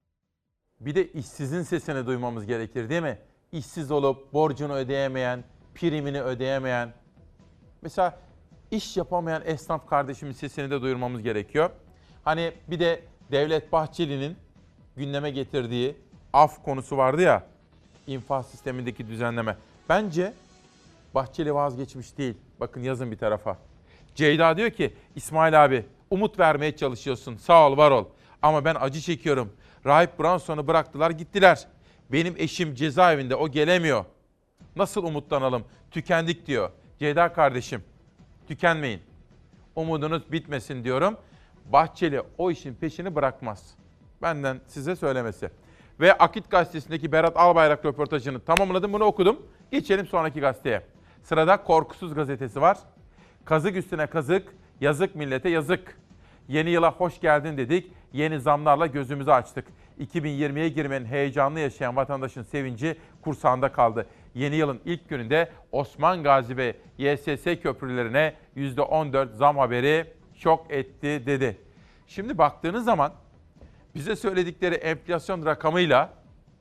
Bir de işsizin sesini duymamız gerekir değil mi? İşsiz olup borcunu ödeyemeyen, primini ödeyemeyen, mesela iş yapamayan esnaf kardeşimin sesini de duyurmamız gerekiyor. Hani bir de Devlet Bahçeli'nin gündeme getirdiği af konusu vardı ya, infaz sistemindeki düzenleme. Bence Bahçeli vazgeçmiş değil. Bakın yazın bir tarafa. Ceyda diyor ki, İsmail abi umut vermeye çalışıyorsun, sağ ol var ol. Ama ben acı çekiyorum. Rahip Branson'u bıraktılar gittiler. Benim eşim cezaevinde, o gelemiyor. Nasıl umutlanalım? Tükendik diyor. Ceyda kardeşim, tükenmeyin. Umudunuz bitmesin diyorum. Bahçeli o işin peşini bırakmaz. Benden size söylemesi. Ve Akit Gazetesi'ndeki Berat Albayrak röportajını tamamladım, bunu okudum. Geçelim sonraki gazeteye. Sırada Korkusuz gazetesi var. Kazık üstüne kazık, yazık millete yazık. Yeni yıla hoş geldin dedik, yeni zamlarla gözümüzü açtık. 2020'ye girmenin heyecanını yaşayan vatandaşın sevinci kursağında kaldı. Yeni yılın ilk gününde Osman Gazi ve YSS köprülerine %14 zam haberi şok etti dedi. Şimdi baktığınız zaman bize söyledikleri enflasyon rakamıyla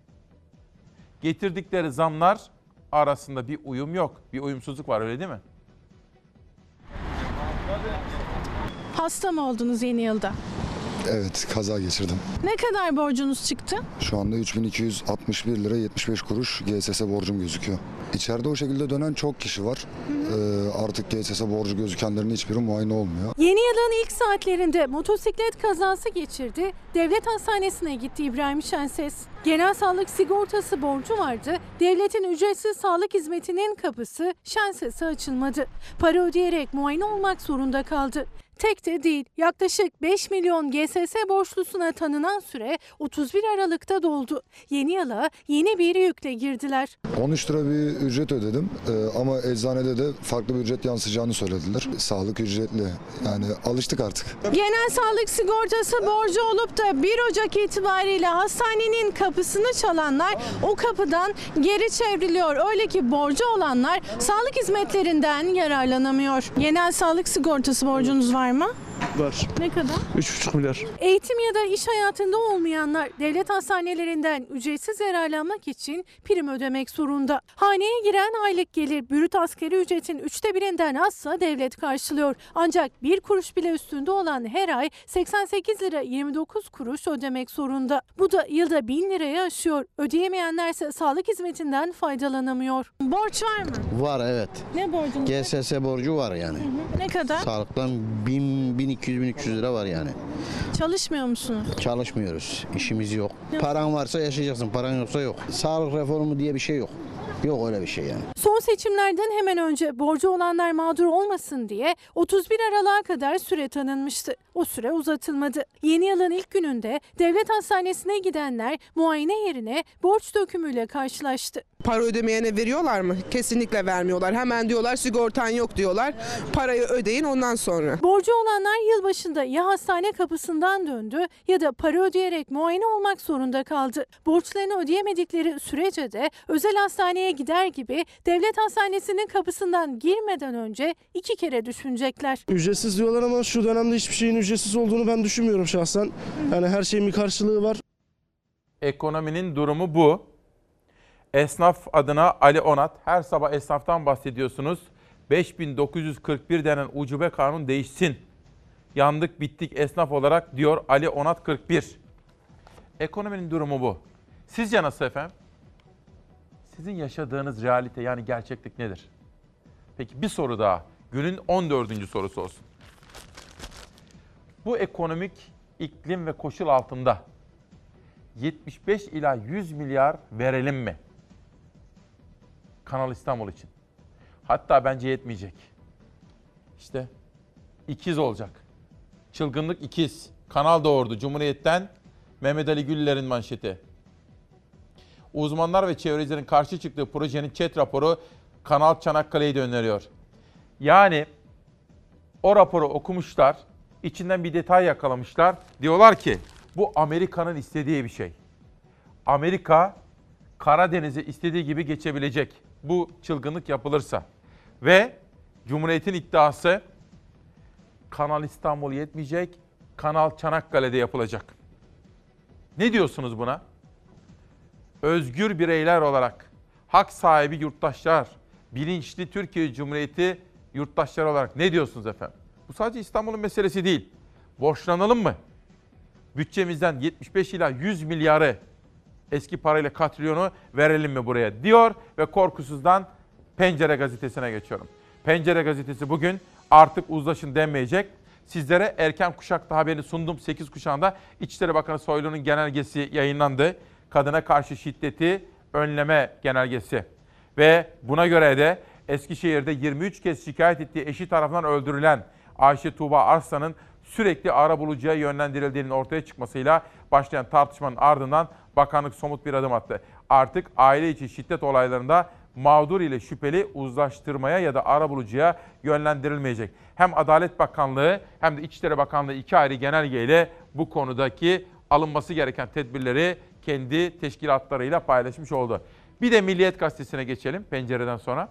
getirdikleri zamlar arasında bir uyum yok. Bir uyumsuzluk var, öyle değil mi? Hasta mı oldunuz yeni yılda? Evet, kaza geçirdim. Ne kadar borcunuz çıktı? Şu anda 3261 lira 75 kuruş GSS borcum gözüküyor. İçeride o şekilde dönen çok kişi var. Artık GSS borcu gözükenlerin hiçbiri muayene olmuyor. Yeni yılın ilk saatlerinde motosiklet kazası geçirdi. Devlet hastanesine gitti İbrahim Şenses. Genel sağlık sigortası borcu vardı. Devletin ücretsiz sağlık hizmetinin kapısı Şenses'e açılmadı. Para ödeyerek muayene olmak zorunda kaldı. Tek de değil, yaklaşık 5 milyon GSS borçlusuna tanınan süre 31 Aralık'ta doldu. Yeni yıla yeni bir yükle girdiler. 13 lira bir ücret ödedim ama eczanede de farklı bir ücret yansıyacağını söylediler. Sağlık ücretli, yani alıştık artık. Genel sağlık sigortası borcu olup da 1 Ocak itibariyle hastanenin kapısını çalanlar o kapıdan geri çevriliyor. Öyle ki borcu olanlar sağlık hizmetlerinden yararlanamıyor. Genel sağlık sigortası borcunuz var mı? Var. Ne kadar? 3,5 milyar. Eğitim ya da iş hayatında olmayanlar devlet hastanelerinden ücretsiz yararlanmak için prim ödemek zorunda. Haneye giren aylık gelir brüt asgari ücretin 1/3'ünden azsa devlet karşılıyor. Ancak 1 kuruş bile üstünde olan her ay 88 lira 29 kuruş ödemek zorunda. Bu da yılda 1000 liraya aşıyor. Ödeyemeyenlerse sağlık hizmetinden faydalanamıyor. Borç var mı? Var, evet. Ne borcunuz? GSS borcu var yani. Ne kadar? Sağlıktan 1200-1300 lira var yani. Çalışmıyor musunuz? Çalışmıyoruz. İşimiz yok. Paran varsa yaşayacaksın. Paran yoksa yok. Sağlık reformu diye bir şey yok. Yok öyle bir şey yani. Son seçimlerden hemen önce borcu olanlar mağdur olmasın diye 31 Aralık'a kadar süre tanınmıştı. O süre uzatılmadı. Yeni yılın ilk gününde devlet hastanesine gidenler muayene yerine borç dökümüyle karşılaştı. Para ödemeyene veriyorlar mı? Kesinlikle vermiyorlar. Hemen diyorlar sigortan yok diyorlar. Parayı ödeyin ondan sonra. Borcu olanlar yılbaşında ya hastane kapısından döndü ya da para ödeyerek muayene olmak zorunda kaldı. Borçlarını ödeyemedikleri sürece de özel hastaneye gider gibi devlet hastanesinin kapısından girmeden önce 2 kere düşünecekler. Ücretsiz diyorlar ama şu dönemde hiçbir şeyin ücretsiz olduğunu ben düşünmüyorum şahsen. Yani her şeyin bir karşılığı var. Ekonominin durumu bu. Esnaf adına Ali Onat. Her sabah esnaftan bahsediyorsunuz. 5941 denen ucube kanun değişsin. Yandık bittik esnaf olarak diyor Ali Onat 41. Ekonominin durumu bu. Sizce nasıl efendim? Sizin yaşadığınız realite yani gerçeklik nedir? Peki bir soru daha. Günün 14. sorusu olsun. Bu ekonomik iklim ve koşul altında 75 ila 100 milyar verelim mi? Kanal İstanbul için. Hatta bence yetmeyecek. İşte ikiz olacak. Çılgınlık ikiz. Kanal doğurdu. Cumhuriyet'ten Mehmet Ali Güller'in manşeti. Uzmanlar ve çevrecilerin karşı çıktığı projenin chat raporu Kanal Çanakkale'yi de öneriyor. Yani o raporu okumuşlar, içinden bir detay yakalamışlar. Diyorlar ki bu Amerika'nın istediği bir şey. Amerika Karadeniz'i istediği gibi geçebilecek bu çılgınlık yapılırsa. Ve Cumhuriyet'in iddiası Kanal İstanbul yetmeyecek, Kanal Çanakkale'de yapılacak. Ne diyorsunuz buna? Özgür bireyler olarak, hak sahibi yurttaşlar, bilinçli Türkiye Cumhuriyeti yurttaşları olarak ne diyorsunuz efendim? Bu sadece İstanbul'un meselesi değil. Borçlanalım mı? Bütçemizden 75 ila 100 milyarı eski parayla katrilyonu verelim mi buraya diyor ve korkusuzdan Pencere Gazetesi'ne geçiyorum. Pencere Gazetesi bugün artık uzlaşın denmeyecek. Sizlere erken kuşakta haberini sundum. 8 kuşağında İçişleri Bakanı Soylu'nun genelgesi yayınlandı. Kadına karşı şiddeti önleme genelgesi. Ve buna göre de Eskişehir'de 23 kez şikayet ettiği eşi tarafından öldürülen Ayşe Tuğba Arslan'ın sürekli arabulucuya yönlendirildiğinin ortaya çıkmasıyla başlayan tartışmanın ardından bakanlık somut bir adım attı. Artık aile içi şiddet olaylarında mağdur ile şüpheli uzlaştırmaya ya da arabulucuya yönlendirilmeyecek. Hem Adalet Bakanlığı hem de İçişleri Bakanlığı 2 ayrı genelgeyle bu konudaki alınması gereken tedbirleri kendi teşkilatlarıyla paylaşmış oldu. Bir de Milliyet Gazetesi'ne geçelim pencereden sonra.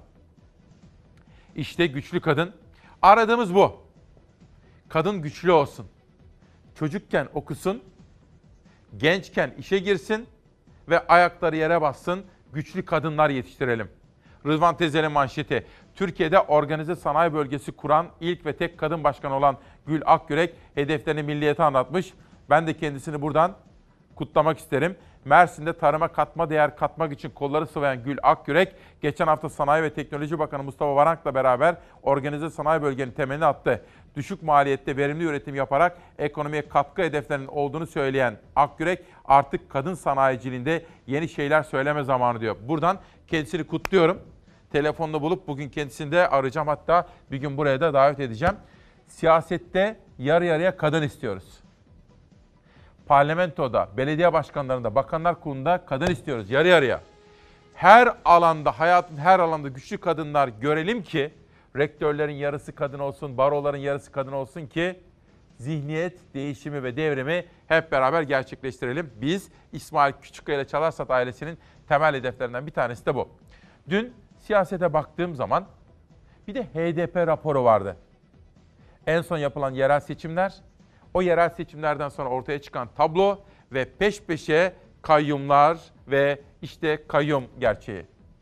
İşte güçlü kadın. Aradığımız bu. Kadın güçlü olsun. Çocukken okusun, gençken işe girsin ve ayakları yere bassın. Güçlü kadınlar yetiştirelim. Rıdvan Tezel'in manşeti. Türkiye'de organize sanayi bölgesi kuran ilk ve tek kadın başkan olan Gül Akyürek hedeflerini Milliyet'e anlatmış. Ben de kendisini buradan kutlamak isterim. Mersin'de tarıma katma değer katmak için kolları sıvayan Gül Akyürek, geçen hafta Sanayi ve Teknoloji Bakanı Mustafa Varank'la beraber organize sanayi bölgenin temelini attı. Düşük maliyette verimli üretim yaparak ekonomiye katkı hedeflerinin olduğunu söyleyen Akyürek, artık kadın sanayiciliğinde yeni şeyler söyleme zamanı diyor. Buradan kendisini kutluyorum. Telefonla bulup bugün kendisini de arayacağım, hatta bir gün buraya da davet edeceğim. Siyasette yarı yarıya kadın istiyoruz. Parlamentoda, belediye başkanlarında, bakanlar kurulunda kadın istiyoruz yarı yarıya. Her alanda, hayatın her alanda güçlü kadınlar görelim ki rektörlerin yarısı kadın olsun, baroların yarısı kadın olsun ki zihniyet değişimi ve devrimi hep beraber gerçekleştirelim. Biz İsmail Küçükkaya ile Çalarsat ailesinin temel hedeflerinden bir tanesi de bu. Dün siyasete baktığım zaman bir de HDP raporu vardı. En son yapılan yerel seçimler, o yerel seçimlerden sonra ortaya çıkan tablo ve peş peşe kayyumlar ve işte kayyum gerçeği.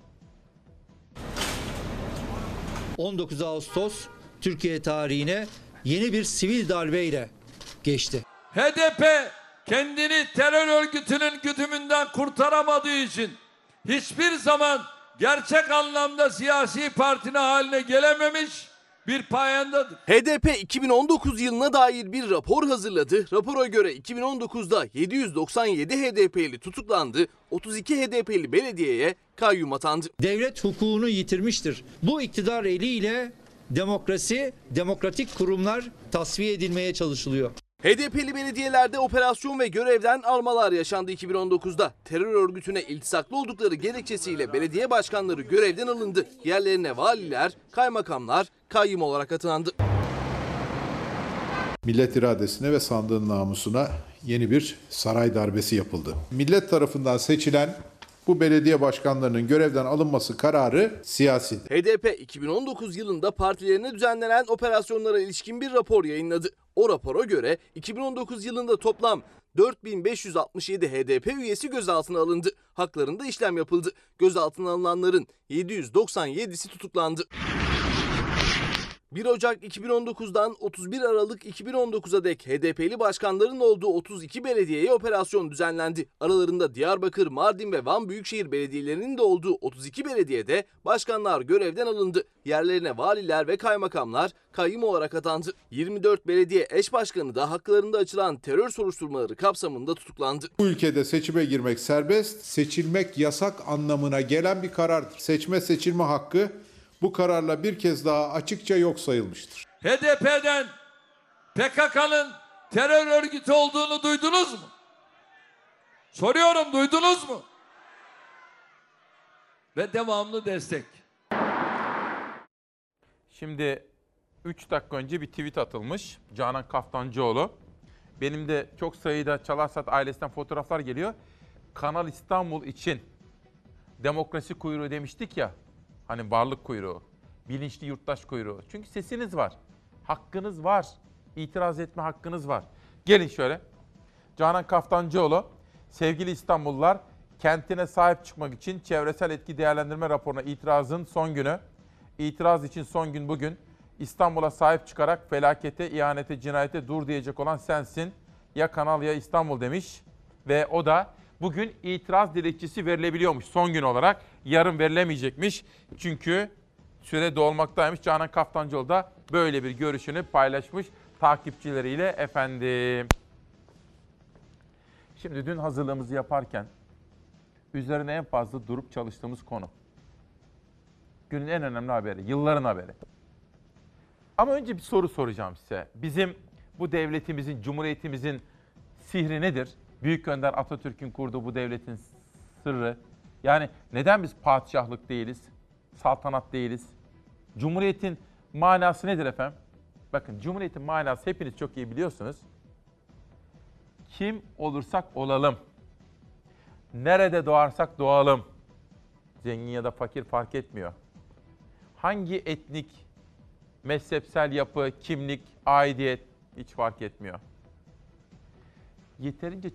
19 Ağustos Türkiye tarihine yeni bir sivil darbeyle geçti. HDP kendini terör örgütünün güdümünden kurtaramadığı için hiçbir zaman gerçek anlamda siyasi partinin haline gelememiş bir payandadır. HDP 2019 yılına dair bir rapor hazırladı. Rapora göre 2019'da 797 HDP'li tutuklandı, 32 HDP'li belediyeye kayyum atandı. Devlet hukukunu yitirmiştir. Bu iktidar eliyle demokrasi, demokratik kurumlar tasfiye edilmeye çalışılıyor. HDP'li belediyelerde operasyon ve görevden almalar yaşandı 2019'da. Terör örgütüne iltisaklı oldukları gerekçesiyle belediye başkanları görevden alındı. Yerlerine valiler, kaymakamlar kayyum olarak atandı. Millet iradesine ve sandığın namusuna yeni bir saray darbesi yapıldı. Millet tarafından seçilen bu belediye başkanlarının görevden alınması kararı siyasidir. HDP 2019 yılında partilerine düzenlenen operasyonlara ilişkin bir rapor yayınladı. O rapora göre 2019 yılında toplam 4567 HDP üyesi gözaltına alındı. Haklarında işlem yapıldı. Gözaltına alınanların 797'si tutuklandı. 1 Ocak 2019'dan 31 Aralık 2019'a dek HDP'li başkanların olduğu 32 belediyeye operasyon düzenlendi. Aralarında Diyarbakır, Mardin ve Van Büyükşehir belediyelerinin de olduğu 32 belediyede başkanlar görevden alındı. Yerlerine valiler ve kaymakamlar kayyum olarak atandı. 24 belediye eş başkanı da haklarında açılan terör soruşturmaları kapsamında tutuklandı. Bu ülkede seçime girmek serbest, seçilmek yasak anlamına gelen bir karardır. Seçme seçilme hakkı bu kararla bir kez daha açıkça yok sayılmıştır. HDP'den PKK'nın terör örgütü olduğunu duydunuz mu? Soruyorum, duydunuz mu? Ve devamlı destek. Şimdi 3 dakika önce bir tweet atılmış Canan Kaftancıoğlu. Benim de çok sayıda Çalarsat ailesinden fotoğraflar geliyor. Kanal İstanbul için demokrasi kuyruğu demiştik ya. Hani varlık kuyruğu, bilinçli yurttaş kuyruğu. Çünkü sesiniz var, hakkınız var, itiraz etme hakkınız var. Gelin şöyle. Canan Kaftancıoğlu, sevgili İstanbullular, kentine sahip çıkmak için çevresel etki değerlendirme raporuna itirazın son günü. İtiraz için son gün bugün. İstanbul'a sahip çıkarak felakete, ihanete, cinayete dur diyecek olan sensin. Ya Kanal ya İstanbul demiş. Ve o da bugün itiraz dilekçesi verilebiliyormuş son gün olarak. Yarın verilemeyecekmiş. Çünkü süre dolmaktaymış. Canan Kaftancıoğlu da böyle bir görüşünü paylaşmış takipçileriyle efendim. Şimdi dün hazırlığımızı yaparken üzerine en fazla durup çalıştığımız konu. Günün en önemli haberi, yılların haberi. Ama önce bir soru soracağım size. Bizim bu devletimizin, cumhuriyetimizin sihri nedir? Büyük Önder Atatürk'ün kurduğu bu devletin sırrı. Yani neden biz padişahlık değiliz, saltanat değiliz? Cumhuriyetin manası nedir efendim? Bakın Cumhuriyetin manası hepiniz çok iyi biliyorsunuz. Kim olursak olalım, nerede doğarsak doğalım, zengin ya da fakir fark etmiyor. Hangi etnik, mezhepsel yapı, kimlik, aidiyet hiç fark etmiyor. Yeterince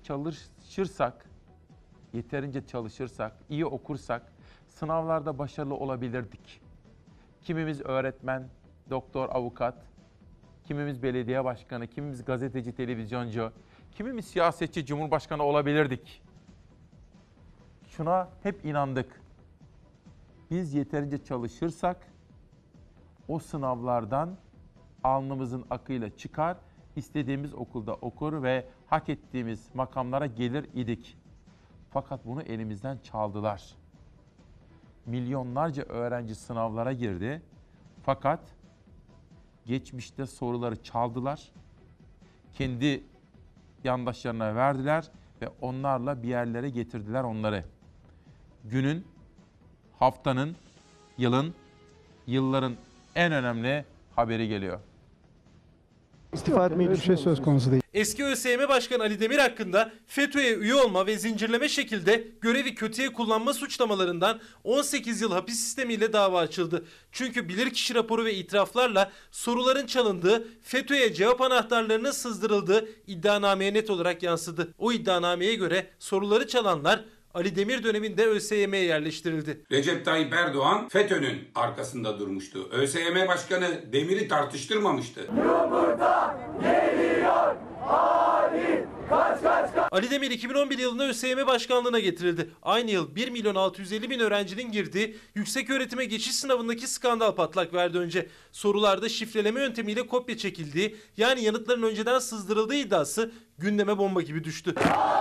çalışırsak, iyi okursak sınavlarda başarılı olabilirdik. Kimimiz öğretmen, doktor, avukat, kimimiz belediye başkanı, kimimiz gazeteci, televizyoncu, kimimiz siyasetçi, cumhurbaşkanı olabilirdik. Şuna hep inandık. Biz yeterince çalışırsak o sınavlardan alnımızın akıyla çıkar, istediğimiz okulda okur ve hak ettiğimiz makamlara gelir idik. Fakat bunu elimizden çaldılar. Milyonlarca öğrenci sınavlara girdi. Fakat geçmişte soruları çaldılar. Kendi yandaşlarına verdiler ve onlarla bir yerlere getirdiler onları. Günün, haftanın, yılların en önemli haberi geliyor. İstifa etmeyi bir şey söz konusu değil. Eski ÖSYM Başkanı Ali Demir hakkında FETÖ'ye üye olma ve zincirleme şekilde görevi kötüye kullanma suçlamalarından 18 yıl hapis sistemiyle dava açıldı. Çünkü bilirkişi raporu ve itiraflarla soruların çalındığı, FETÖ'ye cevap anahtarlarının sızdırıldığı iddianameye net olarak yansıdı. O iddianameye göre soruları çalanlar Ali Demir döneminde ÖSYM'ye yerleştirildi. Recep Tayyip Erdoğan FETÖ'nün arkasında durmuştu. ÖSYM Başkanı Demir'i tartıştırmamıştı. Yumurta geliyor, Ali kaç kaç kaç. Ali Demir 2011 yılında ÖSYM Başkanlığına getirildi. Aynı yıl 1.650.000 öğrencinin girdiği yükseköğretime geçiş sınavındaki skandal patlak verdi önce. Sorularda şifreleme yöntemiyle kopya çekildiği, yani yanıtların önceden sızdırıldığı iddiası gündeme bomba gibi düştü.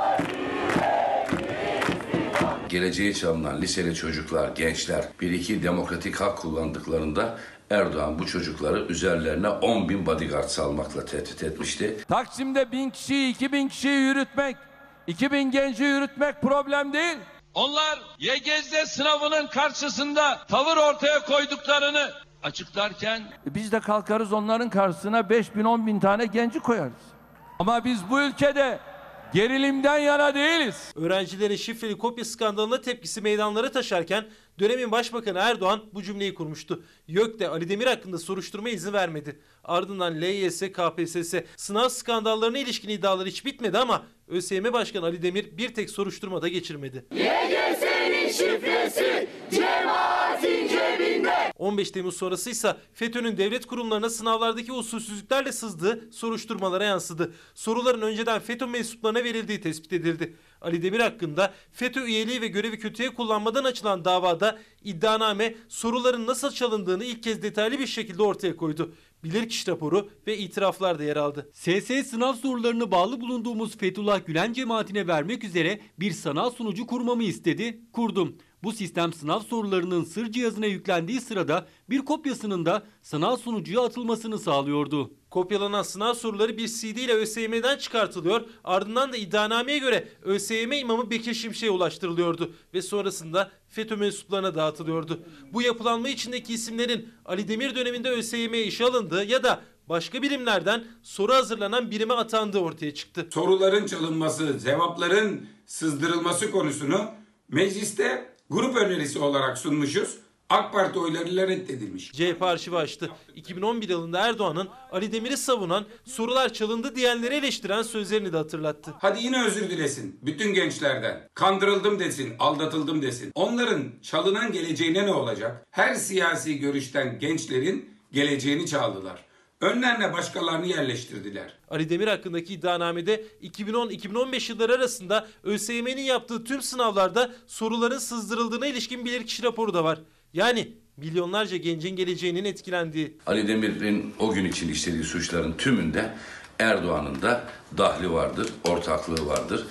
Geleceği çalınan liseli çocuklar, gençler 1-2 demokratik hak kullandıklarında Erdoğan bu çocukları üzerlerine 10.000 bodyguard salmakla tehdit etmişti. Taksim'de 1000 kişiyi, 2000 kişiyi yürütmek, 2000 genci yürütmek problem değil. Onlar YGS sınavının karşısında tavır ortaya koyduklarını açıklarken biz de kalkarız onların karşısına 5.000, 10.000 tane genci koyarız. Ama biz bu ülkede gerilimden yana değiliz. Öğrencilerin şifreli kopya skandalına tepkisi meydanlara taşarken dönemin Başbakanı Erdoğan bu cümleyi kurmuştu. YÖK de Ali Demir hakkında soruşturma izni vermedi. Ardından LYS, KPSS sınav skandallarına ilişkin iddialar hiç bitmedi ama ÖSYM Başkanı Ali Demir bir tek soruşturmada geçirmedi. YGS'nin şifresi cemaatin cebinde. 15 Temmuz sonrasıysa FETÖ'nün devlet kurumlarına sınavlardaki usulsüzlüklerle sızdığı soruşturmalara yansıdı. Soruların önceden FETÖ mensuplarına verildiği tespit edildi. Ali Demir hakkında FETÖ üyeliği ve görevi kötüye kullanmadan açılan davada iddianame soruların nasıl çalındığını ilk kez detaylı bir şekilde ortaya koydu. Bilirkişi raporu ve itiraflar da yer aldı. SS sınav sorularını bağlı bulunduğumuz Fethullah Gülen cemaatine vermek üzere bir sanal sunucu kurmamı istedi. Kurdum. Bu sistem sınav sorularının sır cihazına yüklendiği sırada bir kopyasının da sanal sunucuya atılmasını sağlıyordu. Kopyalanan sınav soruları bir CD ile ÖSYM'den çıkartılıyor, ardından da iddianameye göre ÖSYM imamı Bekir Şimşek'e ulaştırılıyordu ve sonrasında FETÖ mensuplarına dağıtılıyordu. Bu yapılanma içindeki isimlerin Ali Demir döneminde ÖSYM'ye işe alındığı ya da başka birimlerden soru hazırlanan birime atandığı ortaya çıktı. Soruların çalınması, cevapların sızdırılması konusunu mecliste grup önerisi olarak sunmuşuz. AK Parti oylarıyla reddedilmiş. CHP arşivi açtı. 2011 yılında Erdoğan'ın Ali Demir'i savunan, sorular çalındı diyenleri eleştiren sözlerini de hatırlattı. Hadi yine özür dilesin bütün gençlerden. Kandırıldım desin, aldatıldım desin. Onların çalınan geleceğine ne olacak? Her siyasi görüşten gençlerin geleceğini çaldılar. Önlerine başkalarını yerleştirdiler. Ali Demir hakkındaki iddianamede 2010-2015 yılları arasında ÖSYM'nin yaptığı tüm sınavlarda soruların sızdırıldığına ilişkin bilirkişi raporu da var. Yani milyonlarca gencin geleceğinin etkilendiği. Ali Demir'in o gün için işlediği suçların tümünde Erdoğan'ın da dahli vardır, ortaklığı vardır.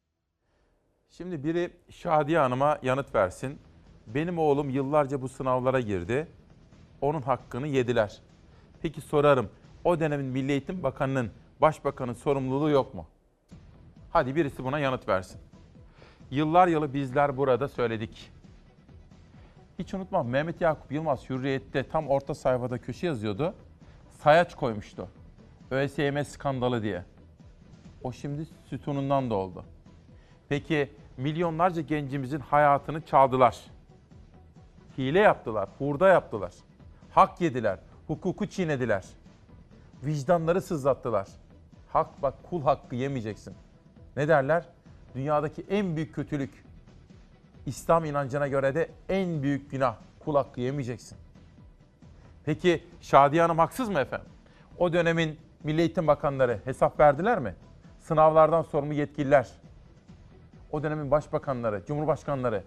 Şimdi biri Şadiye Hanım'a yanıt versin. Benim oğlum yıllarca bu sınavlara girdi. Onun hakkını yediler. Peki sorarım, o dönemin Milli Eğitim Bakanı'nın, Başbakan'ın sorumluluğu yok mu? Hadi birisi buna yanıt versin. Yıllar yılı bizler burada söyledik. Hiç unutmam, Mehmet Yakup Yılmaz Hürriyet'te tam orta sayfada köşe yazıyordu. Sayaç koymuştu. ÖSYM skandalı diye. O şimdi sütunundan da oldu. Peki milyonlarca gencimizin hayatını çaldılar. Hile yaptılar, hurda yaptılar. Hak yediler, hukuku çiğnediler. Vicdanları sızlattılar. Hak bak, kul hakkı yemeyeceksin. Ne derler? Dünyadaki en büyük kötülük, İslam inancına göre de en büyük günah, kul hakkı yemeyeceksin. Peki Şadiye Hanım haksız mı efendim? O dönemin Milli Eğitim Bakanları hesap verdiler mi? Sınavlardan sorumlu yetkililer, o dönemin başbakanları, cumhurbaşkanları.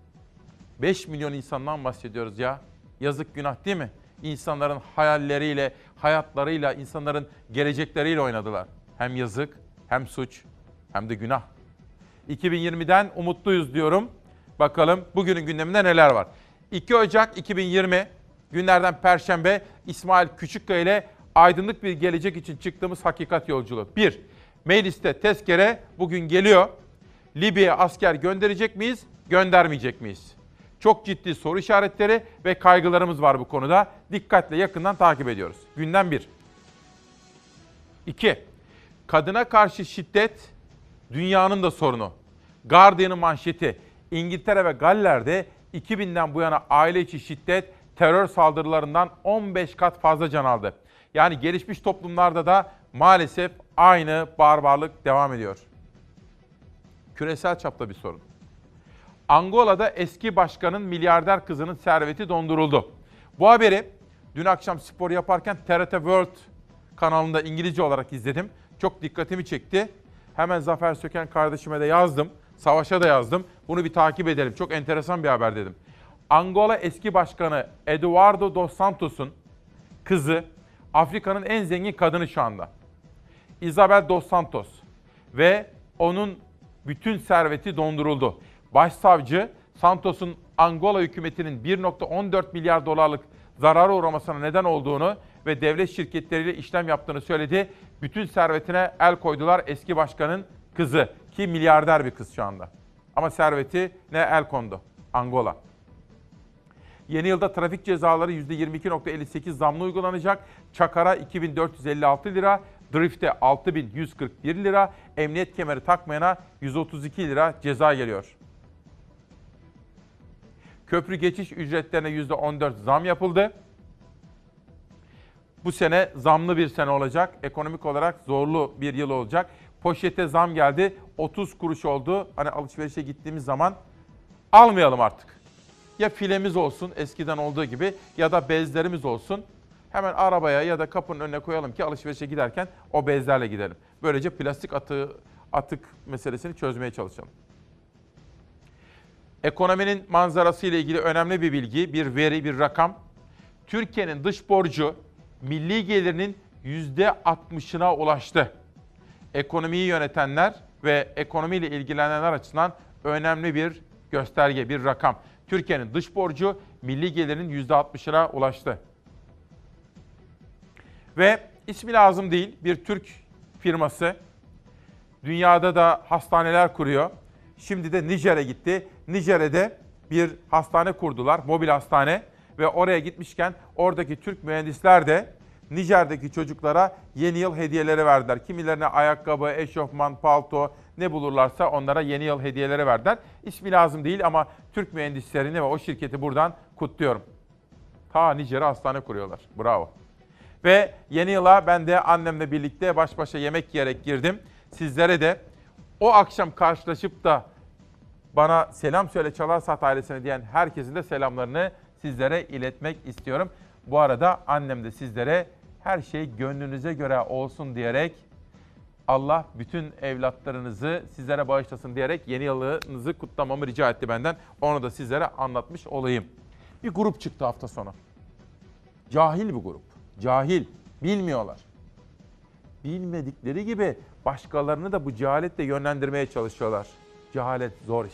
5 milyon insandan bahsediyoruz ya. Yazık, günah değil mi? İnsanların hayalleriyle, hayatlarıyla, insanların gelecekleriyle oynadılar. Hem yazık, hem suç, hem de günah. 2020'den umutluyuz diyorum. Bakalım bugünün gündeminde neler var? 2 Ocak 2020 günlerden Perşembe, İsmail Küçükkaya ile aydınlık bir gelecek için çıktığımız hakikat yolculuğu. 1. Mecliste tezkere bugün geliyor. Libya'ya asker gönderecek miyiz, göndermeyecek miyiz? Çok ciddi soru işaretleri ve kaygılarımız var bu konuda. Dikkatle yakından takip ediyoruz. Gündem 1. 2. Kadına karşı şiddet dünyanın da sorunu. Guardian'ın manşeti. İngiltere ve Galler'de 2000'den bu yana aile içi şiddet terör saldırılarından 15 kat fazla can aldı. Yani gelişmiş toplumlarda da maalesef aynı barbarlık devam ediyor. Küresel çapta bir sorun. Angola'da eski başkanın milyarder kızının serveti donduruldu. Bu haberi dün akşam spor yaparken TRT World kanalında İngilizce olarak izledim. Çok dikkatimi çekti. Hemen Zafer Söken kardeşime de yazdım. Savaş'a da yazdım. Bunu bir takip edelim. Çok enteresan bir haber dedim. Angola eski başkanı Eduardo dos Santos'un kızı Afrika'nın en zengin kadını şu anda. Isabel dos Santos ve onun bütün serveti donduruldu. Başsavcı Santos'un Angola hükümetinin 1.14 milyar dolarlık zarara uğramasına neden olduğunu ve devlet şirketleriyle işlem yaptığını söyledi. Bütün servetine el koydular eski başkanın kızı ki milyarder bir kız şu anda. Ama servetine el kondu Angola. Yeni yılda trafik cezaları %22.58 zamlı uygulanacak. Çakara 2.456 lira, drift'e 6.141 lira, emniyet kemeri takmayana 132 lira ceza geliyor. Köprü geçiş ücretlerine %14 zam yapıldı. Bu sene zamlı bir sene olacak. Ekonomik olarak zorlu bir yıl olacak. Poşete zam geldi. 30 kuruş oldu. Hani alışverişe gittiğimiz zaman almayalım artık. Ya filemiz olsun eskiden olduğu gibi ya da bezlerimiz olsun. Hemen arabaya ya da kapının önüne koyalım ki alışverişe giderken o bezlerle gidelim. Böylece plastik atık meselesini çözmeye çalışalım. Ekonominin manzarası ile ilgili önemli bir bilgi, bir veri, bir rakam. Türkiye'nin dış borcu milli gelirinin %60'ına ulaştı. Ekonomiyi yönetenler ve ekonomiyle ilgilenenler açısından önemli bir gösterge, bir rakam. Türkiye'nin dış borcu milli gelirinin %60'ına ulaştı. Ve ismi lazım değil, bir Türk firması dünyada da hastaneler kuruyor. Şimdi de Nijer'e gitti. Nijer'de bir hastane kurdular, mobil hastane. Ve oraya gitmişken oradaki Türk mühendisler de Nijer'deki çocuklara yeni yıl hediyeleri verdiler. Kimilerine ayakkabı, eşofman, palto ne bulurlarsa onlara yeni yıl hediyeleri verdiler. İsmi lazım değil ama Türk mühendislerini ve o şirketi buradan kutluyorum. Ta Nijer'e hastane kuruyorlar. Bravo. Ve yeni yıla ben de annemle birlikte baş başa yemek yiyerek girdim. Sizlere de o akşam karşılaşıp da bana selam söyle Çalar ailesine diyen herkesin de selamlarını sizlere iletmek istiyorum. Bu arada annem de sizlere her şey gönlünüze göre olsun diyerek Allah bütün evlatlarınızı sizlere bağışlasın diyerek yeni yılınızı kutlamamı rica etti benden. Onu da sizlere anlatmış olayım. Bir grup çıktı hafta sonu. Cahil bir grup. Cahil. Bilmiyorlar. Bilmedikleri gibi başkalarını da bu cehaletle yönlendirmeye çalışıyorlar. Cehalet zor iş.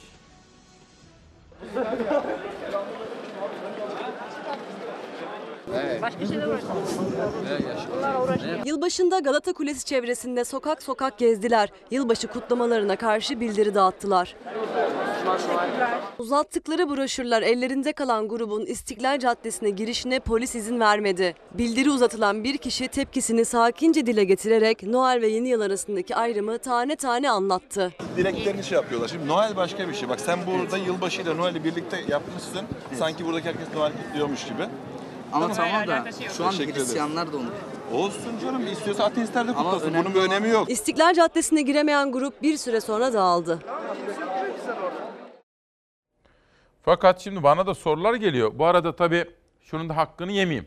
Başka şeyler var. Yılbaşında Galata Kulesi çevresinde sokak sokak gezdiler. Yılbaşı kutlamalarına karşı bildiri dağıttılar. Uzattıkları broşürler ellerinde kalan grubun İstiklal Caddesi'ne girişine polis izin vermedi. Bildiri uzatılan bir kişi tepkisini sakince dile getirerek Noel ve Yeni Yıl arasındaki ayrımı tane tane anlattı. Dileklerini şey yapıyorlar. Şimdi Noel başka bir şey. Bak sen burada yılbaşıyla Noel'i birlikte yapmışsın. Sanki buradaki herkes Noel kutluyormuş gibi. Ama tamam da şu an Hristiyanlar da onu. Olsun canım, istiyorsa ateistler de kutlasın. Bunun bir önemi yok. İstiklal Caddesi'ne giremeyen grup bir süre sonra dağıldı. Fakat şimdi bana da sorular geliyor. Bu arada tabii şunun da hakkını yemeyeyim.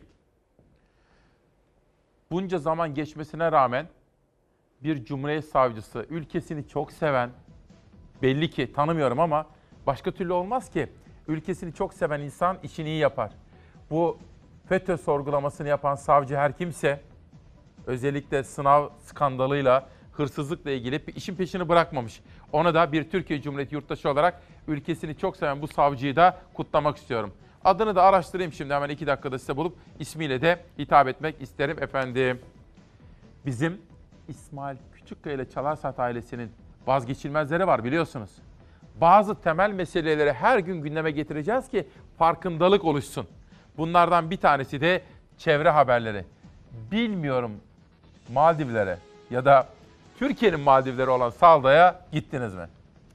Bunca zaman geçmesine rağmen bir Cumhuriyet Savcısı, ülkesini çok seven, belli ki tanımıyorum ama başka türlü olmaz ki. Ülkesini çok seven insan işini iyi yapar. Bu FETÖ sorgulamasını yapan savcı her kimse, özellikle sınav skandalıyla, hırsızlıkla ilgili işin peşini bırakmamış. Ona da bir Türkiye Cumhuriyeti yurttaşı olarak ülkesini çok seven bu savcıyı da kutlamak istiyorum. Adını da araştırayım şimdi hemen 2 dakikada size bulup ismiyle de hitap etmek isterim efendim. Bizim İsmail Küçükkaya ile Çalar Saat ailesinin vazgeçilmezleri var biliyorsunuz. Bazı temel meseleleri her gün gündeme getireceğiz ki farkındalık oluşsun. Bunlardan bir tanesi de çevre haberleri. Bilmiyorum Maldivlere, ya da Türkiye'nin Maldivleri olan Salda'ya gittiniz mi?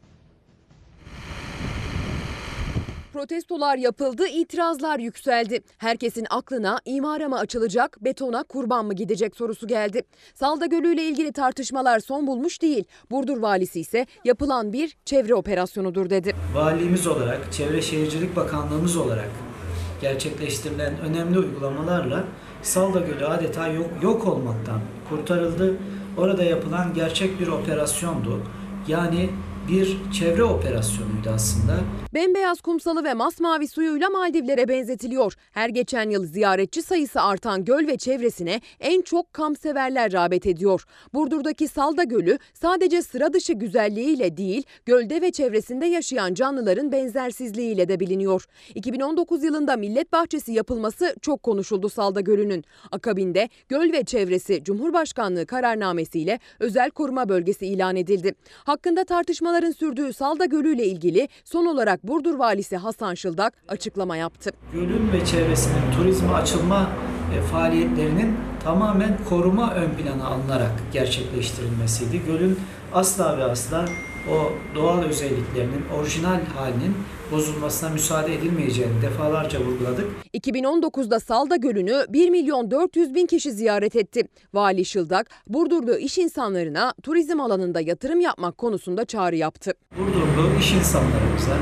Protestolar yapıldı, itirazlar yükseldi. Herkesin aklına imara mı açılacak, betona kurban mı gidecek sorusu geldi. Salda Gölü ile ilgili tartışmalar son bulmuş değil. Burdur valisi ise yapılan bir çevre operasyonudur dedi. Valiliğimiz olarak, Çevre Şehircilik Bakanlığımız olarak gerçekleştirilen önemli uygulamalarla Salda Gölü adeta yok olmaktan kurtarıldı. Orada yapılan gerçek bir operasyondu. Yani bir çevre operasyonuydu aslında. Bembeyaz kumsalı ve masmavi suyuyla Maldivlere benzetiliyor. Her geçen yıl ziyaretçi sayısı artan göl ve çevresine en çok kampseverler rağbet ediyor. Burdur'daki Salda Gölü sadece sıra dışı güzelliğiyle değil, gölde ve çevresinde yaşayan canlıların benzersizliğiyle de biliniyor. 2019 yılında millet bahçesi yapılması çok konuşuldu Salda Gölü'nün. Akabinde göl ve çevresi Cumhurbaşkanlığı kararnamesiyle özel koruma bölgesi ilan edildi. Hakkında tartışmaların sürdüğü Salda Gölü ile ilgili son olarak Burdur valisi Hasan Şıldak açıklama yaptı. Gölün ve çevresinin turizme açılma faaliyetlerinin tamamen koruma ön plana alınarak gerçekleştirilmesiydi. Gölün asla ve asla o doğal özelliklerinin orijinal halinin bozulmasına müsaade edilmeyeceğini defalarca vurguladık. 2019'da Salda Gölü'nü 1.400.000 kişi ziyaret etti. Vali Şıldak, Burdurlu iş insanlarına turizm alanında yatırım yapmak konusunda çağrı yaptı. Burdurlu iş insanlarımıza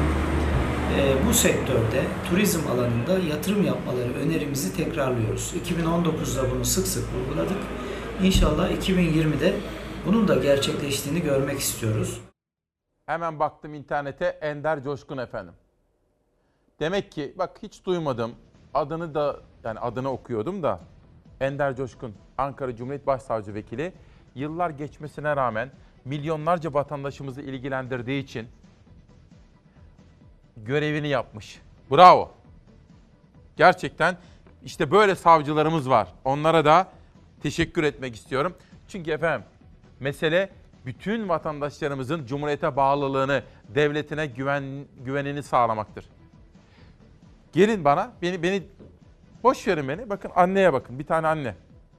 bu sektörde turizm alanında yatırım yapmaları önerimizi tekrarlıyoruz. 2019'da bunu sık sık vurguladık. İnşallah 2020'de bunun da gerçekleştiğini görmek istiyoruz. Hemen baktım internete, Ender Coşkun efendim. Demek ki bak hiç duymadım. Adını da yani adını okuyordum da Ender Coşkun, Ankara Cumhuriyet Başsavcı Vekili, yıllar geçmesine rağmen milyonlarca vatandaşımızı ilgilendirdiği için görevini yapmış. Bravo. Gerçekten işte böyle savcılarımız var. Onlara da teşekkür etmek istiyorum. Çünkü efendim mesele bütün vatandaşlarımızın Cumhuriyete bağlılığını, devletine güvenini sağlamaktır. Gelin bana, beni boş verin beni. Bakın anneye bakın, bir tane anne.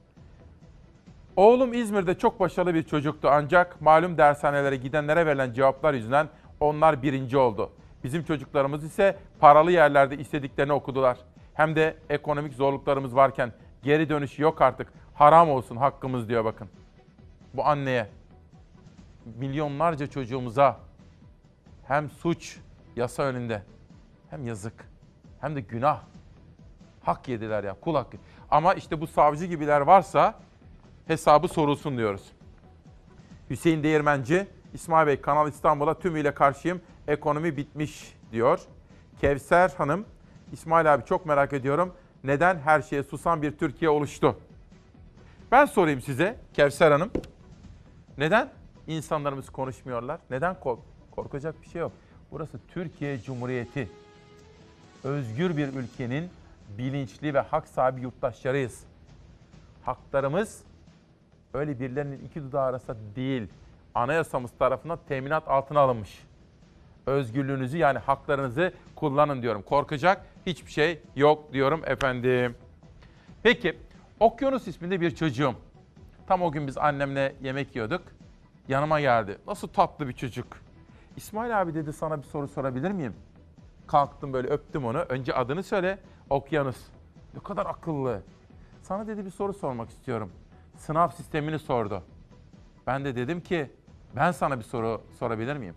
Oğlum İzmir'de çok başarılı bir çocuktu ancak malum dershanelere gidenlere verilen cevaplar yüzünden onlar birinci oldu. Bizim çocuklarımız ise paralı yerlerde istediklerini okudular. Hem de ekonomik zorluklarımız varken geri dönüşü yok artık. Haram olsun hakkımız diyor bakın. Bu anneye, milyonlarca çocuğumuza hem suç yasa önünde hem yazık hem de günah. Hak yediler ya, kul hakkı. Ama işte bu savcı gibiler varsa hesabı sorulsun diyoruz. Hüseyin Değirmenci, İsmail Bey Kanal İstanbul'a tümüyle karşıyım. Ekonomi bitmiş diyor. Kevser Hanım, İsmail abi çok merak ediyorum. Neden her şeye susan bir Türkiye oluştu? Ben sorayım size Kevser Hanım. Neden insanlarımız konuşmuyorlar? Neden korkacak bir şey yok. Burası Türkiye Cumhuriyeti. Özgür bir ülkenin bilinçli ve hak sahibi yurttaşlarıyız. Haklarımız öyle birilerinin iki dudağı arasında değil. Anayasamız tarafından teminat altına alınmış. Özgürlüğünüzü yani haklarınızı kullanın diyorum. Korkacak hiçbir şey yok diyorum efendim. Peki, Okyanus isminde bir çocuğum. Tam o gün biz annemle yemek yiyorduk. Yanıma geldi. Nasıl tatlı bir çocuk. İsmail abi dedi, sana bir soru sorabilir miyim? Kalktım böyle öptüm onu. Önce adını söyle. Okyanus. Ne kadar akıllı. Sana dedi bir soru sormak istiyorum. Sınav sistemini sordu. Ben de dedim ki ben sana bir soru sorabilir miyim?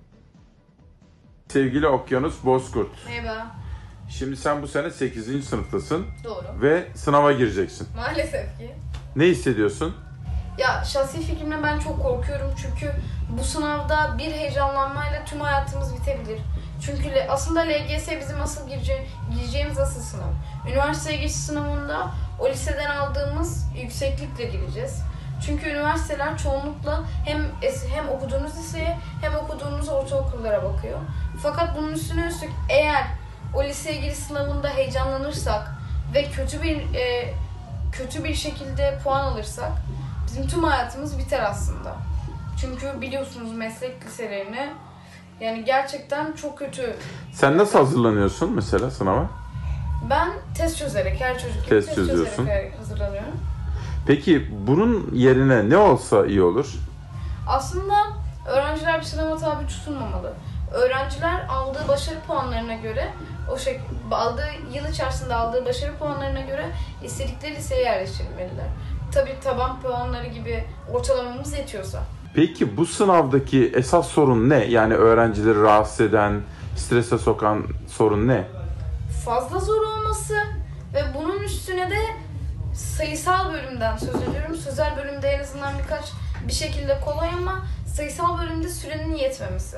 Sevgili Okyanus Bozkurt. Merhaba. Şimdi sen bu sene 8. sınıftasın. Doğru. Ve sınava gireceksin. Maalesef ki. Ne hissediyorsun? Ya şahsi fikrimle ben çok korkuyorum çünkü bu sınavda bir heyecanlanmayla tüm hayatımız bitebilir. Çünkü aslında LGS bizim asıl gireceğimiz asıl sınav. Üniversiteye geçiş sınavında o liseden aldığımız yükseklikle gireceğiz. Çünkü üniversiteler çoğunlukla hem okuduğunuz liseye hem okuduğunuz ortaokullara bakıyor. Fakat bunun üstüne üstlük eğer o liseye giriş sınavında heyecanlanırsak ve kötü bir şekilde puan alırsak bizim tüm hayatımız biter aslında. Çünkü biliyorsunuz meslek liselerini yani gerçekten çok kötü. Sen nasıl hazırlanıyorsun mesela sınava? Ben test çözerek, her çocuk gibi test çözerek hazırlanıyorum. Peki bunun yerine ne olsa iyi olur? Aslında öğrenciler bir sınava tabi tutulmamalı. Öğrenciler aldığı başarı puanlarına göre, aldığı yıl içerisinde aldığı başarı puanlarına göre istedikleri liseye yerleştirilmeliler. Tabii taban puanları gibi ortalamamız yetiyorsa. Peki bu sınavdaki esas sorun ne? Yani öğrencileri rahatsız eden, strese sokan sorun ne? Fazla zor olması ve bunun üstüne de sayısal bölümden söz ediyorum. Sözel bölümde en azından bir şekilde kolay ama sayısal bölümde sürenin yetmemesi.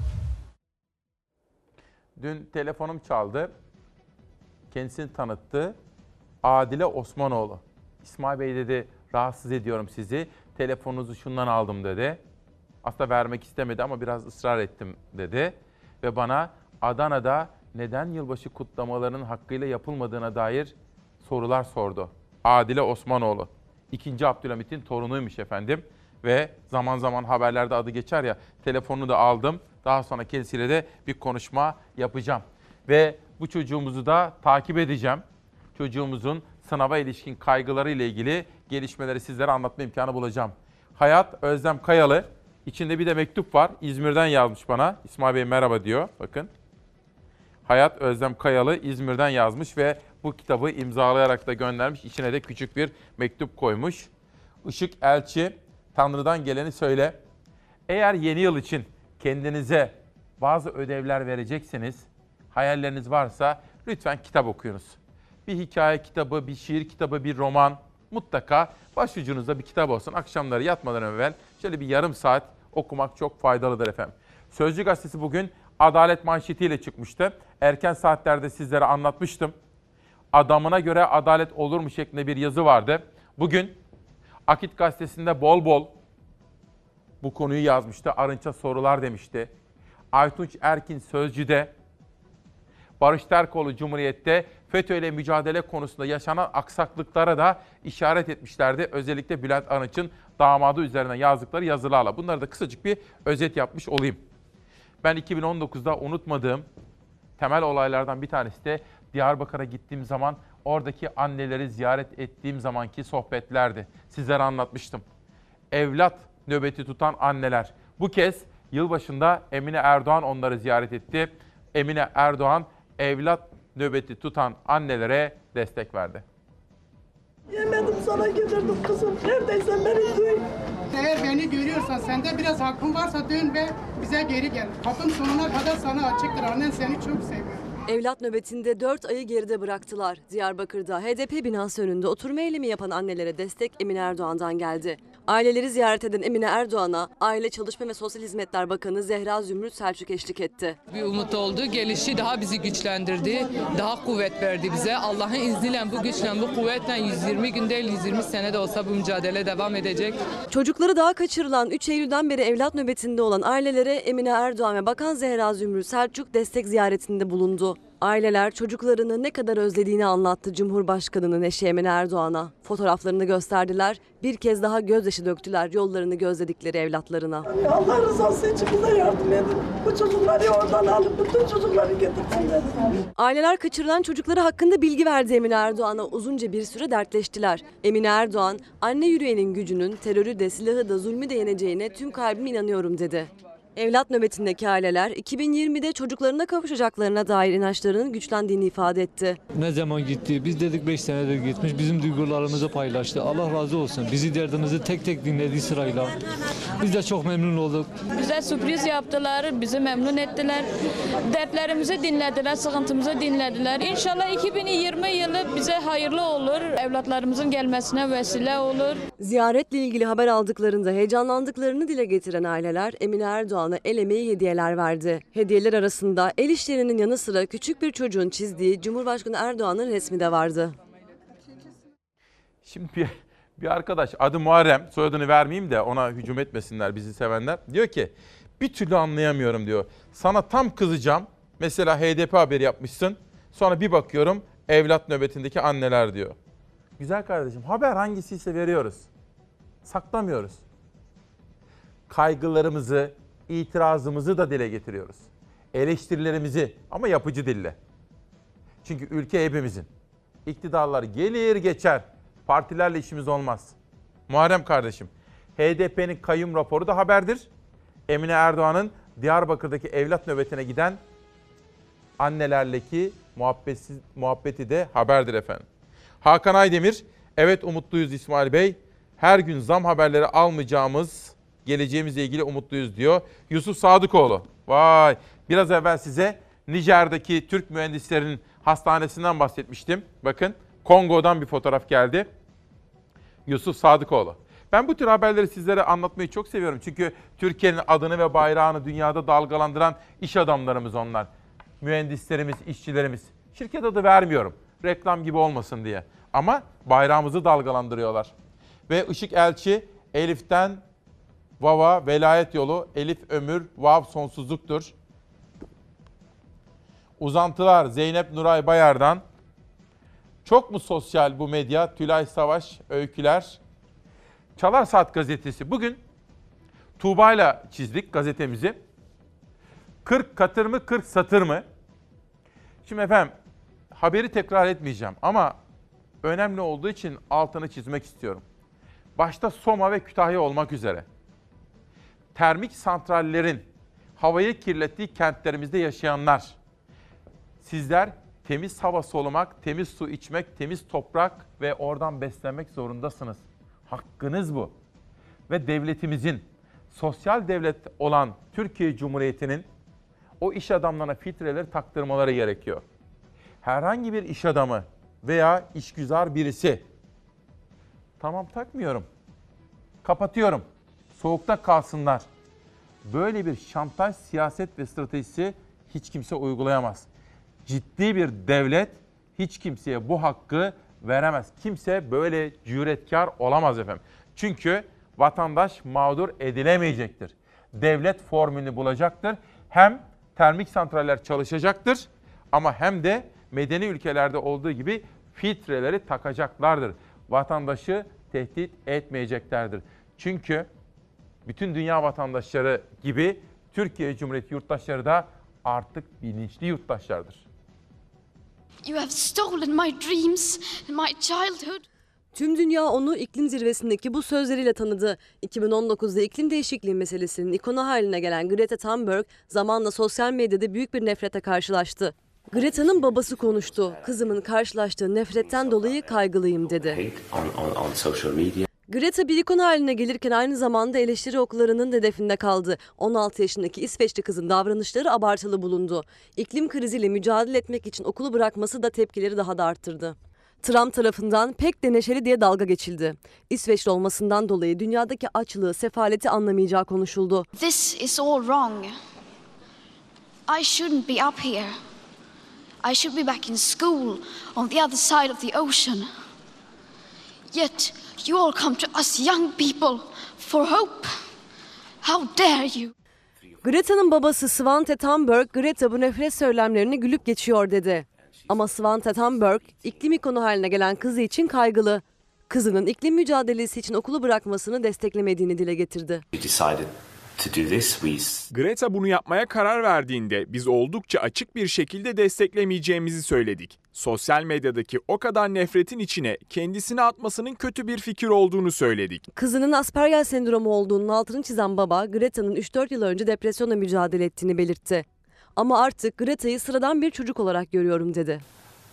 Dün telefonum çaldı. Kendisini tanıttı. Adile Osmanoğlu. İsmail Bey dedi, rahatsız ediyorum sizi. Telefonunuzu şundan aldım dedi. Aslında vermek istemedi ama biraz ısrar ettim dedi. Ve bana Adana'da neden yılbaşı kutlamalarının hakkıyla yapılmadığına dair sorular sordu. Adile Osmanoğlu. 2. Abdülhamit'in torunuymuş efendim. Ve zaman zaman haberlerde adı geçer ya, telefonunu da aldım. Daha sonra kendisiyle de bir konuşma yapacağım. Ve bu çocuğumuzu da takip edeceğim. Çocuğumuzun sınava ilişkin kaygıları ile ilgili gelişmeleri sizlere anlatma imkanı bulacağım. Hayat Özlem Kayalı. İçinde bir de mektup var. İzmir'den yazmış bana. İsmail Bey merhaba diyor. Bakın. Hayat Özlem Kayalı İzmir'den yazmış ve bu kitabı imzalayarak da göndermiş. İçine de küçük bir mektup koymuş. Işık Elçi, Tanrı'dan geleni söyle. Eğer yeni yıl için kendinize bazı ödevler vereceksiniz, hayalleriniz varsa lütfen kitap okuyunuz. Bir hikaye kitabı, bir şiir kitabı, bir roman, mutlaka başucunuzda bir kitap olsun. Akşamları yatmadan evvel şöyle bir yarım saat okumak çok faydalıdır efendim. Sözcü gazetesi bugün adalet manşetiyle çıkmıştı. Erken saatlerde sizlere anlatmıştım. Adamına göre adalet olur mu şeklinde bir yazı vardı. Bugün Akit gazetesinde bol bol bu konuyu yazmıştı. Arınç'a sorular demişti. Aytunç Erkin Sözcü'de, Barış Terkoğlu Cumhuriyet'te FETÖ'yle mücadele konusunda yaşanan aksaklıklara da işaret etmişlerdi. Özellikle Bülent Arınç'ın damadı üzerine yazdıkları yazılarla. Bunları da kısacık bir özet yapmış olayım. Ben 2019'da unutmadığım temel olaylardan bir tanesi de Diyarbakır'a gittiğim zaman oradaki anneleri ziyaret ettiğim zamanki sohbetlerdi. Sizlere anlatmıştım. Evlat nöbeti tutan anneler. Bu kez yılbaşında Emine Erdoğan onları ziyaret etti. Emine Erdoğan evlat nöbeti tutan annelere destek verdi. Yemedim sana getirdim kızım. Neredeysen beni duy. Eğer beni görüyorsan, sende biraz hakkın varsa dön ve bize geri gel. Kapın sonuna kadar sana açıktır. Annen seni çok seviyor. Evlat nöbetinde 4 ayı geride bıraktılar. Diyarbakır'da HDP binası önünde oturma eylemi yapan annelere destek Emine Erdoğan'dan geldi. Aileleri ziyaret eden Emine Erdoğan'a Aile Çalışma ve Sosyal Hizmetler Bakanı Zehra Zümrüt Selçuk eşlik etti. Bir umut oldu. Gelişi daha bizi güçlendirdi. Daha kuvvet verdi bize. Allah'ın izniyle bu güçle, bu kuvvetle 120 gün değil 120 sene de olsa bu mücadele devam edecek. Çocukları daha kaçırılan 3 Eylül'den beri evlat nöbetinde olan ailelere Emine Erdoğan ve Bakan Zehra Zümrüt Selçuk destek ziyaretinde bulundu. Aileler çocuklarını ne kadar özlediğini anlattı Cumhurbaşkanı'nın eşi Emine Erdoğan'a. Fotoğraflarını gösterdiler, bir kez daha gözyaşı döktüler yollarını gözledikleri evlatlarına. Allah rızası için bize yardım edin. Bu çocukları oradan alıp bütün çocukları getirsinler. Aileler kaçırılan çocukları hakkında bilgi verdi Emine Erdoğan'a. Uzunca bir süre dertleştiler. Emine Erdoğan, anne yüreğinin gücünün terörü de silahı da zulmü de yeneceğine tüm kalbime inanıyorum dedi. Evlat nöbetindeki aileler 2020'de çocuklarına kavuşacaklarına dair inançlarının güçlendiğini ifade etti. Ne zaman gitti? Biz dedik 5 senedir gitmiş. Bizim duygularımızı paylaştı. Allah razı olsun. Bizi derdimizi tek tek dinledi sırayla. Biz de çok memnun olduk. Bize sürpriz yaptılar, bizi memnun ettiler. Dertlerimizi dinlediler, sıkıntımızı dinlediler. İnşallah 2020 yılı bize hayırlı olur. Evlatlarımızın gelmesine vesile olur. Ziyaretle ilgili haber aldıklarında heyecanlandıklarını dile getiren aileler Emine Erdoğan'a el emeği hediyeler verdi. Hediyeler arasında el işlerinin yanı sıra küçük bir çocuğun çizdiği Cumhurbaşkanı Erdoğan'ın resmi de vardı. Şimdi bir arkadaş, adı Muharrem, soyadını vermeyeyim de ona hücum etmesinler bizi sevenler. Diyor ki bir türlü anlayamıyorum diyor. Sana tam kızacağım. Mesela HDP haberi yapmışsın. Sonra bir bakıyorum evlat nöbetindeki anneler diyor. Güzel kardeşim, haber hangisiyse veriyoruz. Saklamıyoruz. Kaygılarımızı, itirazımızı da dile getiriyoruz. Eleştirilerimizi ama yapıcı dille. Çünkü ülke hepimizin. İktidarlar gelir geçer. Partilerle işimiz olmaz. Muharrem kardeşim, HDP'nin kayyum raporu da haberdir. Emine Erdoğan'ın Diyarbakır'daki evlat nöbetine giden annelerleki muhabbeti de haberdir efendim. Hakan Aydemir, evet umutluyuz İsmail Bey. Her gün zam haberleri almayacağımız, geleceğimizle ilgili umutluyuz diyor. Yusuf Sadıkoğlu, vay, biraz evvel size Nijer'deki Türk mühendislerin hastanesinden bahsetmiştim. Bakın, Kongo'dan bir fotoğraf geldi. Yusuf Sadıkoğlu. Ben bu tür haberleri sizlere anlatmayı çok seviyorum. Çünkü Türkiye'nin adını ve bayrağını dünyada dalgalandıran iş adamlarımız onlar. Mühendislerimiz, işçilerimiz. Şirket adı vermiyorum, reklam gibi olmasın diye. Ama bayrağımızı dalgalandırıyorlar. Ve Işık Elçi, Elif'ten Vava, velayet yolu, Elif ömür, Vav sonsuzluktur. Uzantılar, Zeynep Nuray Bayar'dan. Çok mu sosyal bu medya? Tülay Savaş, öyküler. Çalar Saat gazetesi. Bugün Tuğba'yla çizdik gazetemizi. 40 katır mı, 40 satır mı? Şimdi efendim, haberi tekrar etmeyeceğim ama önemli olduğu için altını çizmek istiyorum. Başta Soma ve Kütahya olmak üzere. Termik santrallerin havayı kirlettiği kentlerimizde yaşayanlar. Sizler temiz hava solumak, temiz su içmek, temiz toprak ve oradan beslenmek zorundasınız. Hakkınız bu. Ve devletimizin, sosyal devlet olan Türkiye Cumhuriyeti'nin o iş adamlarına filtreleri taktırmaları gerekiyor. Herhangi bir iş adamı veya işgüzar birisi, tamam takmıyorum, kapatıyorum, soğukta kalsınlar. Böyle bir şantaj, siyaset ve stratejisi hiç kimse uygulayamaz. Ciddi bir devlet hiç kimseye bu hakkı veremez. Kimse böyle cüretkar olamaz efendim. Çünkü vatandaş mağdur edilemeyecektir. Devlet formülünü bulacaktır. Hem termik santraller çalışacaktır ama hem de medeni ülkelerde olduğu gibi filtreleri takacaklardır. Vatandaşı tehdit etmeyeceklerdir. Çünkü bütün dünya vatandaşları gibi Türkiye Cumhuriyeti yurttaşları da artık bilinçli yurttaşlardır. You have stolen my dreams and my childhood. Tüm dünya onu iklim zirvesindeki bu sözleriyle tanıdı. 2019'da iklim değişikliği meselesinin ikonu haline gelen Greta Thunberg zamanla sosyal medyada büyük bir nefrete karşılaştı. Greta'nın babası konuştu. Kızımın karşılaştığı nefretten dolayı kaygılıyım dedi. Greta bir ikon haline gelirken aynı zamanda eleştiri oklarının hedefinde kaldı. 16 yaşındaki İsveçli kızın davranışları abartılı bulundu. İklim kriziyle mücadele etmek için okulu bırakması da tepkileri daha da arttırdı. Trump tarafından pek de neşeli diye dalga geçildi. İsveçli olmasından dolayı dünyadaki açlığı, sefaleti anlamayacağı konuşuldu. This is all wrong. I shouldn't be up here. I should be back in school on the other side of the ocean. Yet you all come to us young people for hope. How dare you? Greta'nın babası Svante Thunberg, Greta bu nefret söylemlerini gülüp geçiyor dedi. Ama Svante Thunberg, iklim ikonu haline gelen kızı için kaygılı. Kızının iklim mücadelesi için okulu bırakmasını desteklemediğini dile getirdi. Greta bunu yapmaya karar verdiğinde biz oldukça açık bir şekilde desteklemeyeceğimizi söyledik. Sosyal medyadaki o kadar nefretin içine kendisini atmasının kötü bir fikir olduğunu söyledik. Kızının Asperger sendromu olduğunun altını çizen baba, Greta'nın 3-4 yıl önce depresyonla mücadele ettiğini belirtti. Ama artık Greta'yı sıradan bir çocuk olarak görüyorum dedi.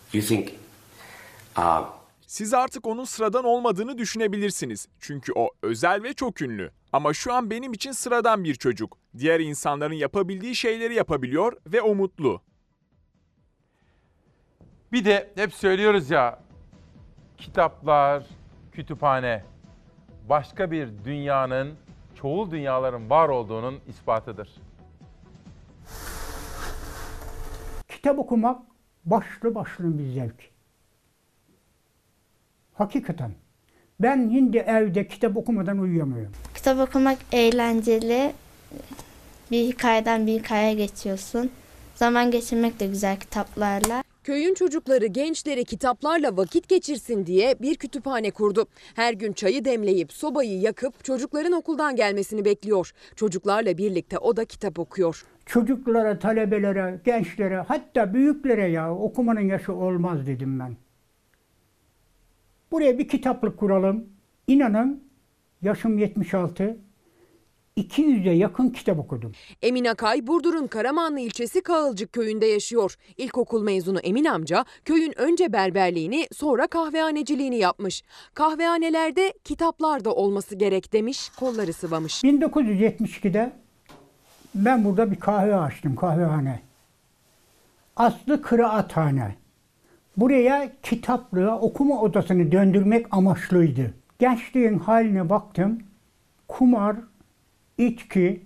Siz artık onun sıradan olmadığını düşünebilirsiniz. Çünkü o özel ve çok ünlü. Ama şu an benim için sıradan bir çocuk. Diğer insanların yapabildiği şeyleri yapabiliyor ve o mutlu. Bir de hep söylüyoruz ya, kitaplar, kütüphane başka bir dünyanın, çoğul dünyaların var olduğunun ispatıdır. Kitap okumak başlı başına bir zevk. Hakikaten. Ben şimdi evde kitap okumadan uyuyamıyorum. Kitap okumak eğlenceli. Bir hikayeden bir hikayeye geçiyorsun. Zaman geçirmek de güzel kitaplarla. Köyün çocukları, gençleri kitaplarla vakit geçirsin diye bir kütüphane kurdu. Her gün çayı demleyip sobayı yakıp çocukların okuldan gelmesini bekliyor. Çocuklarla birlikte o da kitap okuyor. Çocuklara, talebelere, gençlere, hatta büyüklere ya okumanın yaşı olmaz dedim ben. Buraya bir kitaplık kuralım. İnanın yaşım 76. 200'e yakın kitap okudum. Emin Akay, Burdur'un Karamanlı ilçesi Kağılcık köyünde yaşıyor. İlkokul mezunu Emin amca köyün önce berberliğini sonra kahvehaneciliğini yapmış. Kahvehanelerde kitaplar da olması gerek demiş, kolları sıvamış. 1972'de ben burada bir kahve açtım, kahvehane. Aslı Kıraathane. Buraya kitaplığa, okuma odasını döndürmek amaçlıydı. Gençliğin haline baktım, kumar, İçki,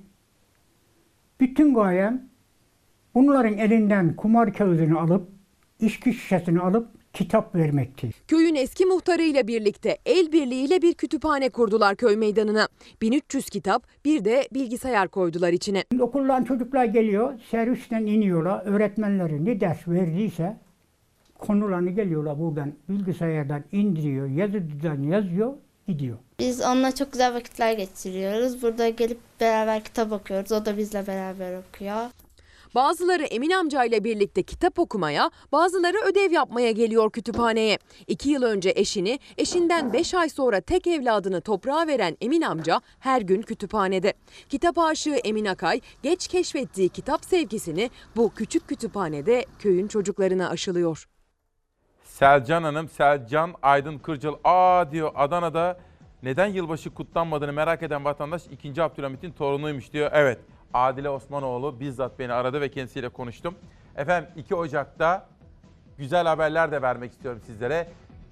bütün gayem bunların elinden kumar kağıdını alıp, içki şişesini alıp kitap vermekti. Köyün eski muhtarıyla birlikte el birliğiyle bir kütüphane kurdular köy meydanına. 1300 kitap, bir de bilgisayar koydular içine. Okuldan çocuklar geliyor, servisten iniyorlar, öğretmenleri ne ders verdiyse konularını geliyorlar buradan bilgisayardan indiriyor, yazıcıdan yazıyor, gidiyor. Biz onunla çok güzel vakitler geçiriyoruz. Burada gelip beraber kitap okuyoruz. O da bizle beraber okuyor. Bazıları Emin amcayla birlikte kitap okumaya, bazıları ödev yapmaya geliyor kütüphaneye. 2 yıl önce eşini, eşinden 5 ay sonra tek evladını toprağa veren Emin amca her gün kütüphanede. Kitap aşığı Emin Akay, geç keşfettiği kitap sevgisini bu küçük kütüphanede köyün çocuklarına aşılıyor. Selcan Hanım, Selcan Aydın Kırcıl, diyor Adana'da neden yılbaşı kutlanmadığını merak eden vatandaş 2. Abdülhamit'in torunuymuş diyor. Evet, Adile Osmanoğlu bizzat beni aradı ve kendisiyle konuştum. Efendim 2 Ocak'ta güzel haberler de vermek istiyorum sizlere.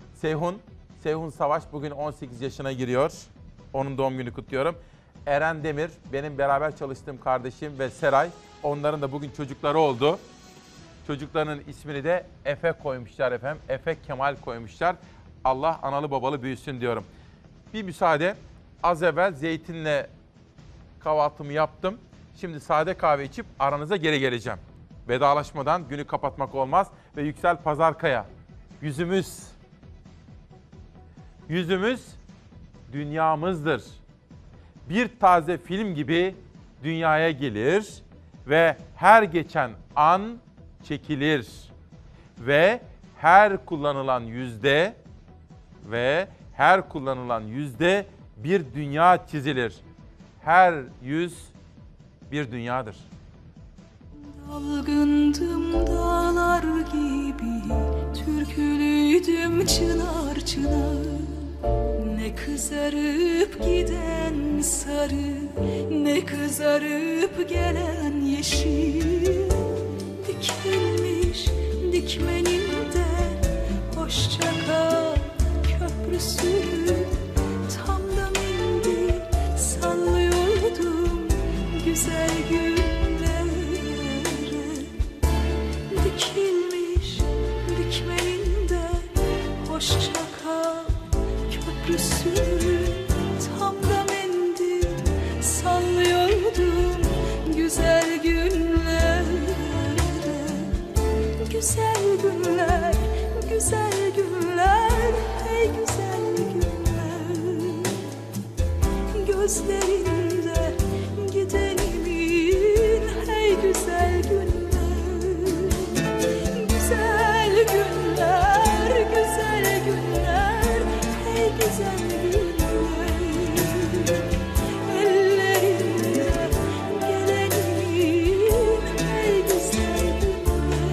Seyhun Savaş bugün 18 yaşına giriyor. Onun doğum günü kutluyorum. Eren Demir, benim beraber çalıştığım kardeşim ve Seray, onların da bugün çocukları oldu. Çocuklarının ismini de Efe koymuşlar efendim. Efe Kemal koymuşlar. Allah analı babalı büyüsün diyorum. Bir müsaade. Az evvel zeytinle kahvaltımı yaptım. Şimdi sade kahve içip aranıza geri geleceğim. Vedalaşmadan günü kapatmak olmaz. Ve Yüksel Pazarkaya. Yüzümüz dünyamızdır. Bir taze film gibi dünyaya gelir ve her geçen an çekilir ve her kullanılan yüzde bir dünya çizilir. Her yüz bir dünyadır. Dalgındım dağlar gibi, türkülüydüm çınar çınar. Ne kızarıp giden sarı, ne kızarıp gelen yeşil. Dikilmiş dikmeninde hoşça kal köprüsü. Tam da mendil sallıyordum güzel günlere. Dikilmiş dikmeninde hoşça kal köprüsü. Tam da mendil sallıyordum güzel günlere. Güzel günler, güzel günler, hey güzel günler. Gözlerinde gidenimin hey güzel günler. Güzel günler, güzel günler, hey güzel günler. Ellerinde gelenim hey güzel günler.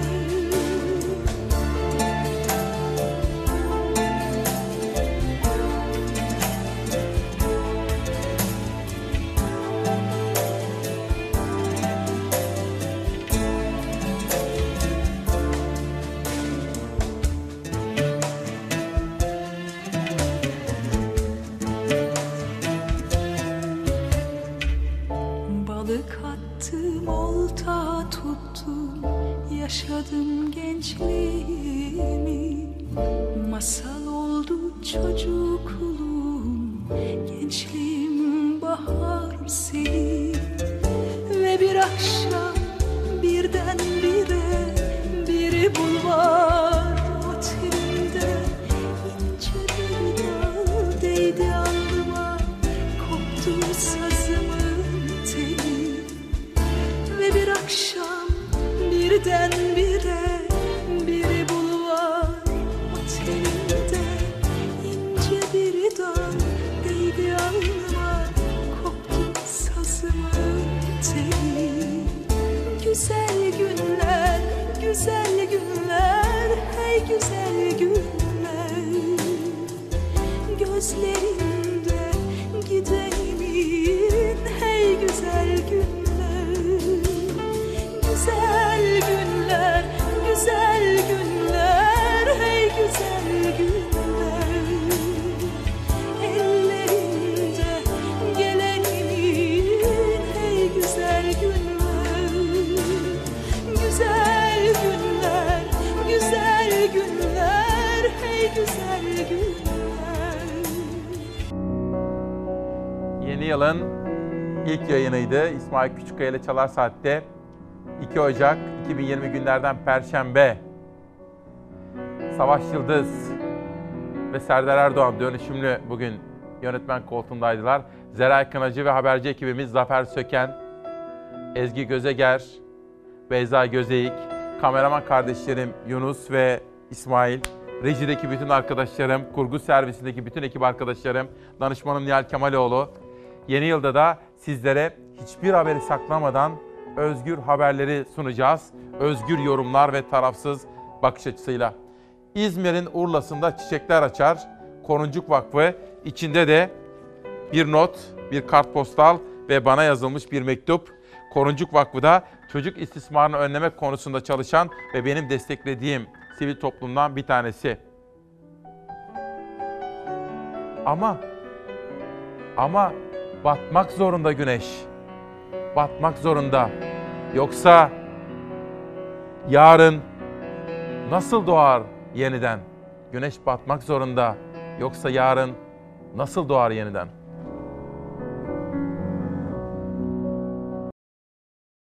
Balık attım, olta tuttum, yaşadım gençliğimi. Masal oldu çocukluğum, gençliğim bahar seni. Ve bir akşam birdenbire bir bulvar otelinde ince bir dal değdi alnıma, koptu sazımın teli. Ve bir akşam birdenbire bir bulvar otelinde yılın ilk yayınıydı. İsmail Küçükkaya ile Çalar Saat'te 2 Ocak 2020 günlerden Perşembe. Savaş Yıldız ve Serdar Erdoğan dönüşümlü bugün yönetmen koltuğundaydılar. Zeray Kınacı ve haberci ekibimiz Zafer Söken, Ezgi Gözeger, Beyza Gözeyik, kameraman kardeşlerim Yunus ve İsmail, rejideki bütün arkadaşlarım, kurgu servisindeki bütün ekip arkadaşlarım, danışmanım Nihal Kemaloğlu. Yeni yılda da sizlere hiçbir haberi saklamadan özgür haberleri sunacağız. Özgür yorumlar ve tarafsız bakış açısıyla. İzmir'in Urla'sında çiçekler açar. Koruncuk Vakfı, içinde de bir not, bir kartpostal ve bana yazılmış bir mektup. Koruncuk Vakfı da çocuk istismarını önlemek konusunda çalışan ve benim desteklediğim sivil toplumdan bir tanesi. Ama batmak zorunda güneş. Batmak zorunda. Yoksa yarın nasıl doğar yeniden? Güneş batmak zorunda. Yoksa yarın nasıl doğar yeniden?